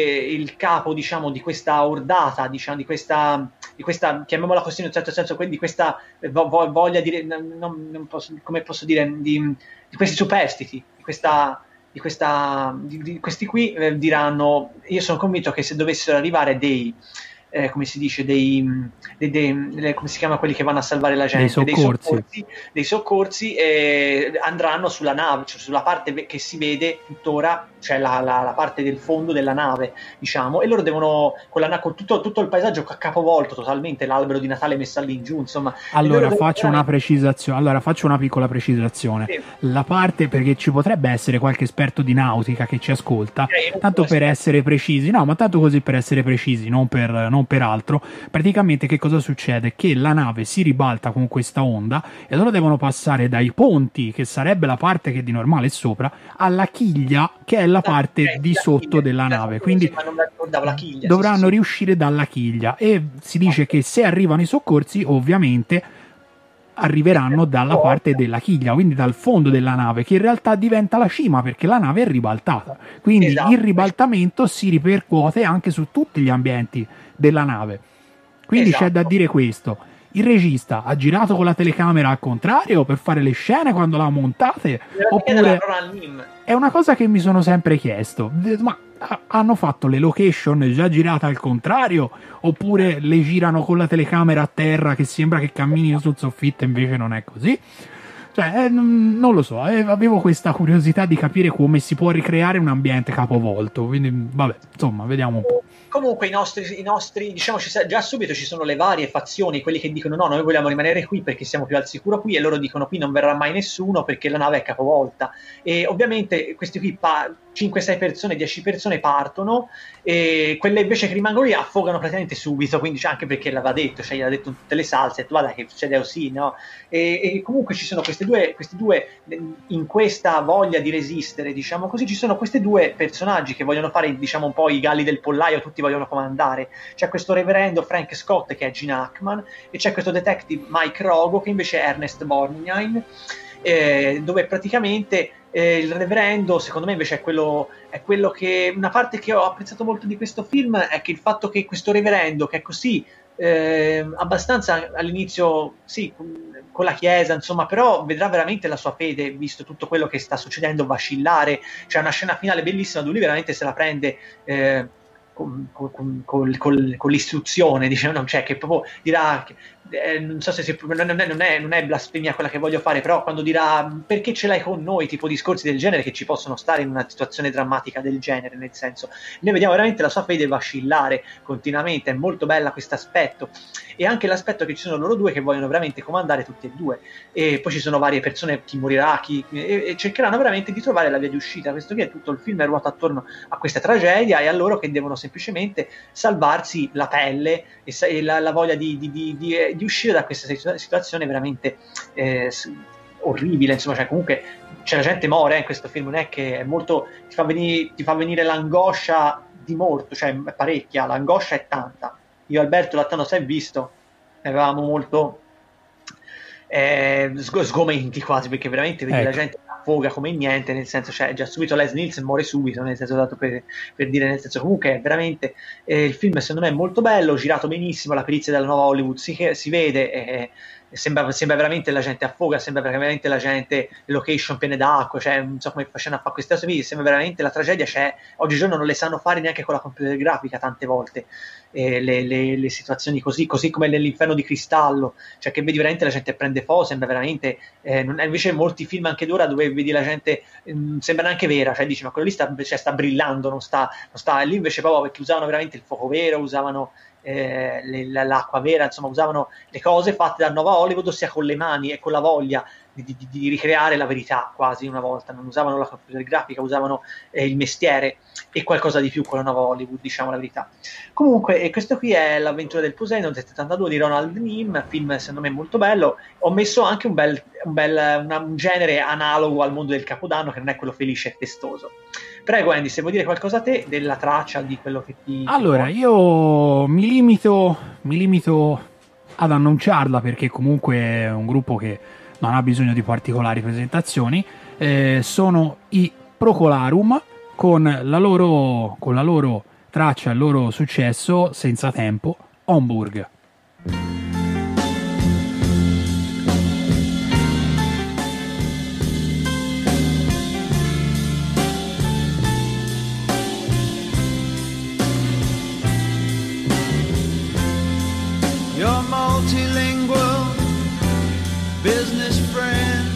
Speaker 6: il capo, diciamo, di questa ordata, diciamo, di questa, di questa chiamiamola così in un certo senso, quindi di questa eh, vo- vo- voglia di, non, non posso, come posso dire, di, di questi superstiti, di questa, di questa, di, di questi qui eh, diranno, io sono convinto che se dovessero arrivare dei, eh, come si dice, dei, dei, dei, dei- come si chiama quelli che vanno a salvare la gente,
Speaker 5: Dei soccorsi.
Speaker 6: soccorsi, dei soccorsi eh, andranno sulla nave, cioè sulla parte ve- che si vede tuttora, cioè la, la, la parte del fondo della nave, diciamo, e loro devono, con, la, con tutto, tutto il paesaggio ca- capovolto totalmente, l'albero di Natale messa lì in giù, insomma. E
Speaker 5: Allora
Speaker 6: loro devono
Speaker 5: faccio una
Speaker 6: veramente-
Speaker 5: precisazione. Allora faccio una piccola precisazione.
Speaker 6: Sì.
Speaker 5: La parte, perché ci potrebbe essere qualche esperto di nautica che ci ascolta,
Speaker 6: Ok, non
Speaker 5: tanto
Speaker 6: può
Speaker 5: per
Speaker 6: essere.
Speaker 5: essere precisi, no, ma tanto così per essere precisi, non per, non per altro. Praticamente che cosa succede? Che la nave si ribalta con questa onda e loro devono passare dai ponti, che sarebbe la parte che di normale è sopra, alla chiglia, che è la parte
Speaker 6: Ok,
Speaker 5: di
Speaker 6: la
Speaker 5: sotto
Speaker 6: chiglia,
Speaker 5: della
Speaker 6: la
Speaker 5: nave.
Speaker 6: chiglia,
Speaker 5: Quindi
Speaker 6: sì, ma non la ricordavo la chiglia,
Speaker 5: dovranno
Speaker 6: sì, sì.
Speaker 5: riuscire dalla chiglia e si dice che se arrivano i soccorsi, ovviamente arriveranno dalla parte della chiglia, quindi dal fondo della nave, che in realtà diventa la cima perché la nave è ribaltata. Quindi
Speaker 6: Esatto.
Speaker 5: il ribaltamento si ripercuote anche su tutti gli ambienti della nave. Quindi
Speaker 6: Esatto.
Speaker 5: c'è da dire questo. Il regista ha girato con la telecamera al contrario per fare le scene quando l'ha montate, oppure è una cosa che mi sono sempre chiesto. Ma ha- hanno fatto le location già girate al contrario, oppure le girano con la telecamera a terra che sembra che camminino sul soffitto e invece non è così? Cioè, eh, non non lo so, eh, avevo questa curiosità di capire come si può ricreare un ambiente capovolto, quindi vabbè, insomma, vediamo un po'.
Speaker 6: Comunque i nostri, i nostri diciamo, ci sa- già subito ci sono le varie fazioni, quelli che dicono no, noi vogliamo rimanere qui perché siamo più al sicuro qui, e loro dicono qui non verrà mai nessuno perché la nave è capovolta. E ovviamente questi qui, pa- cinque sei persone, dieci persone partono, e quelle invece che rimangono lì affogano praticamente subito, quindi cioè, anche perché l'aveva detto, cioè gliel'ha detto in tutte le salse, ha detto guarda che succede così, no? E, e comunque ci sono queste due, questi due, in questa voglia di resistere, diciamo così, ci sono questi due personaggi che vogliono fare, diciamo, un po' i galli del pollaio, tutti vogliono comandare. C'è questo reverendo Frank Scott che è Gene Hackman, e c'è questo detective Mike Rogo che invece è Ernest Borgnine, eh, dove praticamente eh, il reverendo, secondo me invece è quello, è quello che, una parte che ho apprezzato molto di questo film è che il fatto che questo reverendo, che è così eh, abbastanza all'inizio, sì, con la chiesa, insomma, però vedrà veramente la sua fede, visto tutto quello che sta succedendo, vacillare. C'è una scena finale bellissima dove lui veramente se la prende eh, con, con, con, con, con l'istruzione, diciamo, cioè che proprio dirà che, eh, non so se si, non, è, non, è, non è blasfemia quella che voglio fare, però quando dirà perché ce l'hai con noi, tipo discorsi del genere che ci possono stare in una situazione drammatica del genere, nel senso, noi vediamo veramente la sua fede vacillare continuamente, è molto bella questo aspetto, e anche l'aspetto che ci sono loro due che vogliono veramente comandare tutti e due, e poi ci sono varie persone, chi morirà, chi, e, e cercheranno veramente di trovare la via di uscita. Questo qui è tutto il film, è ruotato attorno a questa tragedia e a loro che devono semplicemente salvarsi la pelle e, e la, la voglia di, di, di, di, di uscire da questa situazione veramente eh, orribile, insomma, cioè comunque c'è la gente muore eh, in questo film, non è che è molto, ti fa venire, ti fa venire l'angoscia di morto, cioè è parecchia, l'angoscia è tanta. Io e Alberto l'altro anno si è visto, avevamo molto eh, sgomenti quasi, perché veramente vedi
Speaker 5: Ecco.
Speaker 6: la gente affoga come niente, nel senso, cioè già subito Leslie Nielsen muore subito, nel senso, dato per, per dire, nel senso, comunque veramente eh, il film secondo me è molto bello, girato benissimo, la perizia della nuova Hollywood si, si vede, eh, sembra, sembra veramente la gente affoga, sembra veramente la gente location piene d'acqua, cioè non so come facciano a fare queste cose, sembra veramente la tragedia, cioè oggigiorno non le sanno fare neanche con la computer grafica tante volte, eh, le, le, le situazioni così, così come nell'Inferno di Cristallo, cioè che vedi veramente la gente prende fuoco, sembra veramente, eh, non, invece molti film anche d'ora dove vedi la gente, mh, sembra neanche vera, cioè dici ma quello lì sta, cioè, sta brillando, non sta, non sta, lì invece proprio perché usavano veramente il fuoco vero, usavano eh, le, l'acqua vera, insomma usavano le cose fatte da Nova Hollywood, ossia con le mani e con la voglia di, di, di ricreare la verità quasi una volta, non usavano la computer grafica, usavano eh, il mestiere e qualcosa di più con la Nova Hollywood, diciamo la verità. Comunque, e questo qui è L'avventura del Poseidon del settantadue di Ronald Neame, film secondo me molto bello. Ho messo anche un bel, un, bel una, un genere analogo al mondo del Capodanno, che non è quello felice e festoso. Prego Andy, se vuoi dire qualcosa a te della traccia, di quello che ti...
Speaker 5: Allora, io mi limito, mi limito ad annunciarla, perché comunque è un gruppo che non ha bisogno di particolari presentazioni. Eh, sono i Procolarum con la loro, con la loro traccia, il loro successo Senza tempo, Homburg.
Speaker 7: Your multilingual business friend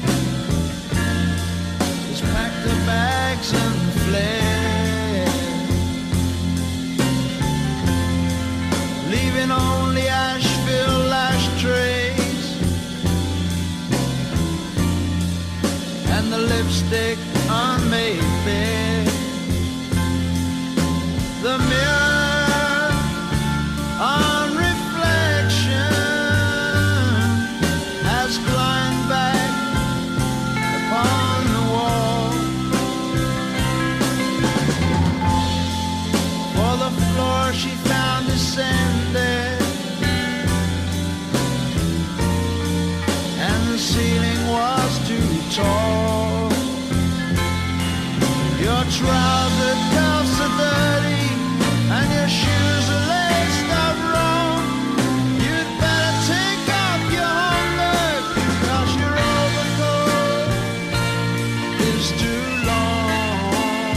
Speaker 7: has packed the bags and fled, leaving only Asheville ashtrays and the lipstick unmade bed. The mirror on reflection has climbed back upon the wall, for the floor she found descended and the ceiling was too tall. Your trouser cuffs are dirty and your shoes are laced up wrong. You'd better take off your Homburg, 'cause your overcoat is too long.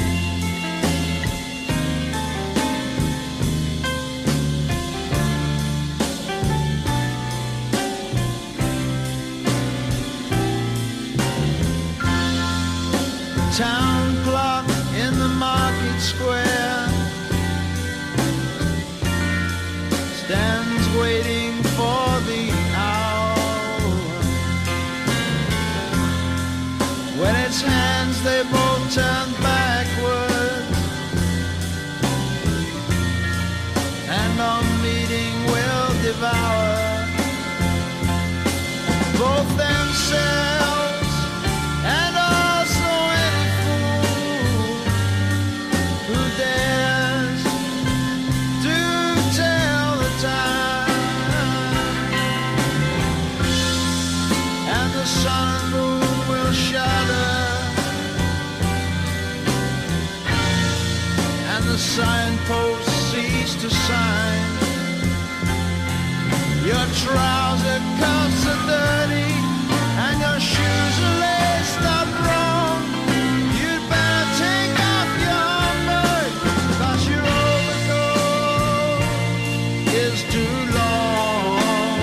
Speaker 7: Town clock in the market square stands waiting for the hour. When its hands they both turn backwards, and on meeting will devour both themselves and also any fool who dares to tell the time. And the sun and moon will shudder, and the signposts cease to sign. Your trouser cuffs are dirty and your shoes are laced up wrong. You'd better take off your Homburg, 'cause your overcoat is too long.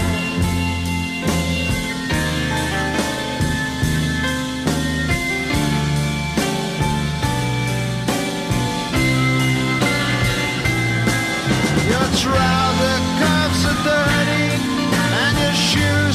Speaker 7: Your trouser cuffs are dirty and your shoes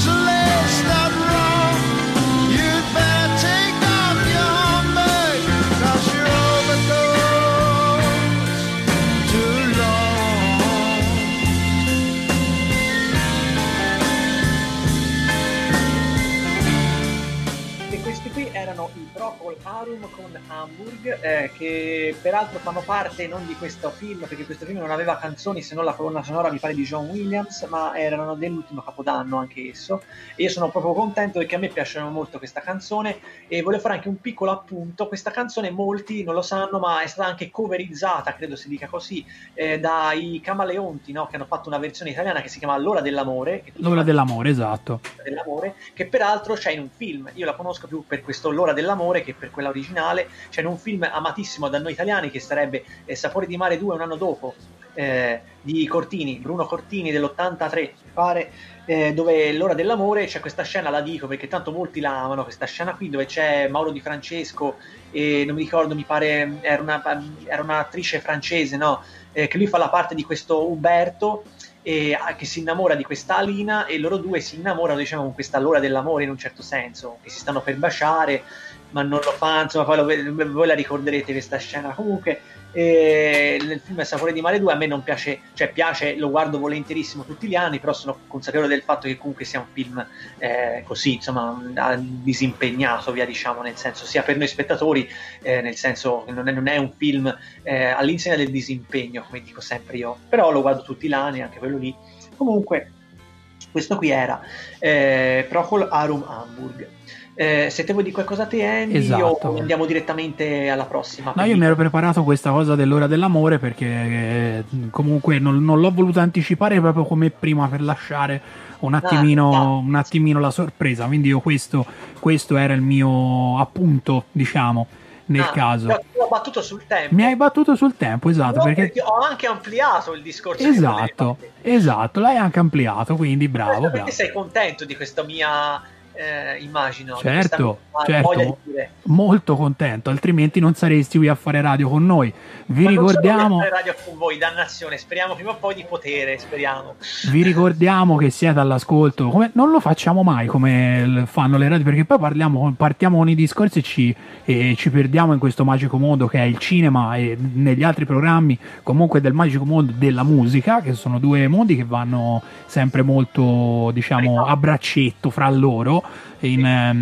Speaker 6: erano i Procol Harum con Hamburg, eh, che peraltro fanno parte non di questo film, perché questo film non aveva canzoni se non la colonna sonora mi pare di John Williams, ma erano dell'ultimo Capodanno anche esso, e io sono proprio contento perché a me piacciono molto questa canzone. E volevo fare anche un piccolo appunto: questa canzone molti non lo sanno, ma è stata anche coverizzata, credo si dica così, eh, dai Camaleonti, no? Che hanno fatto una versione italiana che si chiama L'ora dell'amore. Che
Speaker 5: L'ora dell'amore, esatto.
Speaker 6: Dell'amore, che peraltro c'è in un film. Io la conosco più per questo L'ora dell'amore che per quella originale. C'è in un film amatissimo da noi italiani che sarebbe eh, Sapori di mare due, un anno dopo, eh, di Cortini, Bruno Cortini dell'ottantatré mi pare, eh, dove L'ora dell'amore c'è questa scena, la dico perché tanto molti la amano, questa scena qui dove c'è Mauro Di Francesco e non mi ricordo, mi pare era, una, era un'attrice francese, no? Eh, che lui fa la parte di questo Uberto, e, che si innamora di questa Alina, e loro due si innamorano, diciamo, con questa L'ora dell'amore in un certo senso, che si stanno per baciare ma non lo fa, insomma, poi lo, voi la ricorderete questa scena. Comunque eh, nel film Sapore di mare due a me non piace, cioè piace, lo guardo volentierissimo tutti gli anni, però sono consapevole del fatto che comunque sia un film eh, così, insomma, disimpegnato, via, diciamo, nel senso, sia per noi spettatori, eh, nel senso che non è, non è un film eh, all'insegna del disimpegno, come dico sempre io, però lo guardo tutti gli anni, anche quello lì. Comunque questo qui era eh, Procol Harum Hamburg. Eh, se te vuoi dire qualcosa a te, Andy,
Speaker 5: esatto.
Speaker 6: O andiamo direttamente alla prossima?
Speaker 5: No, io mi ero preparato questa cosa dell'ora dell'amore perché eh, comunque non, non l'ho voluto anticipare proprio come prima, per lasciare un attimino,
Speaker 6: ah, ah.
Speaker 5: un attimino la sorpresa. Quindi io questo, questo era il mio appunto, diciamo, nel
Speaker 6: ah,
Speaker 5: caso.
Speaker 6: Ti ho battuto sul tempo.
Speaker 5: Mi hai battuto sul tempo, esatto.
Speaker 6: No,
Speaker 5: perché...
Speaker 6: perché ho anche ampliato il discorso.
Speaker 5: Esatto, esatto, l'hai anche ampliato, quindi bravo,
Speaker 6: perché
Speaker 5: bravo.
Speaker 6: sei contento di questa mia... Eh, immagino,
Speaker 5: certo,
Speaker 6: certo,
Speaker 5: di molto contento, altrimenti non saresti qui a fare radio con noi. Vi
Speaker 6: Ma
Speaker 5: ricordiamo
Speaker 6: non fare radio con voi, dannazione, speriamo prima o poi di potere, speriamo.
Speaker 5: Vi ricordiamo che siete all'ascolto, come non lo facciamo mai come fanno le radio, perché poi parliamo, partiamo con i discorsi e ci, e ci perdiamo in questo magico mondo che è il cinema, e negli altri programmi comunque del magico mondo della musica, che sono due mondi che vanno sempre molto, diciamo, a braccetto fra loro in,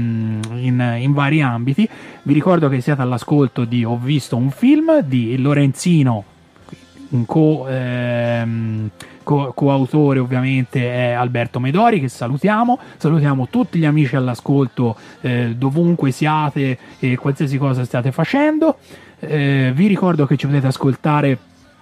Speaker 5: in, in vari ambiti. Vi ricordo che siete all'ascolto di Ho visto un film di Lorenzino, un co, ehm, co, coautore ovviamente è Alberto Medori, che salutiamo. Salutiamo tutti gli amici all'ascolto, eh, dovunque siate e qualsiasi cosa stiate facendo. Eh, vi ricordo che ci potete ascoltare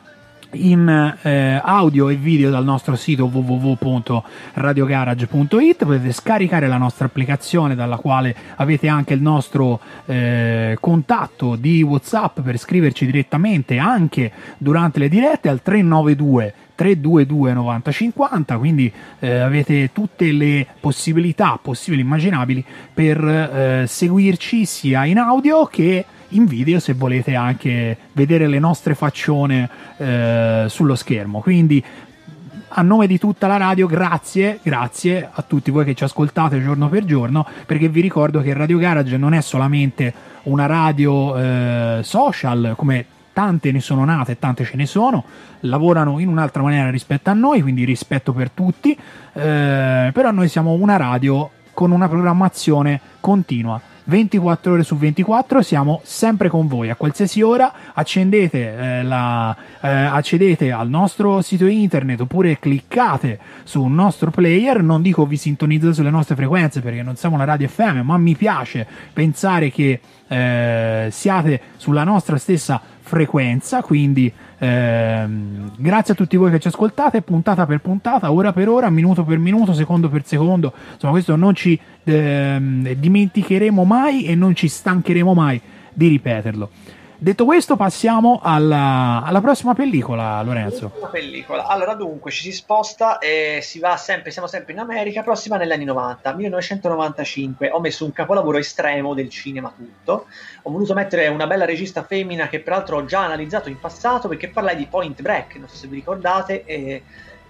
Speaker 5: in eh, audio e video dal nostro sito w w w punto radio garage punto it. Potete scaricare la nostra applicazione, dalla quale avete anche il nostro eh, contatto di WhatsApp per scriverci direttamente anche durante le dirette al tre nove due tre due due nove zero cinque zero. Quindi eh, avete tutte le possibilità possibili e immaginabili per eh, seguirci sia in audio che in video, se volete anche vedere le nostre faccione eh, sullo schermo. Quindi a nome di tutta la radio, grazie, grazie a tutti voi che ci ascoltate giorno per giorno, perché vi ricordo che Radio Garage non è solamente una radio eh, social, come tante ne sono nate e tante ce ne sono, lavorano in un'altra maniera rispetto a noi, quindi rispetto per tutti, eh, però noi siamo una radio con una programmazione continua. ventiquattro ore su ventiquattro siamo sempre con voi, a qualsiasi ora accendete eh, la, eh, accedete al nostro sito internet oppure cliccate su un nostro player. Non dico vi sintonizzate sulle nostre frequenze perché non siamo una radio F M, ma mi piace pensare che eh, siate sulla nostra stessa frequenza, quindi ehm, grazie a tutti voi che ci ascoltate puntata per puntata, ora per ora, minuto per minuto, secondo per secondo. Insomma, questo non ci ehm, dimenticheremo mai e non ci stancheremo mai di ripeterlo. Detto questo, passiamo alla, alla prossima pellicola, Lorenzo.
Speaker 6: Prossima pellicola. Allora, dunque, ci si sposta e si va sempre, siamo sempre in America, però si va negli anni novanta, millenovecentonovantacinque. Ho messo un capolavoro estremo del cinema tutto. Ho voluto mettere una bella regista femmina che peraltro ho già analizzato in passato, perché parlai di Point Break, non so se vi ricordate, e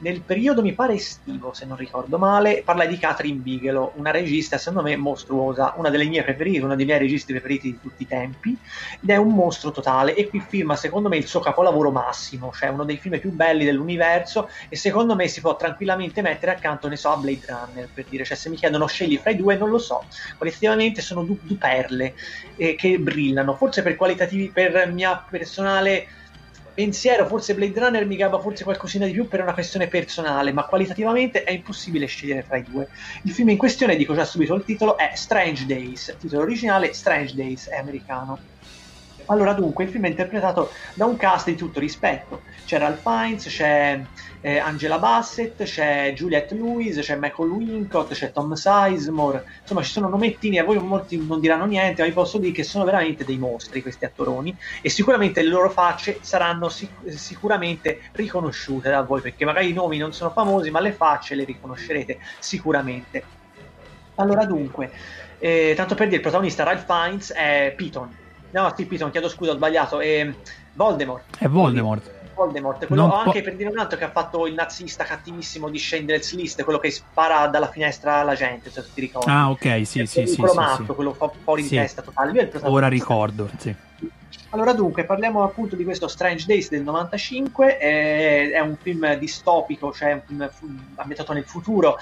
Speaker 6: nel periodo mi pare estivo, se non ricordo male. Parla di Catherine Bigelow, una regista secondo me mostruosa, una delle mie preferite, uno dei miei registi preferiti di tutti i tempi, ed è un mostro totale, e qui firma secondo me il suo capolavoro massimo, cioè uno dei film più belli dell'universo, e secondo me si può tranquillamente mettere accanto, ne so, a Blade Runner, per dire, cioè se mi chiedono scegli fra i due non lo so, qualitativamente sono due du perle eh, che brillano, forse per qualitativi, per mia personale pensiero, forse Blade Runner mi gabba forse qualcosina di più per una questione personale, ma qualitativamente è impossibile scegliere tra i due. Il film in questione, dico già subito il titolo, è Strange Days, titolo originale Strange Days, è americano. Allora, dunque, il film è interpretato da un cast di tutto rispetto. C'è Ralph Fiennes, c'è eh, Angela Bassett, c'è Juliette Lewis, c'è Michael Wincott, c'è Tom Sizemore, insomma ci sono nomettini, a voi molti non diranno niente, ma vi posso dire che sono veramente dei mostri questi attoroni, e sicuramente le loro facce saranno sic- sicuramente riconosciute da voi, perché magari i nomi non sono famosi, ma le facce le riconoscerete sicuramente. Allora, dunque, eh, tanto per dire, il protagonista Ralph Fiennes è Piton. No, sì, Piton, chiedo scusa, ho sbagliato. È Voldemort.
Speaker 5: È Voldemort.
Speaker 6: Voldemort, quello
Speaker 5: Non
Speaker 6: anche
Speaker 5: po-
Speaker 6: per dire un altro che ha fatto il nazista cattivissimo di Schindler's List, quello che spara dalla finestra alla gente, se ti ricordi.
Speaker 5: Ah, ok, sì,
Speaker 6: È
Speaker 5: sì, sì,
Speaker 6: quello
Speaker 5: sì,
Speaker 6: matto,
Speaker 5: sì.
Speaker 6: quello fu- fuori
Speaker 5: Sì.
Speaker 6: di testa totale. Lui è il protagonista.
Speaker 5: Ora ricordo, sì.
Speaker 6: Allora, dunque, parliamo appunto di questo Strange Days del novantacinque, eh, è un film distopico, cioè un film fu- ambientato nel futuro,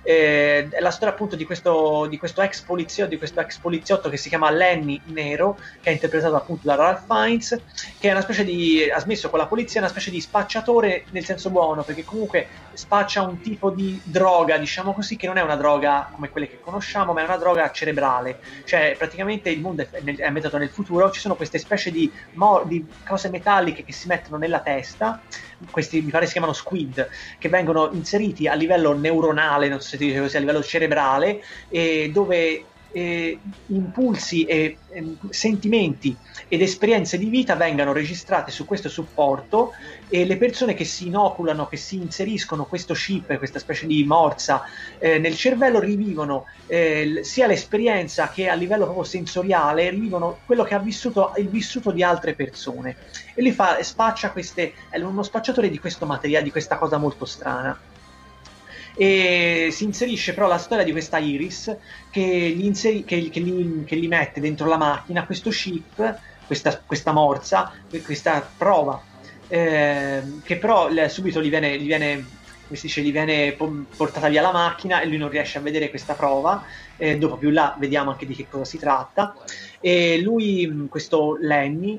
Speaker 6: eh, è la storia appunto di questo, di questo ex poliziotto, di questo ex poliziotto che si chiama Lenny Nero, che è interpretato appunto da Ralph Fiennes, che è una specie di, ha smesso con la polizia, è una specie di spacciatore nel senso buono, perché comunque spaccia un tipo di droga, diciamo così, che non è una droga come quelle che conosciamo, ma è una droga cerebrale, cioè praticamente il mondo è, è ambientato nel futuro, ci sono queste specie di Di, mo- di cose metalliche che si mettono nella testa, questi mi pare si chiamano squid, che vengono inseriti a livello neuronale, non so se ti dice così, a livello cerebrale, e dove eh, impulsi e eh, sentimenti ed esperienze di vita vengano registrate su questo supporto, e le persone che si inoculano, che si inseriscono questo chip, questa specie di morsa eh, nel cervello, rivivono eh, sia l'esperienza che a livello proprio sensoriale, rivivono quello che ha vissuto, il vissuto di altre persone, e li fa, spaccia queste, è uno spacciatore di questo materiale, di questa cosa molto strana. E si inserisce però la storia di questa Iris che gli, inseri- che, che gli, che gli mette dentro la macchina questo chip, questa, questa morsa, questa prova, eh, che però le, subito gli viene, gli viene, come si dice, gli viene portata via la macchina, e lui non riesce a vedere questa prova. Eh, dopo più là vediamo anche di che cosa si tratta, e lui, questo Lenny,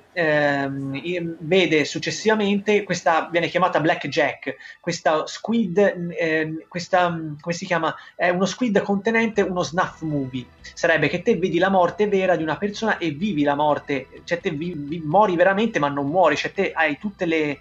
Speaker 6: ehm, vede successivamente questa, viene chiamata Blackjack, questa squid, eh, questa, come si chiama? È uno squid contenente uno snuff movie, sarebbe che te vedi la morte vera di una persona e vivi la morte, cioè te vi, vi, mori veramente ma non muori, cioè te hai tutte le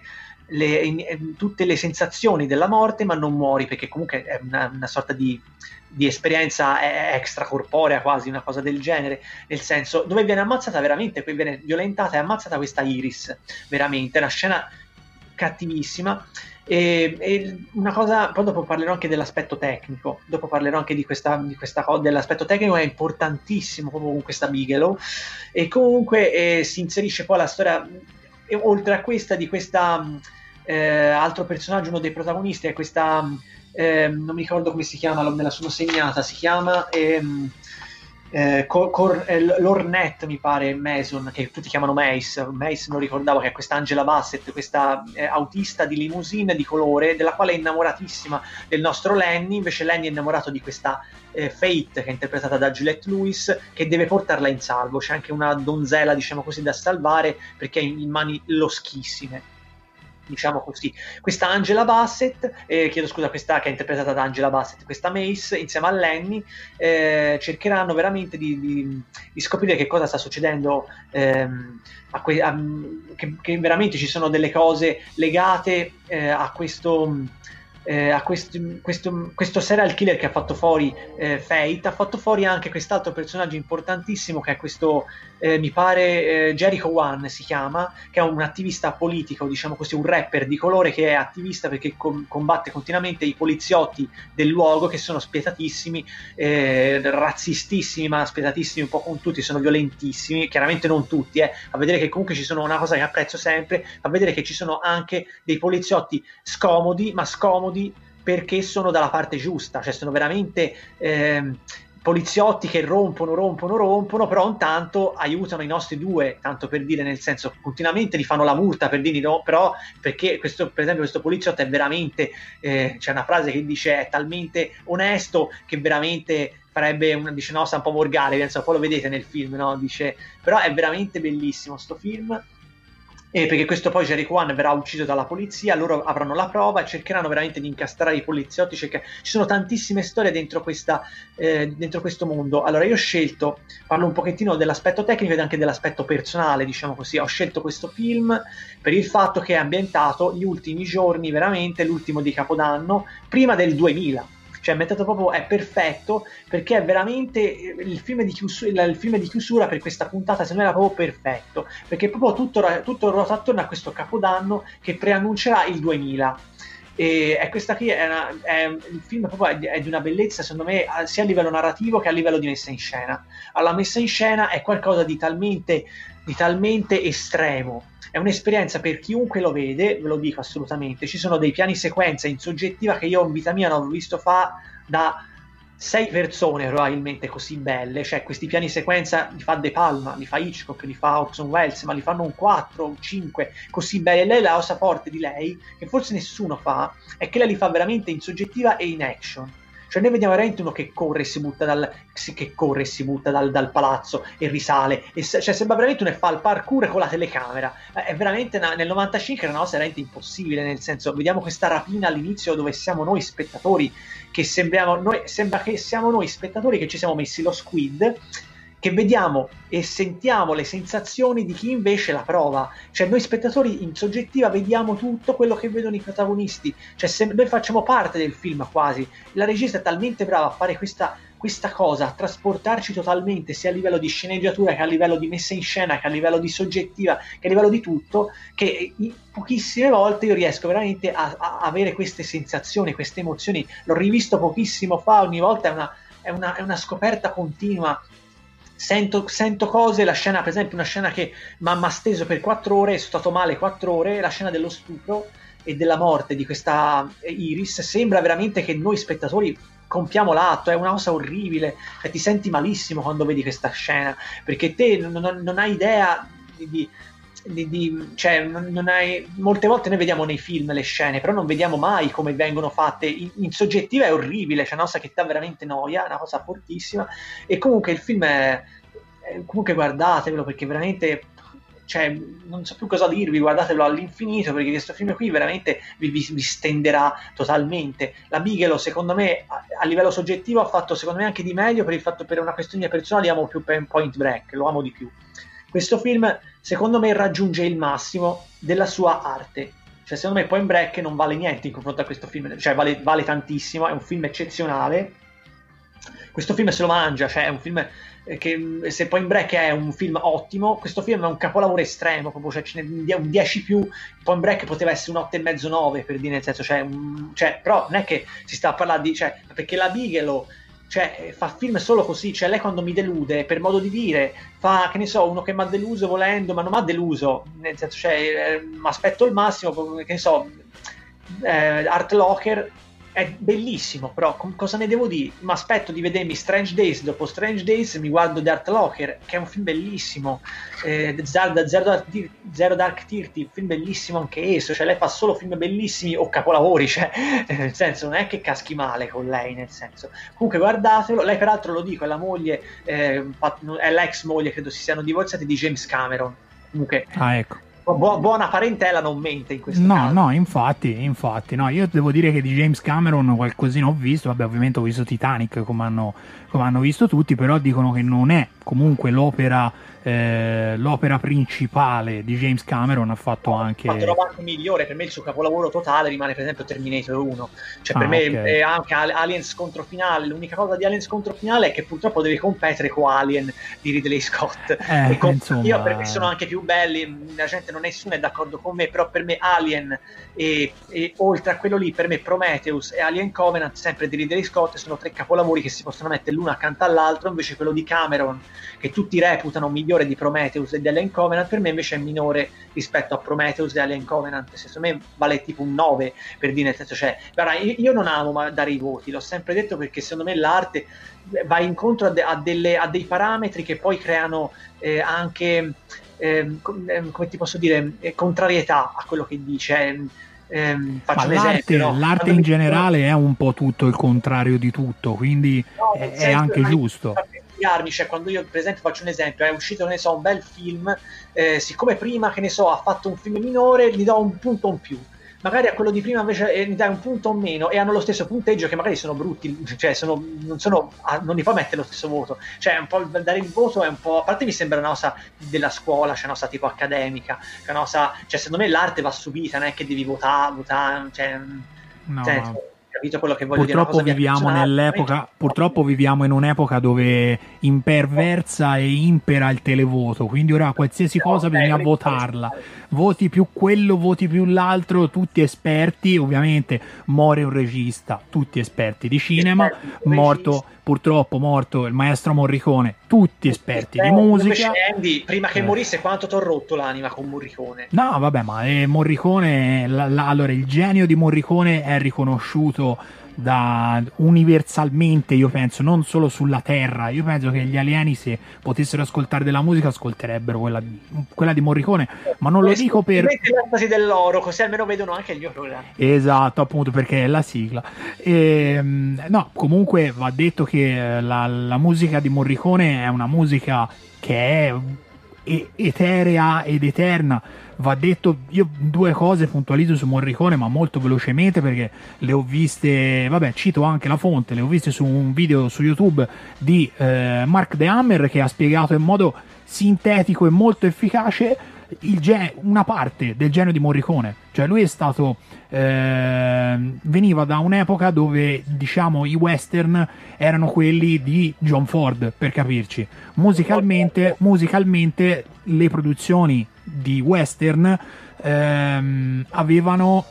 Speaker 6: Le, tutte le sensazioni della morte ma non muori, perché comunque è una, una sorta di, di esperienza extracorporea, quasi una cosa del genere, nel senso dove viene ammazzata veramente, poi viene violentata e ammazzata questa Iris, veramente è una scena cattivissima. E, e una cosa, poi dopo parlerò anche dell'aspetto tecnico, dopo parlerò anche di questa, di questa cosa, dell'aspetto tecnico è importantissimo proprio con questa Bigelow, e comunque eh, si inserisce poi la storia, e oltre a questa, di questa eh, altro personaggio, uno dei protagonisti è questa, eh, non mi ricordo come si chiama, me la sono segnata, si chiama ehm, eh, Cor- Cor- eh, Lornette, mi pare, Mason, che tutti chiamano Mace, Mace non ricordavo, che è questa Angela Bassett, questa eh, autista di limousine di colore, della quale è innamoratissima del nostro Lenny. Invece Lenny è innamorato di questa eh, Fate, che è interpretata da Juliette Lewis, che deve portarla in salvo. C'è anche una donzella, diciamo così, da salvare, perché è in mani loschissime, diciamo così. Questa Angela Bassett, eh, chiedo scusa, questa che è interpretata da Angela Bassett, questa Mace, insieme a Lenny, eh, cercheranno veramente di, di, di scoprire che cosa sta succedendo, ehm, a que- a, che, che veramente ci sono delle cose legate eh, a questo... Eh, a questo, questo, questo serial killer che ha fatto fuori eh, Fate, ha fatto fuori anche quest'altro personaggio importantissimo, che è questo, eh, mi pare eh, Jericho One si chiama, che è un attivista politico, diciamo così, un rapper di colore che è attivista perché com- combatte continuamente i poliziotti del luogo, che sono spietatissimi, eh, razzistissimi, ma spietatissimi un po' con tutti, sono violentissimi, chiaramente non tutti, eh, a vedere che comunque ci sono, una cosa che apprezzo sempre, a vedere che ci sono anche dei poliziotti scomodi, ma scomodi bravi perché sono dalla parte giusta, cioè sono veramente ehm, poliziotti che rompono, rompono, rompono, però intanto aiutano i nostri due, tanto per dire, nel senso, continuamente li fanno la multa per dire no, però perché questo, per esempio, questo poliziotto è veramente, eh, c'è una frase che dice è talmente onesto che veramente farebbe un, dice no, sta un po' volgare, penso, poi lo vedete nel film, no? Dice, però è veramente bellissimo sto film. E perché questo poi Jerry Kwan verrà ucciso dalla polizia, loro avranno la prova e cercheranno veramente di incastrare i poliziotti. Cercher... ci sono tantissime storie dentro, questa, eh, dentro questo mondo. Allora io ho scelto, parlo un pochettino dell'aspetto tecnico ed anche dell'aspetto personale, diciamo così. Ho scelto questo film per il fatto che è ambientato gli ultimi giorni, veramente l'ultimo di Capodanno, prima del duemila. Cioè è proprio, è perfetto, perché è veramente il film di chiusura, il film di chiusura per questa puntata, se no era proprio perfetto, perché proprio tutto, tutto ruota attorno a questo Capodanno che preannuncerà il duemila. E è questa qui è, una, è il film proprio è, è di una bellezza, secondo me, sia a livello narrativo che a livello di messa in scena. Alla messa in scena è qualcosa di talmente, di talmente estremo. È un'esperienza per chiunque lo vede, ve lo dico assolutamente. Ci sono dei piani sequenza in soggettiva che io in vita mia non ho visto fa da sei persone probabilmente così belle. Cioè questi piani sequenza li fa De Palma, li fa Hitchcock, li fa Orson Welles, ma li fanno un quattro, un cinque così belli. E lei, la cosa forte di lei, che forse nessuno fa, è che lei li fa veramente in soggettiva e in action. Cioè noi vediamo veramente uno che corre e si butta dal, che corre e si butta dal, dal palazzo e risale, e se, cioè sembra veramente uno che fa il parkour con la telecamera. È veramente una, nel novantacinque era una cosa veramente impossibile, nel senso, vediamo questa rapina all'inizio dove siamo noi spettatori che sembriamo noi, sembra che siamo noi spettatori che ci siamo messi lo squid, che vediamo e sentiamo le sensazioni di chi invece la prova. Cioè noi spettatori in soggettiva vediamo tutto quello che vedono i protagonisti, cioè se noi facciamo parte del film quasi. La regista è talmente brava a fare questa, questa cosa, a trasportarci totalmente, sia a livello di sceneggiatura che a livello di messa in scena, che a livello di soggettiva, che a livello di tutto, che in pochissime volte io riesco veramente a, a avere queste sensazioni, queste emozioni. L'ho rivisto pochissimo fa, ogni volta è una, è una, è una scoperta continua. Sento, sento cose, la scena, per esempio, una scena che mi ha steso per quattro ore, sono stato male quattro ore, la scena dello stupro e della morte di questa Iris. Sembra veramente che noi spettatori compiamo l'atto, è una cosa orribile, cioè, ti senti malissimo quando vedi questa scena, perché te non, non hai idea di... di Di, di, cioè, non, non hai, molte volte noi vediamo nei film le scene, però non vediamo mai come vengono fatte in, in soggettiva. È orribile, c'è una cosa che dà veramente noia, è una cosa fortissima. E comunque il film è, è comunque guardatevelo, perché veramente, cioè, non so più cosa dirvi, guardatelo all'infinito, perché questo film qui veramente vi, vi, vi stenderà totalmente. La Bigelow, secondo me, a, a livello soggettivo ha fatto secondo me anche di meglio, per il fatto, per una questione personale, amo più Point Break, lo amo di più. Questo film, secondo me, raggiunge il massimo della sua arte. Cioè, secondo me, Point Break non vale niente in confronto a questo film. Cioè, vale, vale tantissimo, è un film eccezionale. Questo film se lo mangia, cioè, è un film che, se Point Break è un film ottimo, questo film è un capolavoro estremo, proprio, cioè, ce n'è un dieci più. Point Break poteva essere un otto e mezzo nove, per dire, nel senso, cioè, un, cioè, però non è che si sta a parlare di... Cioè, perché la Bigelow... Cioè, fa film solo così, cioè lei quando mi delude, per modo di dire, fa, che ne so, uno che mi ha deluso volendo, ma non mi ha deluso, nel senso, cioè, eh, mi aspetto il massimo, che ne so, eh, Art Locker è bellissimo, però com- cosa ne devo dire? Mi aspetto di vedermi Strange Days, dopo Strange Days mi guardo The Art Locker, che è un film bellissimo, eh, Zero, Zero, Zero Dark Thirty, un film bellissimo anche esso, cioè lei fa solo film bellissimi o capolavori, cioè, nel senso, non è che caschi male con lei, nel senso. Comunque guardatelo, lei peraltro, lo dico, è la moglie, eh, è l'ex moglie, credo si siano divorziati, di James Cameron. Comunque, ah, ecco. Bu- buona parentela non mente in questo
Speaker 5: no,
Speaker 6: caso.
Speaker 5: No, infatti, infatti, no, io devo dire che di James Cameron qualcosina ho visto, vabbè, ovviamente ho visto Titanic come hanno, come hanno visto tutti, però dicono che non è comunque l'opera eh, l'opera principale di James Cameron. Ha fatto no, anche... Ha fatto
Speaker 6: roba anche migliore, per me il suo capolavoro totale rimane per esempio Terminator uno, cioè per
Speaker 5: ah,
Speaker 6: me
Speaker 5: okay.
Speaker 6: è anche Aliens contro finale. L'unica cosa di Aliens contro finale è che purtroppo deve competere con Alien di Ridley Scott,
Speaker 5: eh,
Speaker 6: e con...
Speaker 5: insomma...
Speaker 6: io per me sono anche più belli, la gente non non nessuno è d'accordo con me, però per me Alien e, e oltre a quello lì, per me Prometheus e Alien Covenant, sempre di Ridley Scott, sono tre capolavori che si possono mettere l'uno accanto all'altro. Invece quello di Cameron, che tutti reputano migliore di Prometheus e di Alien Covenant, per me invece è minore rispetto a Prometheus e Alien Covenant. Secondo me vale tipo un nove, per dire, nel senso, cioè, guarda, io, io non amo ma dare i voti, l'ho sempre detto, perché secondo me l'arte va incontro a, de- a, delle, a dei parametri che poi creano eh, anche eh, com- eh, come ti posso dire, eh, contrarietà a quello che dice. Eh, faccio
Speaker 5: Ma
Speaker 6: un
Speaker 5: l'arte,
Speaker 6: esempio, no?
Speaker 5: l'arte
Speaker 6: Quando
Speaker 5: in
Speaker 6: mi-
Speaker 5: generale è un po' tutto il contrario di tutto, quindi
Speaker 6: No,
Speaker 5: è,
Speaker 6: nel
Speaker 5: è
Speaker 6: senso,
Speaker 5: anche
Speaker 6: ma-
Speaker 5: giusto.
Speaker 6: Cioè, quando io per esempio faccio un esempio, è uscito, che ne so, un bel film, eh, siccome prima, che ne so, ha fatto un film minore, gli do un punto in più, magari a quello di prima invece eh, gli dai un punto in meno, e hanno lo stesso punteggio, che magari sono brutti, cioè sono, non sono, ah, non li puoi mettere lo stesso voto, cioè un po' dare il voto è un po', a parte mi sembra una cosa della scuola, cioè una cosa tipo accademica, cioè una cosa, cioè secondo me l'arte va subita, non è che devi votare, votare, cioè,
Speaker 5: No,
Speaker 6: cioè,
Speaker 5: ma-
Speaker 6: capito quello che voglio
Speaker 5: Purtroppo
Speaker 6: dire? Una cosa
Speaker 5: viviamo
Speaker 6: personale,
Speaker 5: nell'epoca, purtroppo viviamo in un'epoca dove imperversa e impera il televoto, quindi ora qualsiasi
Speaker 6: No,
Speaker 5: cosa
Speaker 6: ok,
Speaker 5: bisogna
Speaker 6: quello-
Speaker 5: votarla. Voti più quello, voti più l'altro, tutti esperti, ovviamente muore un regista, tutti esperti di cinema,
Speaker 6: Esperti, un
Speaker 5: morto,
Speaker 6: regista.
Speaker 5: purtroppo morto il maestro Morricone, tutti esperti di
Speaker 6: Eh,
Speaker 5: musica.
Speaker 6: invece Andy, prima che
Speaker 5: Eh.
Speaker 6: morisse, quanto ti ho rotto l'anima con Morricone?
Speaker 5: No, vabbè, ma eh, Morricone, la- la- allora il genio di Morricone è riconosciuto da universalmente, io penso, non solo sulla Terra. Io penso che gli alieni, se potessero ascoltare della musica, ascolterebbero quella, quella di Morricone, ma non lo dico per...
Speaker 6: Metti l'enfasi dell'oro, così almeno vedono anche il mio programma.
Speaker 5: Esatto, appunto, perché è la sigla. Ehm, no, comunque va detto che eh, la, la musica di Morricone è una musica che è e- eterea ed eterna. Va detto, io due cose puntualizzo su Morricone, ma molto velocemente, perché le ho viste, vabbè, cito anche la fonte, le ho viste su un video su YouTube di eh, Mark The Hammer, che ha spiegato in modo sintetico e molto efficace il ge- una parte del genio di Morricone. Cioè lui è stato eh, veniva da un'epoca dove, diciamo, i western erano quelli di John Ford, per capirci. Musicalmente, musicalmente le produzioni di western ehm, avevano,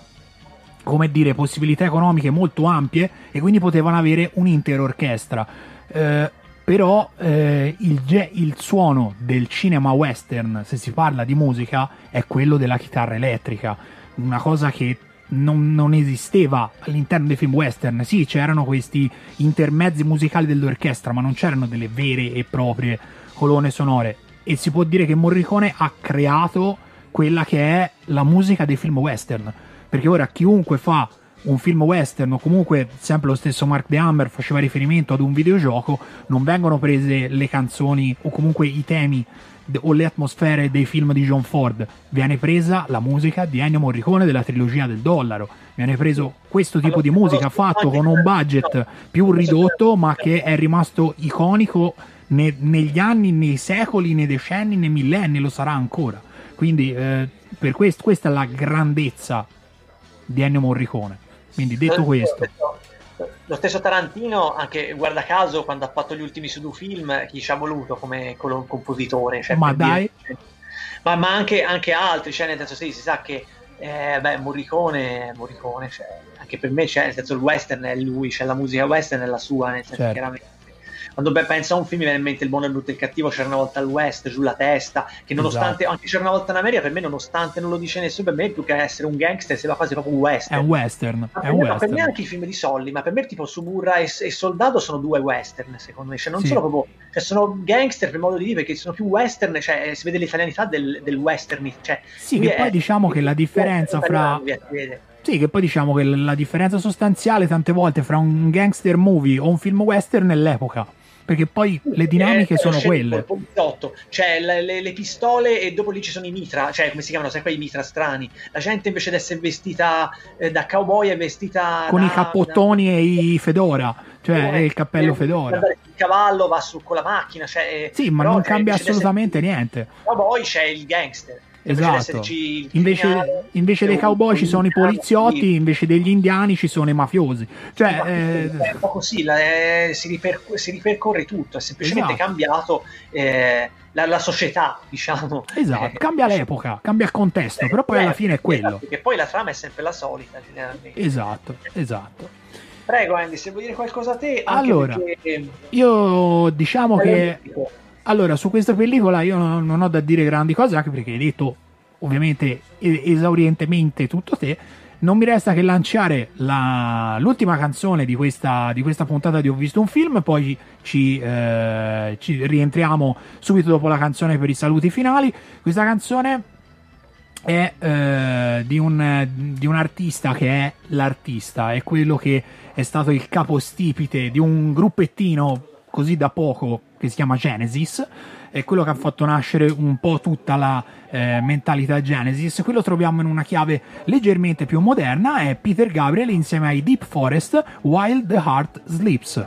Speaker 5: come dire, possibilità economiche molto ampie, e quindi potevano avere un'intera orchestra. Eh, però eh, il, ge- il suono del cinema western, se si parla di musica, è quello della chitarra elettrica, una cosa che non, non esisteva all'interno dei film western. Sì, c'erano questi intermezzi musicali dell'orchestra, ma non c'erano delle vere e proprie colonne sonore, e si può dire che Morricone ha creato quella che è la musica dei film western, perché ora chiunque fa un film western, o comunque sempre lo stesso Mark The Hammer faceva riferimento ad un videogioco, non vengono prese le canzoni o comunque i temi de- o le atmosfere dei film di John Ford, viene presa la musica di Ennio Morricone della trilogia del dollaro, viene preso questo tipo di musica fatto con un budget più ridotto, ma che è rimasto iconico ne- negli anni, nei secoli, nei decenni, nei millenni, lo sarà ancora. Quindi eh, per questo, questa è la grandezza di Ennio Morricone. Quindi detto questo,
Speaker 6: lo stesso Tarantino, anche guarda caso, quando ha fatto gli ultimi Sudu film, chi ci ha voluto come col- compositore, cioè,
Speaker 5: ma
Speaker 6: per
Speaker 5: dai,
Speaker 6: dire, ma, ma anche, anche altri, cioè, nel senso, sì, si sa che eh, beh, Morricone, Morricone, cioè, anche per me, cioè, nel senso, il western è lui, cioè la musica western è la sua, nel senso,
Speaker 5: certo.
Speaker 6: chiaramente. Quando beh, penso a un film mi viene in mente Il buono, il brutto e il cattivo, C'era una volta al West, Giù la testa, che nonostante,
Speaker 5: Esatto.
Speaker 6: anche C'era una volta in America, per me, nonostante non lo dice nessuno, per me più che essere un gangster sembra quasi proprio un
Speaker 5: è
Speaker 6: western.
Speaker 5: un western,
Speaker 6: Ma
Speaker 5: è
Speaker 6: per,
Speaker 5: un
Speaker 6: me, ma per
Speaker 5: western.
Speaker 6: me anche i film di Solly, ma per me tipo Suburra e, e Soldato sono due western, secondo me, cioè non
Speaker 5: Sì.
Speaker 6: sono proprio, cioè sono gangster per modo di dire, perché sono più western, cioè si vede l'italianità del, del western, cioè,
Speaker 5: Sì, che poi diciamo che la differenza fra... Sì, che poi diciamo che la differenza sostanziale tante volte fra un gangster movie o un film western è l'epoca, perché poi le dinamiche
Speaker 6: Eh,
Speaker 5: sono
Speaker 6: scegli
Speaker 5: quelle.
Speaker 6: il poliziotto, cioè le, le- le pistole, e dopo lì ci sono i mitra, cioè come si chiamano, sai, quei mitra strani. La gente invece di essere vestita eh, da cowboy è vestita
Speaker 5: Con
Speaker 6: da,
Speaker 5: i cappottoni
Speaker 6: da-
Speaker 5: e i fedora, cioè
Speaker 6: eh,
Speaker 5: il cappello
Speaker 6: eh,
Speaker 5: fedora.
Speaker 6: andare sul cavallo, va su con la macchina, cioè, eh,
Speaker 5: Sì, ma
Speaker 6: però,
Speaker 5: non
Speaker 6: cioè,
Speaker 5: cambia
Speaker 6: invece di essere
Speaker 5: assolutamente niente.
Speaker 6: cowboy c'è il gangster. Invece di
Speaker 5: Esatto.
Speaker 6: esserci il
Speaker 5: Invece,
Speaker 6: criminale,
Speaker 5: invece
Speaker 6: c'è
Speaker 5: dei
Speaker 6: un-
Speaker 5: cowboy ci
Speaker 6: un
Speaker 5: sono i
Speaker 6: indiano,
Speaker 5: poliziotti,
Speaker 6: sì.
Speaker 5: invece degli indiani ci sono i mafiosi. Cioè,
Speaker 6: Ma
Speaker 5: eh,
Speaker 6: è un po' così, la- eh, si, riperc- si ripercorre tutto, è semplicemente
Speaker 5: Esatto.
Speaker 6: cambiato eh, la, la società, diciamo.
Speaker 5: esatto,
Speaker 6: Eh,
Speaker 5: cambia l'epoca, cambia il contesto, però poi alla fine è quello.
Speaker 6: Esatto, che poi la trama è sempre la solita, generalmente.
Speaker 5: Esatto, esatto.
Speaker 6: Prego Andy, se vuoi dire qualcosa a te, anche
Speaker 5: Allora,
Speaker 6: perché
Speaker 5: Io diciamo
Speaker 6: è
Speaker 5: che
Speaker 6: olimpico.
Speaker 5: allora su questa pellicola io non, non ho da dire grandi cose, anche perché hai detto ovviamente e- esaurientemente tutto te. Non mi resta che lanciare la- l'ultima canzone di questa, di questa puntata di Ho visto un film, poi ci, eh, ci rientriamo subito dopo la canzone per i saluti finali. Questa canzone è eh, di, un, di un artista che è l'artista, è quello che è stato il capostipite di un gruppettino così da poco che si chiama Genesis, è quello che ha fatto nascere un po' tutta la eh, mentalità Genesis. Qui lo troviamo in una chiave leggermente più moderna, è Peter Gabriel insieme ai Deep Forest, While the Heart Sleeps.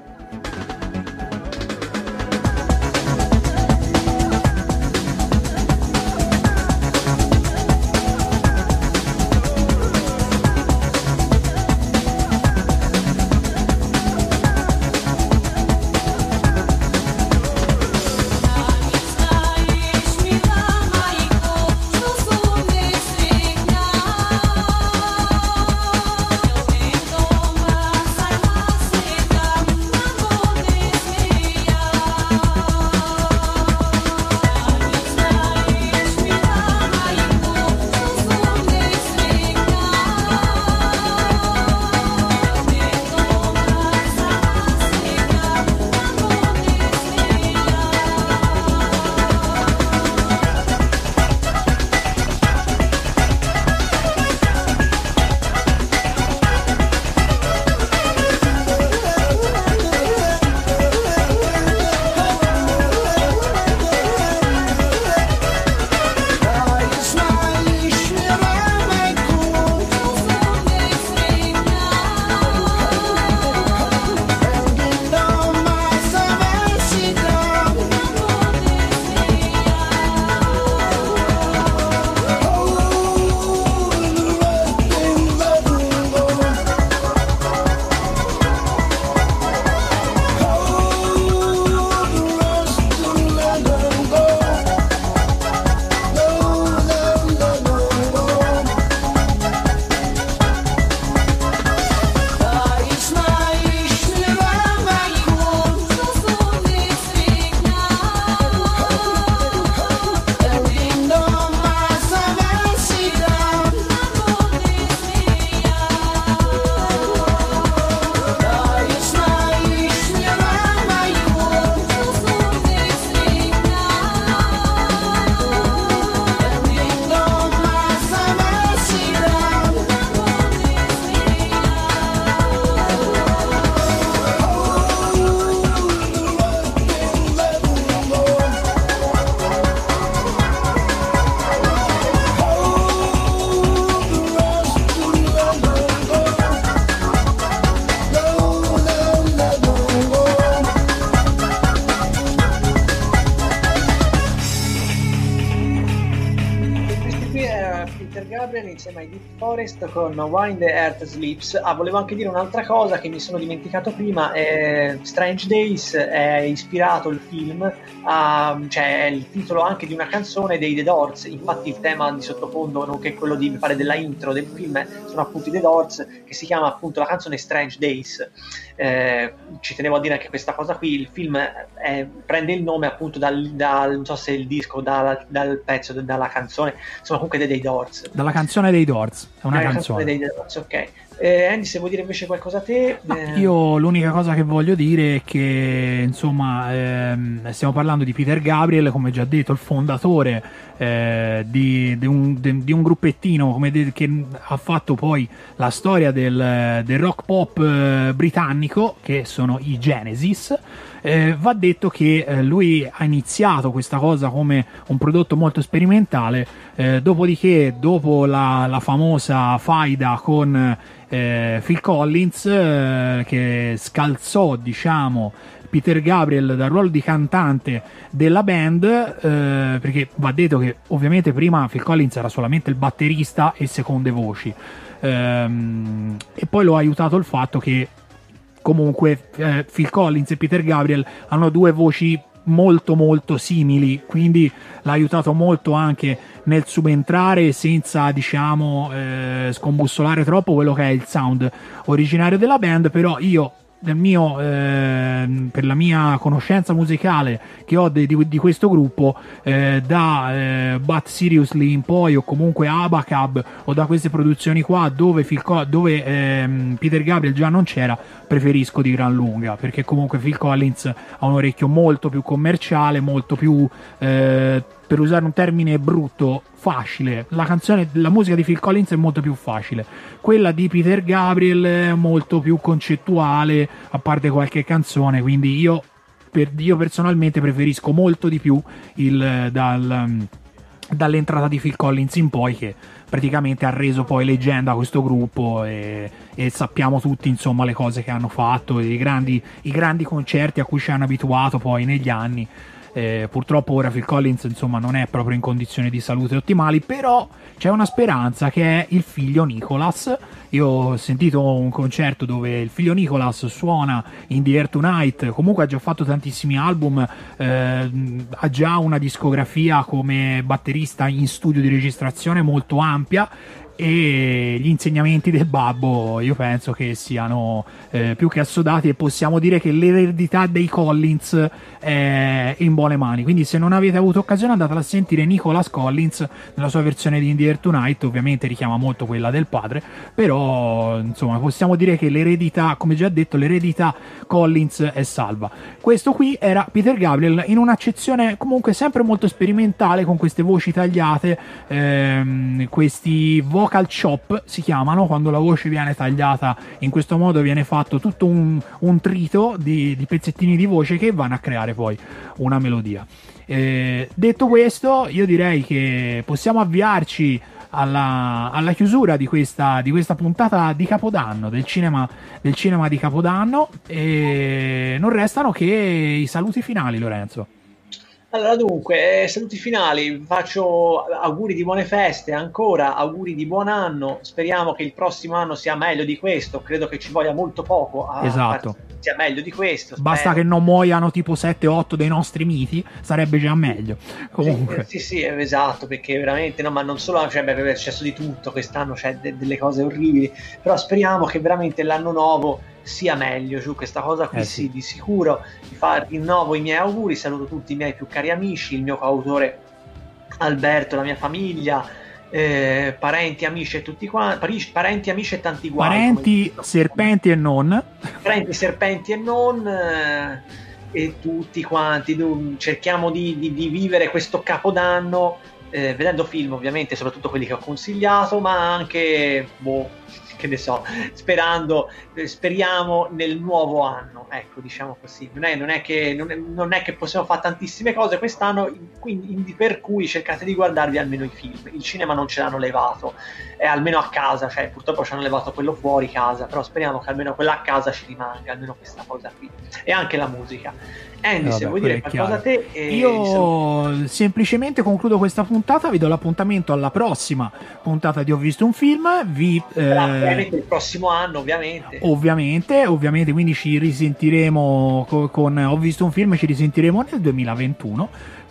Speaker 6: insieme ai Deep Forest con While the Earth Sleeps. Ah, volevo anche dire un'altra cosa che mi sono dimenticato prima. eh, Strange Days è ispirato il film a, cioè è il titolo anche di una canzone dei The Doors. Infatti il tema di sottofondo, nonché quello di mi pare della intro del film, sono appunto i The Doors, che si chiama appunto la canzone Strange Days. Eh, ci tenevo a dire anche questa cosa qui. Il film è, prende il nome appunto dal, dal non so se il disco, dal, dal pezzo, dalla canzone, insomma comunque dei, dei Doors,
Speaker 5: dalla canzone dei Doors, è una
Speaker 6: eh,
Speaker 5: canzone
Speaker 6: dei Doors, ok. eh, Andy, se vuoi dire invece qualcosa a te.
Speaker 5: Ma
Speaker 6: eh,
Speaker 5: io l'unica cosa che voglio dire è che insomma ehm, stiamo parlando di Peter Gabriel, come già detto, il fondatore eh, di, di, un, di, di un gruppettino come de- che ha fatto poi la storia del, del rock pop eh, britannico, che sono i Genesis. Eh, va detto che eh, lui ha iniziato questa cosa come un prodotto molto sperimentale, eh, dopodiché dopo la, la famosa faida con eh, Phil Collins, eh, che scalzò diciamo Peter Gabriel dal ruolo di cantante della band, eh, perché va detto che ovviamente prima Phil Collins era solamente il batterista e seconde voci, ehm, e poi lo ha aiutato il fatto che comunque eh, Phil Collins e Peter Gabriel hanno due voci molto molto simili, quindi l'ha aiutato molto anche nel subentrare senza, diciamo, eh, scombussolare troppo quello che è il sound originario della band. Però io nel mio, eh, per la mia conoscenza musicale che ho di, di questo gruppo, eh, da eh, But Seriously in poi, o comunque Abacab, o da queste produzioni qua dove, Phil Co- dove ehm, Peter Gabriel già non c'era, preferisco di gran lunga, perché comunque Phil Collins ha un orecchio molto più commerciale, molto più, eh, per usare un termine brutto, facile. La canzone, la musica di Phil Collins è molto più facile, quella di Peter Gabriel è molto più concettuale, a parte qualche canzone, quindi io, per, io personalmente preferisco molto di più il, dal, dall'entrata di Phil Collins in poi, che praticamente ha reso poi leggenda questo gruppo, e, e sappiamo tutti insomma le cose che hanno fatto, i grandi, i grandi concerti a cui ci hanno abituato poi negli anni. Eh, purtroppo ora Phil Collins insomma non è proprio in condizioni di salute ottimali, però c'è una speranza, che è il figlio Nicholas. Io ho sentito un concerto dove il figlio Nicholas suona in The Air Tonight, comunque ha già fatto tantissimi album, eh, ha già una discografia come batterista in studio di registrazione molto ampia, e gli insegnamenti del babbo io penso che siano eh, più che assodati, e possiamo dire che l'eredità dei Collins è in buone mani. Quindi se non avete avuto occasione, andatela a sentire Nicholas Collins nella sua versione di In The Air Tonight. Ovviamente richiama molto quella del padre, però insomma possiamo dire che l'eredità, come già detto, l'eredità Collins è salva. Questo qui era Peter Gabriel in un'accezione comunque sempre molto sperimentale, con queste voci tagliate, ehm, questi vocal chop si chiamano, quando la voce viene tagliata in questo modo viene fatto tutto un, un trito di, di pezzettini di voce che vanno a creare poi una melodia. Eh, detto questo, io direi che possiamo avviarci alla, alla chiusura di questa, di questa puntata di Capodanno, del cinema, del cinema di Capodanno, e non restano che i saluti finali, Lorenzo.
Speaker 6: Allora dunque, eh, saluti finali, faccio auguri di buone feste, ancora auguri di buon anno, speriamo che il prossimo anno sia meglio di questo, credo che ci voglia molto poco a
Speaker 5: esatto.
Speaker 6: sia meglio di questo.
Speaker 5: Basta
Speaker 6: spero.
Speaker 5: che non muoiano tipo sette otto dei nostri miti, sarebbe già meglio. Comunque.
Speaker 6: Sì, sì, sì, esatto, perché veramente, no, ma non solo, cioè, beh, è successo di tutto quest'anno, c'è de- delle cose orribili, però speriamo che veramente l'anno nuovo sia meglio, giù questa cosa qui, eh sì. Sì, di sicuro. Vi fa, rinnovo i miei auguri, saluto tutti i miei più cari amici, il mio coautore Alberto, la mia famiglia, eh, parenti, amici e tutti quanti, parenti, amici e tanti guai,
Speaker 5: parenti, serpenti e non
Speaker 6: parenti, serpenti e non eh, e tutti quanti cerchiamo di, di, di vivere questo Capodanno eh, vedendo film, ovviamente, soprattutto quelli che ho consigliato, ma anche boh, che ne so, sperando, speriamo nel nuovo anno, ecco, diciamo così. Non è, non è, che, non è, non è che possiamo fare tantissime cose quest'anno, quindi per cui cercate di guardarvi almeno i film. Il cinema non ce l'hanno levato, è almeno a casa, cioè purtroppo ci hanno levato quello fuori casa, però speriamo che almeno quella a casa ci rimanga, almeno questa cosa qui. E anche la musica. Andy, vabbè, se vuoi dire qualcosa a te, eh,
Speaker 5: io
Speaker 6: sono...
Speaker 5: semplicemente concludo questa puntata, vi do l'appuntamento alla prossima puntata di Ho Visto un Film, vi
Speaker 6: eh... il prossimo anno ovviamente
Speaker 5: ovviamente ovviamente quindi ci risentiremo con, con Ho Visto un Film, ci risentiremo nel duemilaventuno,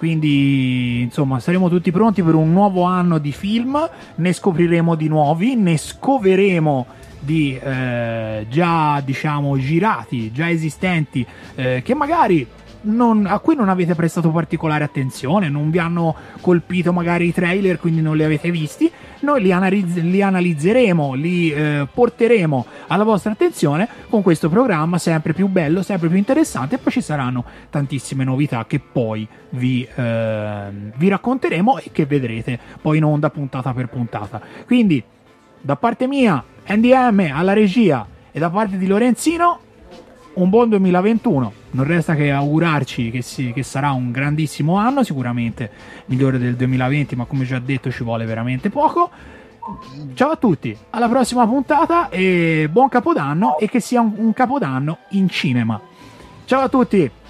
Speaker 5: quindi insomma saremo tutti pronti per un nuovo anno di film, ne scopriremo di nuovi, ne scoveremo di eh, già diciamo girati, già esistenti, eh, che magari non, a cui non avete prestato particolare attenzione, non vi hanno colpito magari i trailer, quindi non li avete visti. Noi li, analizz- li analizzeremo, li eh, porteremo alla vostra attenzione con questo programma sempre più bello, sempre più interessante, e poi ci saranno tantissime novità che poi vi, eh, vi racconteremo e che vedrete poi in onda puntata per puntata. Quindi da parte mia, N D M alla regia, e da parte di Lorenzino un buon duemilaventuno. Non resta che augurarci che, si, che sarà un grandissimo anno, sicuramente migliore del duemilaventi, ma come già detto ci vuole veramente poco. Ciao a tutti, alla prossima puntata e buon Capodanno, e che sia un, un Capodanno in cinema. Ciao a tutti.